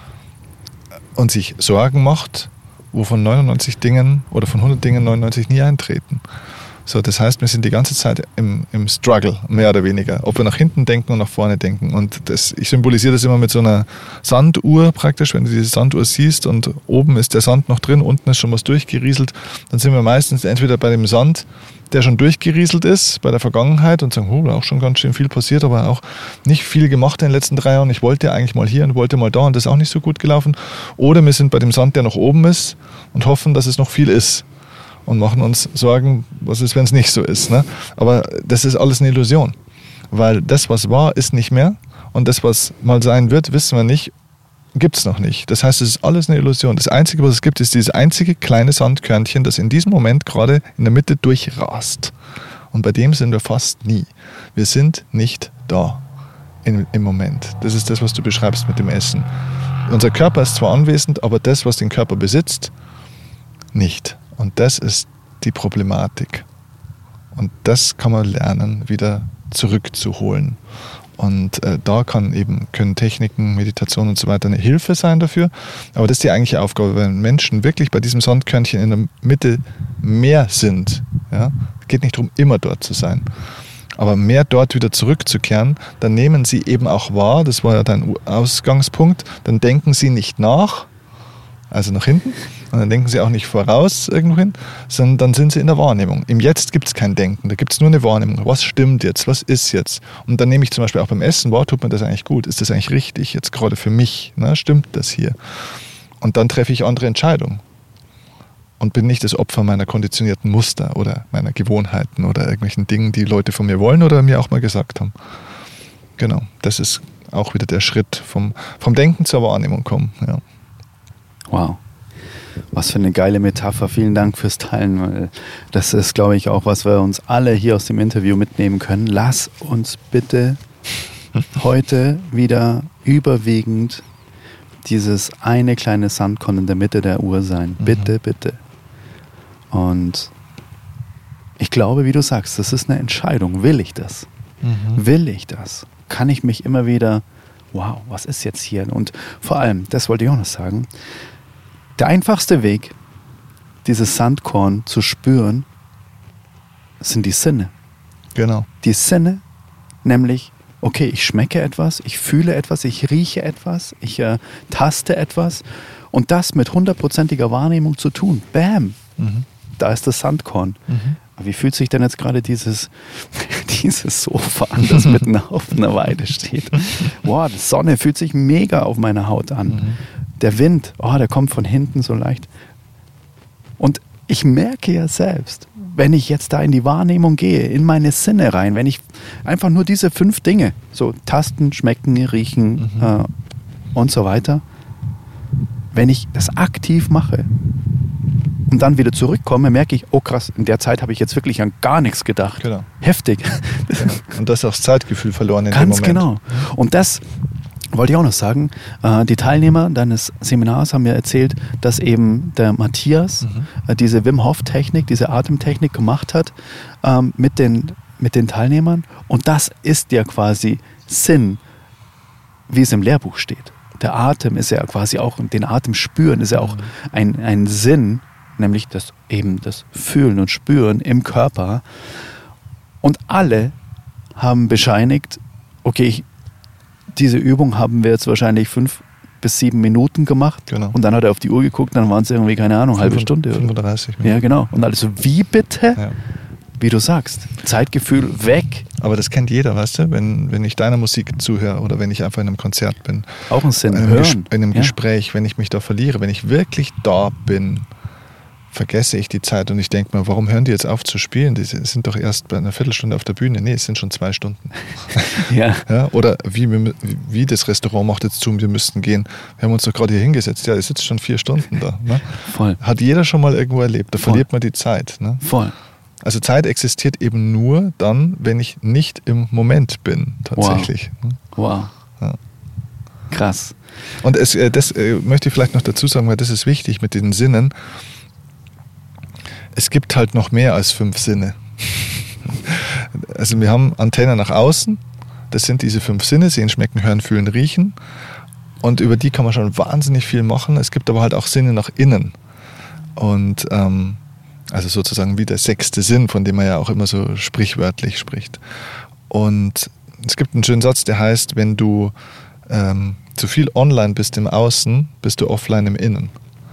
[SPEAKER 3] und sich Sorgen macht, wovon neunundneunzig Dingen oder von hundert Dingen neunundneunzig nie eintreten. So, das heißt, wir sind die ganze Zeit im, im Struggle, mehr oder weniger. Ob wir nach hinten denken und nach vorne denken. Und das, ich symbolisiere das immer mit so einer Sanduhr praktisch. Wenn du diese Sanduhr siehst und oben ist der Sand noch drin, unten ist schon was durchgerieselt, dann sind wir meistens entweder bei dem Sand, der schon durchgerieselt ist, bei der Vergangenheit und sagen, oh, da ist auch schon ganz schön viel passiert, aber auch nicht viel gemacht in den letzten drei Jahren. Ich wollte ja eigentlich mal hier und wollte mal da und das ist auch nicht so gut gelaufen. Oder wir sind bei dem Sand, der noch oben ist und hoffen, dass es noch viel ist. Und machen uns Sorgen, was ist, wenn es nicht so ist. Ne? Aber das ist alles eine Illusion. Weil das, was war, ist nicht mehr. Und das, was mal sein wird, wissen wir nicht, gibt es noch nicht. Das heißt, es ist alles eine Illusion. Das Einzige, was es gibt, ist dieses einzige kleine Sandkörnchen, das in diesem Moment gerade in der Mitte durchrast. Und bei dem sind wir fast nie. Wir sind nicht da in, im Moment. Das ist das, was du beschreibst mit dem Essen. Unser Körper ist zwar anwesend, aber das, was den Körper besitzt, nicht. Und das ist die Problematik. Und das kann man lernen, wieder zurückzuholen. Und äh, da kann eben, können Techniken, Meditation und so weiter eine Hilfe sein dafür. Aber das ist die eigentliche Aufgabe, wenn Menschen wirklich bei diesem Sandkörnchen in der Mitte mehr sind. Ja, geht nicht darum, immer dort zu sein. Aber mehr dort wieder zurückzukehren, dann nehmen sie eben auch wahr, das war ja dein Ausgangspunkt, dann denken sie nicht nach, also nach hinten, und dann denken sie auch nicht voraus irgendwo hin, sondern dann sind sie in der Wahrnehmung. Im Jetzt gibt es kein Denken, da gibt es nur eine Wahrnehmung. Was stimmt jetzt? Was ist jetzt? Und dann nehme ich zum Beispiel auch beim Essen wahr, tut mir das eigentlich gut? Ist das eigentlich richtig jetzt gerade für mich? Ne? Stimmt das hier? Und dann treffe ich andere Entscheidungen und bin nicht das Opfer meiner konditionierten Muster oder meiner Gewohnheiten oder irgendwelchen Dingen, die Leute von mir wollen oder mir auch mal gesagt haben. Genau, das ist auch wieder der Schritt vom, vom Denken zur Wahrnehmung kommen. Ja.
[SPEAKER 4] Wow. Was für eine geile Metapher. Vielen Dank fürs Teilen. Weil das ist, glaube ich, auch, was wir uns alle hier aus dem Interview mitnehmen können. Lass uns bitte heute wieder überwiegend dieses eine kleine Sandkorn in der Mitte der Uhr sein.
[SPEAKER 3] Mhm.
[SPEAKER 4] Bitte, bitte. Und ich glaube, wie du sagst, das ist eine Entscheidung. Will ich das?
[SPEAKER 3] Mhm.
[SPEAKER 4] Will ich das? Kann ich mich immer wieder, wow, was ist jetzt hier? Und vor allem, das wollte ich auch noch sagen, der einfachste Weg, dieses Sandkorn zu spüren, sind die Sinne.
[SPEAKER 3] Genau.
[SPEAKER 4] Die Sinne, nämlich, okay, ich schmecke etwas, ich fühle etwas, ich rieche etwas, ich äh, taste etwas und das mit hundertprozentiger Wahrnehmung zu tun. Bam!
[SPEAKER 3] Mhm.
[SPEAKER 4] Da ist das Sandkorn.
[SPEAKER 3] Mhm.
[SPEAKER 4] Aber wie fühlt sich denn jetzt gerade dieses, dieses Sofa an, das mitten auf einer Weide steht? Wow, die Sonne fühlt sich mega auf meiner Haut an.
[SPEAKER 3] Mhm.
[SPEAKER 4] Der Wind, oh, der kommt von hinten so leicht. Und ich merke ja selbst, wenn ich jetzt da in die Wahrnehmung gehe, in meine Sinne rein, wenn ich einfach nur diese fünf Dinge, so tasten, schmecken, riechen
[SPEAKER 3] Mhm.
[SPEAKER 4] äh, und so weiter, wenn ich das aktiv mache und dann wieder zurückkomme, merke ich, oh krass, in der Zeit habe ich jetzt wirklich an gar nichts gedacht.
[SPEAKER 3] Genau.
[SPEAKER 4] Heftig.
[SPEAKER 3] Genau. Und das ist auch das Zeitgefühl verloren in
[SPEAKER 4] Ganz
[SPEAKER 3] dem Moment.
[SPEAKER 4] genau. Und das wollte ich auch noch sagen. Äh, die Teilnehmer deines Seminars haben mir erzählt, dass eben der Matthias
[SPEAKER 3] Mhm.
[SPEAKER 4] äh, diese Wim Hof Technik, diese Atemtechnik gemacht hat ähm, mit den, mit den Teilnehmern. Und das ist ja quasi Sinn, wie es im Lehrbuch steht. Der Atem ist ja quasi auch, den Atem spüren ist ja auch ein, ein Sinn, nämlich das eben das Fühlen und Spüren im Körper. Und alle haben bescheinigt, okay, ich, diese Übung haben wir jetzt wahrscheinlich fünf bis sieben Minuten gemacht.
[SPEAKER 3] Genau.
[SPEAKER 4] Und dann hat er auf die Uhr geguckt, dann waren es irgendwie, keine Ahnung, halbe Stunde. Oder?
[SPEAKER 3] fünfunddreißig Minuten.
[SPEAKER 4] Ja, genau. Und alles so, wie bitte?
[SPEAKER 3] Ja.
[SPEAKER 4] Wie du sagst, Zeitgefühl weg.
[SPEAKER 3] Aber das kennt jeder, weißt du, wenn, wenn ich deiner Musik zuhöre oder wenn ich einfach in einem Konzert bin.
[SPEAKER 4] Auch ein Sinn.
[SPEAKER 3] In einem,
[SPEAKER 4] Hören.
[SPEAKER 3] Ges- in einem
[SPEAKER 4] Ja.
[SPEAKER 3] Gespräch, wenn ich mich da verliere, wenn ich wirklich da bin, vergesse ich die Zeit und ich denke mir, warum hören die jetzt auf zu spielen? Die sind doch erst bei einer Viertelstunde auf der Bühne. Nee, es sind schon zwei Stunden.
[SPEAKER 4] Ja.
[SPEAKER 3] Ja, oder wie, wir- wie das Restaurant macht jetzt zu und wir müssten gehen. Wir haben uns doch gerade hier hingesetzt. Ja, es sitzt schon vier Stunden da. Ne?
[SPEAKER 4] Voll.
[SPEAKER 3] Hat jeder schon mal irgendwo erlebt. Da
[SPEAKER 4] Voll.
[SPEAKER 3] verliert man die Zeit. Ne?
[SPEAKER 4] Voll.
[SPEAKER 3] Also Zeit existiert eben nur dann, wenn ich nicht im Moment bin, tatsächlich.
[SPEAKER 4] Wow.
[SPEAKER 3] Ja.
[SPEAKER 4] Krass.
[SPEAKER 3] Und es, äh, das äh, möchte ich vielleicht noch dazu sagen, weil das ist wichtig mit den Sinnen. Es gibt halt noch mehr als fünf Sinne. Also wir haben Antennen nach außen, das sind diese fünf Sinne, sehen, schmecken, hören, fühlen, riechen. Und über die kann man schon wahnsinnig viel machen. Es gibt aber halt auch Sinne nach innen. Und ähm, also sozusagen wie der sechste Sinn, von dem man ja auch immer so sprichwörtlich spricht. Und es gibt einen schönen Satz, der heißt, wenn du ähm, zu viel online bist im Außen, bist du offline im Innen.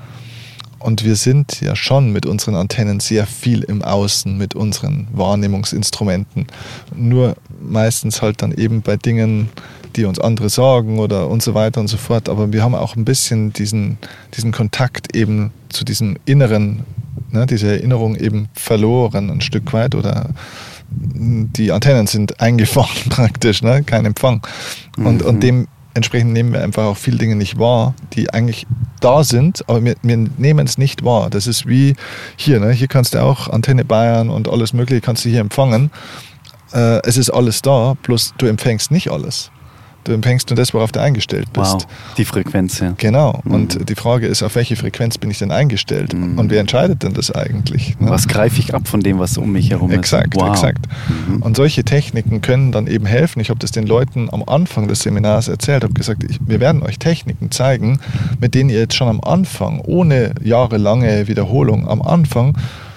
[SPEAKER 3] Und wir sind ja schon mit unseren Antennen sehr viel im Außen, mit unseren Wahrnehmungsinstrumenten. Nur meistens halt dann eben bei Dingen, die uns andere sagen oder und so weiter und so fort. Aber wir haben auch ein bisschen diesen, diesen Kontakt eben zu diesem Inneren, ne, diese Erinnerung eben verloren ein Stück weit oder die Antennen sind eingefahren praktisch, ne, kein Empfang. Und,
[SPEAKER 4] Mhm.
[SPEAKER 3] und dementsprechend nehmen wir einfach auch viele Dinge nicht wahr, die eigentlich da sind, aber wir, wir nehmen es nicht wahr. Das ist wie hier, ne? Hier kannst du auch Antenne Bayern und alles mögliche kannst du hier empfangen. Äh, es ist alles da, bloß du empfängst nicht alles. Du empfängst nur das, worauf du eingestellt bist.
[SPEAKER 4] Wow. Die Frequenz, ja.
[SPEAKER 3] Genau.
[SPEAKER 4] Mhm.
[SPEAKER 3] Und die Frage ist, auf welche Frequenz bin ich denn eingestellt?
[SPEAKER 4] Mhm.
[SPEAKER 3] Und wer entscheidet denn das eigentlich? Ne?
[SPEAKER 4] Was greife ich ab von dem, was um mich herum
[SPEAKER 3] Exakt,
[SPEAKER 4] ist? Wow.
[SPEAKER 3] exakt.
[SPEAKER 4] Mhm.
[SPEAKER 3] Und solche Techniken können dann eben helfen. Ich habe das den Leuten am Anfang des Seminars erzählt, habe gesagt, ich, wir werden euch Techniken zeigen, mit denen ihr jetzt schon am Anfang, ohne jahrelange Wiederholung, am Anfang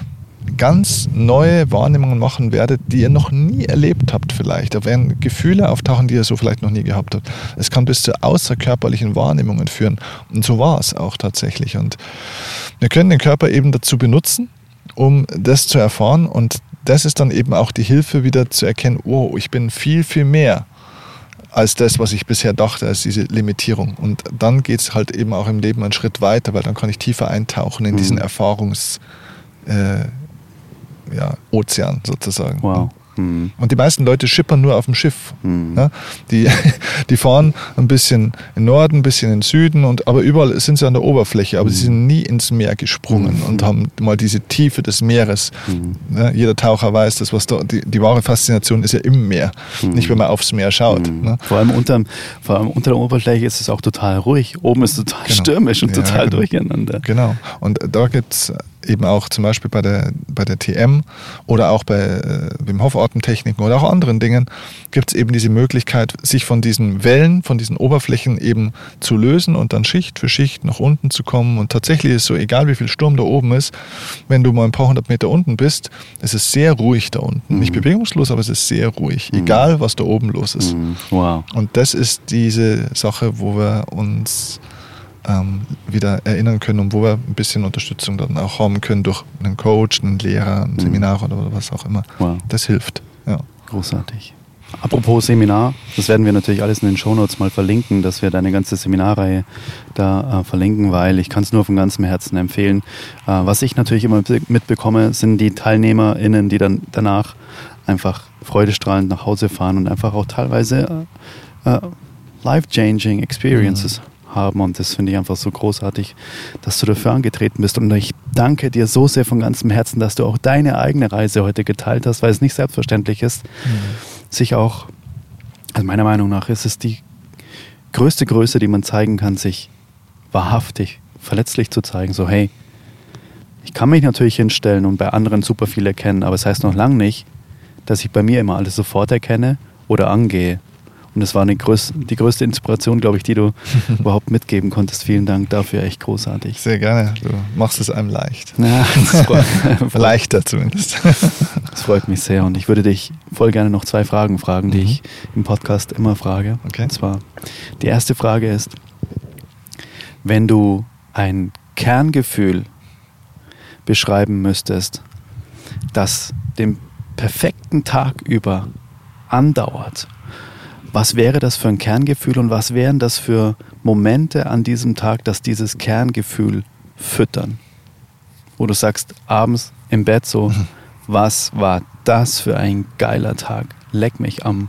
[SPEAKER 3] ganz neue Wahrnehmungen machen werdet, die ihr noch nie erlebt habt vielleicht. Da werden Gefühle auftauchen, die ihr so vielleicht noch nie gehabt habt. Es kann bis zu außerkörperlichen Wahrnehmungen führen. Und so war es auch tatsächlich. Und wir können den Körper eben dazu benutzen, um das zu erfahren. Und das ist dann eben auch die Hilfe, wieder zu erkennen, oh, ich bin viel, viel mehr als das, was ich bisher dachte, als diese Limitierung. Und dann geht es halt eben auch im Leben einen Schritt weiter, weil dann kann ich tiefer eintauchen in
[SPEAKER 4] Mhm.
[SPEAKER 3] diesen Erfahrungs- äh, ja, Ozean sozusagen.
[SPEAKER 4] Wow.
[SPEAKER 3] Mhm. Und die meisten Leute schippern nur auf dem Schiff.
[SPEAKER 4] Mhm.
[SPEAKER 3] Ja, die, die fahren ein bisschen in Norden, ein bisschen in Süden, und, aber überall sind sie an der Oberfläche, aber mhm. sie sind nie ins Meer gesprungen mhm. und haben mal diese Tiefe des Meeres. Mhm. Ja, jeder Taucher weiß, das, was da, die, die wahre Faszination ist ja im Meer, mhm. nicht wenn man aufs Meer schaut.
[SPEAKER 4] Mhm.
[SPEAKER 3] Ne?
[SPEAKER 4] Vor allem, unter, vor allem unter der Oberfläche ist es auch total ruhig. Oben ist es total
[SPEAKER 3] genau.
[SPEAKER 4] stürmisch und
[SPEAKER 3] ja,
[SPEAKER 4] total
[SPEAKER 3] genau.
[SPEAKER 4] durcheinander.
[SPEAKER 3] Genau. Und da gibt es eben auch zum Beispiel bei der, bei der T M oder auch bei äh, Wim Hof Atemtechniken oder auch anderen Dingen gibt es eben diese Möglichkeit, sich von diesen Wellen, von diesen Oberflächen eben zu lösen und dann Schicht für Schicht nach unten zu kommen. Und tatsächlich ist es so, egal wie viel Sturm da oben ist, wenn du mal ein paar hundert Meter unten bist, es ist sehr ruhig da unten. Mhm. Nicht bewegungslos, aber es ist sehr ruhig, mhm. egal was da oben los ist.
[SPEAKER 4] Mhm. Wow.
[SPEAKER 3] Und das ist diese Sache, wo wir uns Ähm, wieder erinnern können und wo wir ein bisschen Unterstützung dann auch haben können durch einen Coach, einen Lehrer, ein Seminar oder was auch immer.
[SPEAKER 4] Wow.
[SPEAKER 3] Das hilft. Ja.
[SPEAKER 4] Großartig. Apropos Seminar, das werden wir natürlich alles in den Shownotes mal verlinken, dass wir deine ganze Seminarreihe da äh, verlinken, weil ich kann es nur von ganzem Herzen empfehlen. Äh, was ich natürlich immer mitbekomme, sind die TeilnehmerInnen, die dann danach einfach freudestrahlend nach Hause fahren und einfach auch teilweise äh, äh, life-changing Experiences mhm. haben, und das finde ich einfach so großartig, dass du dafür angetreten bist, und ich danke dir so sehr von ganzem Herzen, dass du auch deine eigene Reise heute geteilt hast, weil es nicht selbstverständlich ist, mhm. sich auch, also meiner Meinung nach ist es die größte Größe, die man zeigen kann, sich wahrhaftig, verletzlich zu zeigen, so hey, ich kann mich natürlich hinstellen und bei anderen super viel erkennen, aber es heißt noch lange nicht, dass ich bei mir immer alles sofort erkenne oder angehe. Und das war eine größ- die größte Inspiration, glaube ich, die du überhaupt mitgeben konntest. Vielen Dank dafür, echt großartig.
[SPEAKER 3] Sehr gerne. Du machst es einem leicht.
[SPEAKER 4] Ja, das freut,
[SPEAKER 3] Leichter zumindest.
[SPEAKER 4] Das freut mich sehr, und ich würde dich voll gerne noch zwei Fragen fragen, die mhm. ich im Podcast immer frage.
[SPEAKER 3] Okay.
[SPEAKER 4] Und zwar, die erste Frage ist, wenn du ein Kerngefühl beschreiben müsstest, das den perfekten Tag über andauert, was wäre das für ein Kerngefühl und was wären das für Momente an diesem Tag, dass dieses Kerngefühl füttern? Wo du sagst, abends im Bett so, mhm. was war das für ein geiler Tag? Leck mich am.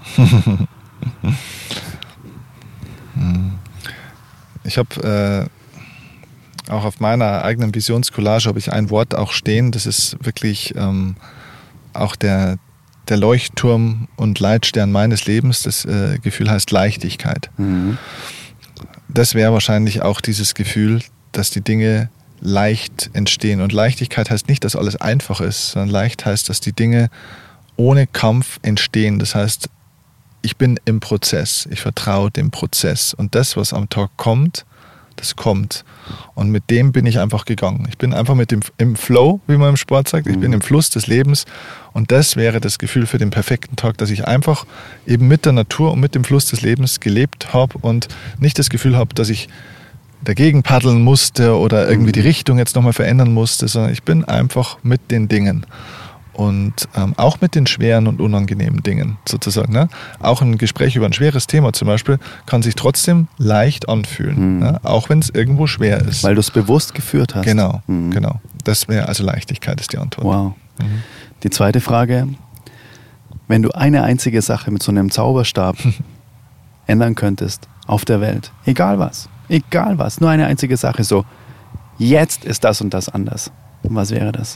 [SPEAKER 3] Ich habe äh, auch auf meiner eigenen Visionscollage habe ich ein Wort auch stehen, das ist wirklich ähm, auch der Der Leuchtturm und Leitstern meines Lebens, das äh, Gefühl heißt Leichtigkeit. Mhm. Das wäre wahrscheinlich auch dieses Gefühl, dass die Dinge leicht entstehen. Und Leichtigkeit heißt nicht, dass alles einfach ist, sondern leicht heißt, dass die Dinge ohne Kampf entstehen. Das heißt, ich bin im Prozess, ich vertraue dem Prozess. Und das, was am Tag kommt, das kommt. Und mit dem bin ich einfach gegangen. Ich bin einfach mit dem im Flow, wie man im Sport sagt. Ich mhm. bin im Fluss des Lebens. Und das wäre das Gefühl für den perfekten Tag, dass ich einfach eben mit der Natur und mit dem Fluss des Lebens gelebt habe und nicht das Gefühl habe, dass ich dagegen paddeln musste oder irgendwie die Richtung jetzt nochmal verändern musste, sondern ich bin einfach mit den Dingen. Und ähm, auch mit den schweren und unangenehmen Dingen sozusagen. Ne? Auch ein Gespräch über ein schweres Thema zum Beispiel kann sich trotzdem leicht anfühlen, mhm. ne? Auch wenn es irgendwo schwer ist.
[SPEAKER 4] Weil du es bewusst geführt hast.
[SPEAKER 3] Genau, mhm. genau. Das wäre also Leichtigkeit ist die Antwort.
[SPEAKER 4] Wow.
[SPEAKER 3] Mhm.
[SPEAKER 4] Die zweite Frage, wenn du eine einzige Sache mit so einem Zauberstab ändern könntest auf der Welt, egal was, egal was, nur eine einzige Sache, so jetzt ist das und das anders. Was wäre das?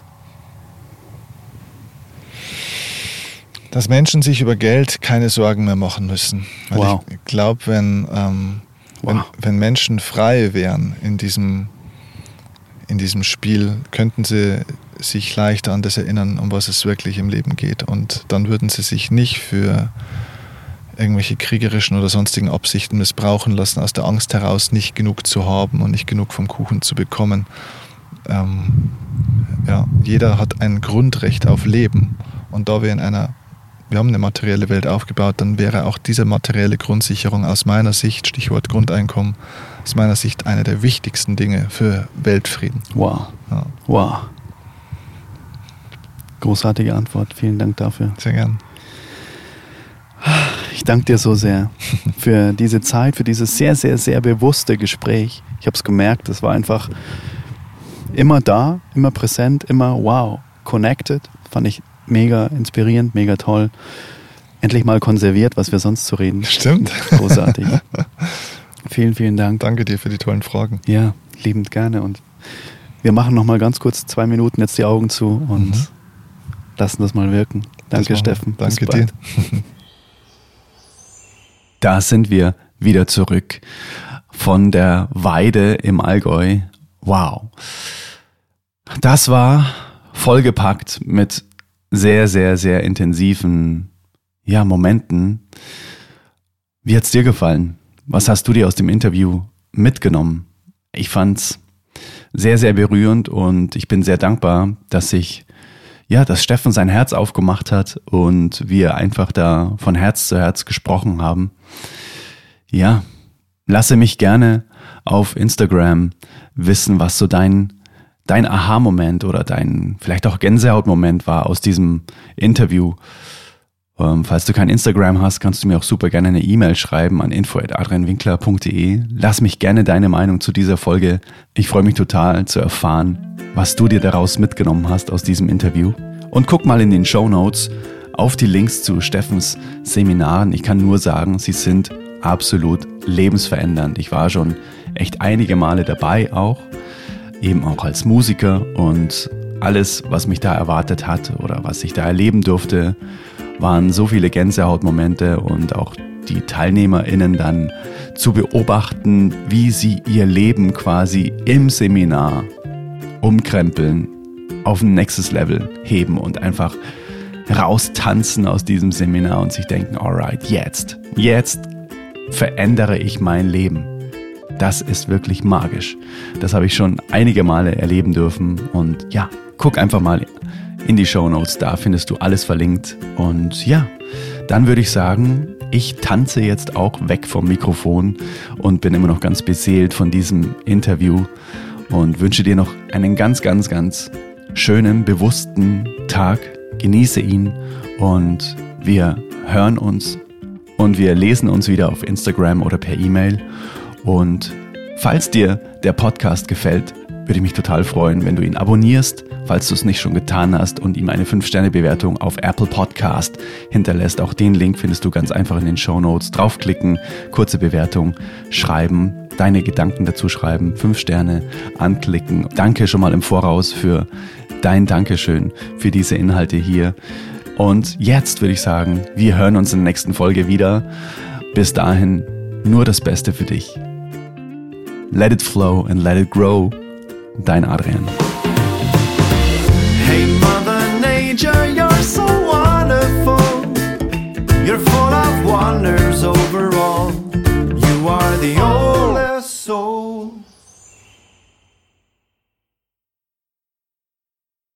[SPEAKER 3] Dass Menschen sich über Geld keine Sorgen mehr machen müssen. Weil
[SPEAKER 4] wow.
[SPEAKER 3] ich glaube, wenn, ähm,
[SPEAKER 4] wow.
[SPEAKER 3] wenn, wenn Menschen frei wären in diesem, in diesem Spiel, könnten sie sich leichter an das erinnern, um was es wirklich im Leben geht. Und dann würden sie sich nicht für irgendwelche kriegerischen oder sonstigen Absichten missbrauchen lassen, aus der Angst heraus nicht genug zu haben und nicht genug vom Kuchen zu bekommen. Ähm, ja, jeder hat ein Grundrecht auf Leben. Und da wir in einer Wir haben eine materielle Welt aufgebaut, dann wäre auch diese materielle Grundsicherung aus meiner Sicht, Stichwort Grundeinkommen, aus meiner Sicht eine der wichtigsten Dinge für Weltfrieden.
[SPEAKER 4] Wow.
[SPEAKER 3] Ja.
[SPEAKER 4] Wow. Großartige Antwort. Vielen Dank dafür.
[SPEAKER 3] Sehr gern.
[SPEAKER 4] Ich danke dir so sehr für diese Zeit, für dieses sehr, sehr, sehr bewusste Gespräch. Ich habe es gemerkt, es war einfach immer da, immer präsent, immer wow, connected. Fand ich mega inspirierend, mega toll. Endlich mal konserviert, was wir sonst zu reden.
[SPEAKER 3] Stimmt.
[SPEAKER 4] Großartig. Vielen, vielen Dank.
[SPEAKER 3] Danke dir für die tollen Fragen.
[SPEAKER 4] Ja, liebend gerne. Und wir machen noch mal ganz kurz zwei Minuten jetzt die Augen zu und mhm. lassen das mal wirken. Danke,
[SPEAKER 3] das
[SPEAKER 4] Steffen.
[SPEAKER 3] Danke dir.
[SPEAKER 1] Da sind wir wieder zurück von der Weide im Allgäu. Wow. Das war vollgepackt mit sehr, sehr, sehr intensiven ja, Momenten. Wie hat's dir gefallen? Was hast du dir aus dem Interview mitgenommen? Ich fand's sehr, sehr berührend und ich bin sehr dankbar, dass sich, ja, dass Steffen sein Herz aufgemacht hat und wir einfach da von Herz zu Herz gesprochen haben. Ja, lasse mich gerne auf Instagram wissen, was so dein, dein Aha-Moment oder dein vielleicht auch Gänsehaut-Moment war aus diesem Interview. Ähm, falls du kein Instagram hast, kannst du mir auch super gerne eine E-Mail schreiben an info at adrianwinkler punkt de. Lass mich gerne deine Meinung zu dieser Folge. Ich freue mich total zu erfahren, was du dir daraus mitgenommen hast aus diesem Interview. Und guck mal in den Shownotes auf die Links zu Steffens Seminaren. Ich kann nur sagen, sie sind absolut lebensverändernd. Ich war schon echt einige Male dabei auch, eben auch als Musiker und alles, was mich da erwartet hat oder was ich da erleben durfte, waren so viele Gänsehautmomente und auch die TeilnehmerInnen dann zu beobachten, wie sie ihr Leben quasi im Seminar umkrempeln, auf ein nächstes Level heben und einfach raustanzen aus diesem Seminar und sich denken, alright, jetzt, jetzt verändere ich mein Leben. Das ist wirklich magisch. Das habe ich schon einige Male erleben dürfen und ja, guck einfach mal in die Shownotes, da findest du alles verlinkt. Und ja, dann würde ich sagen, ich tanze jetzt auch weg vom Mikrofon und bin immer noch ganz beseelt von diesem Interview und wünsche dir noch einen ganz, ganz, ganz schönen, bewussten Tag. Genieße ihn und wir hören uns und wir lesen uns wieder auf Instagram oder per E-Mail. Und falls dir der Podcast gefällt, würde ich mich total freuen, wenn du ihn abonnierst, falls du es nicht schon getan hast und ihm eine fünf Sterne Bewertung auf Apple Podcast hinterlässt. Auch den Link findest du ganz einfach in den Shownotes. Draufklicken, kurze Bewertung schreiben, deine Gedanken dazu schreiben, fünf Sterne anklicken. Danke schon mal im Voraus für dein Dankeschön für diese Inhalte hier. Und jetzt würde ich sagen, wir hören uns in der nächsten Folge wieder. Bis dahin nur das Beste für dich. Let it flow and let it grow. Dein Adrian.
[SPEAKER 2] Hey Mother Nature, you're so wonderful. You're full of wonders overall. You are the only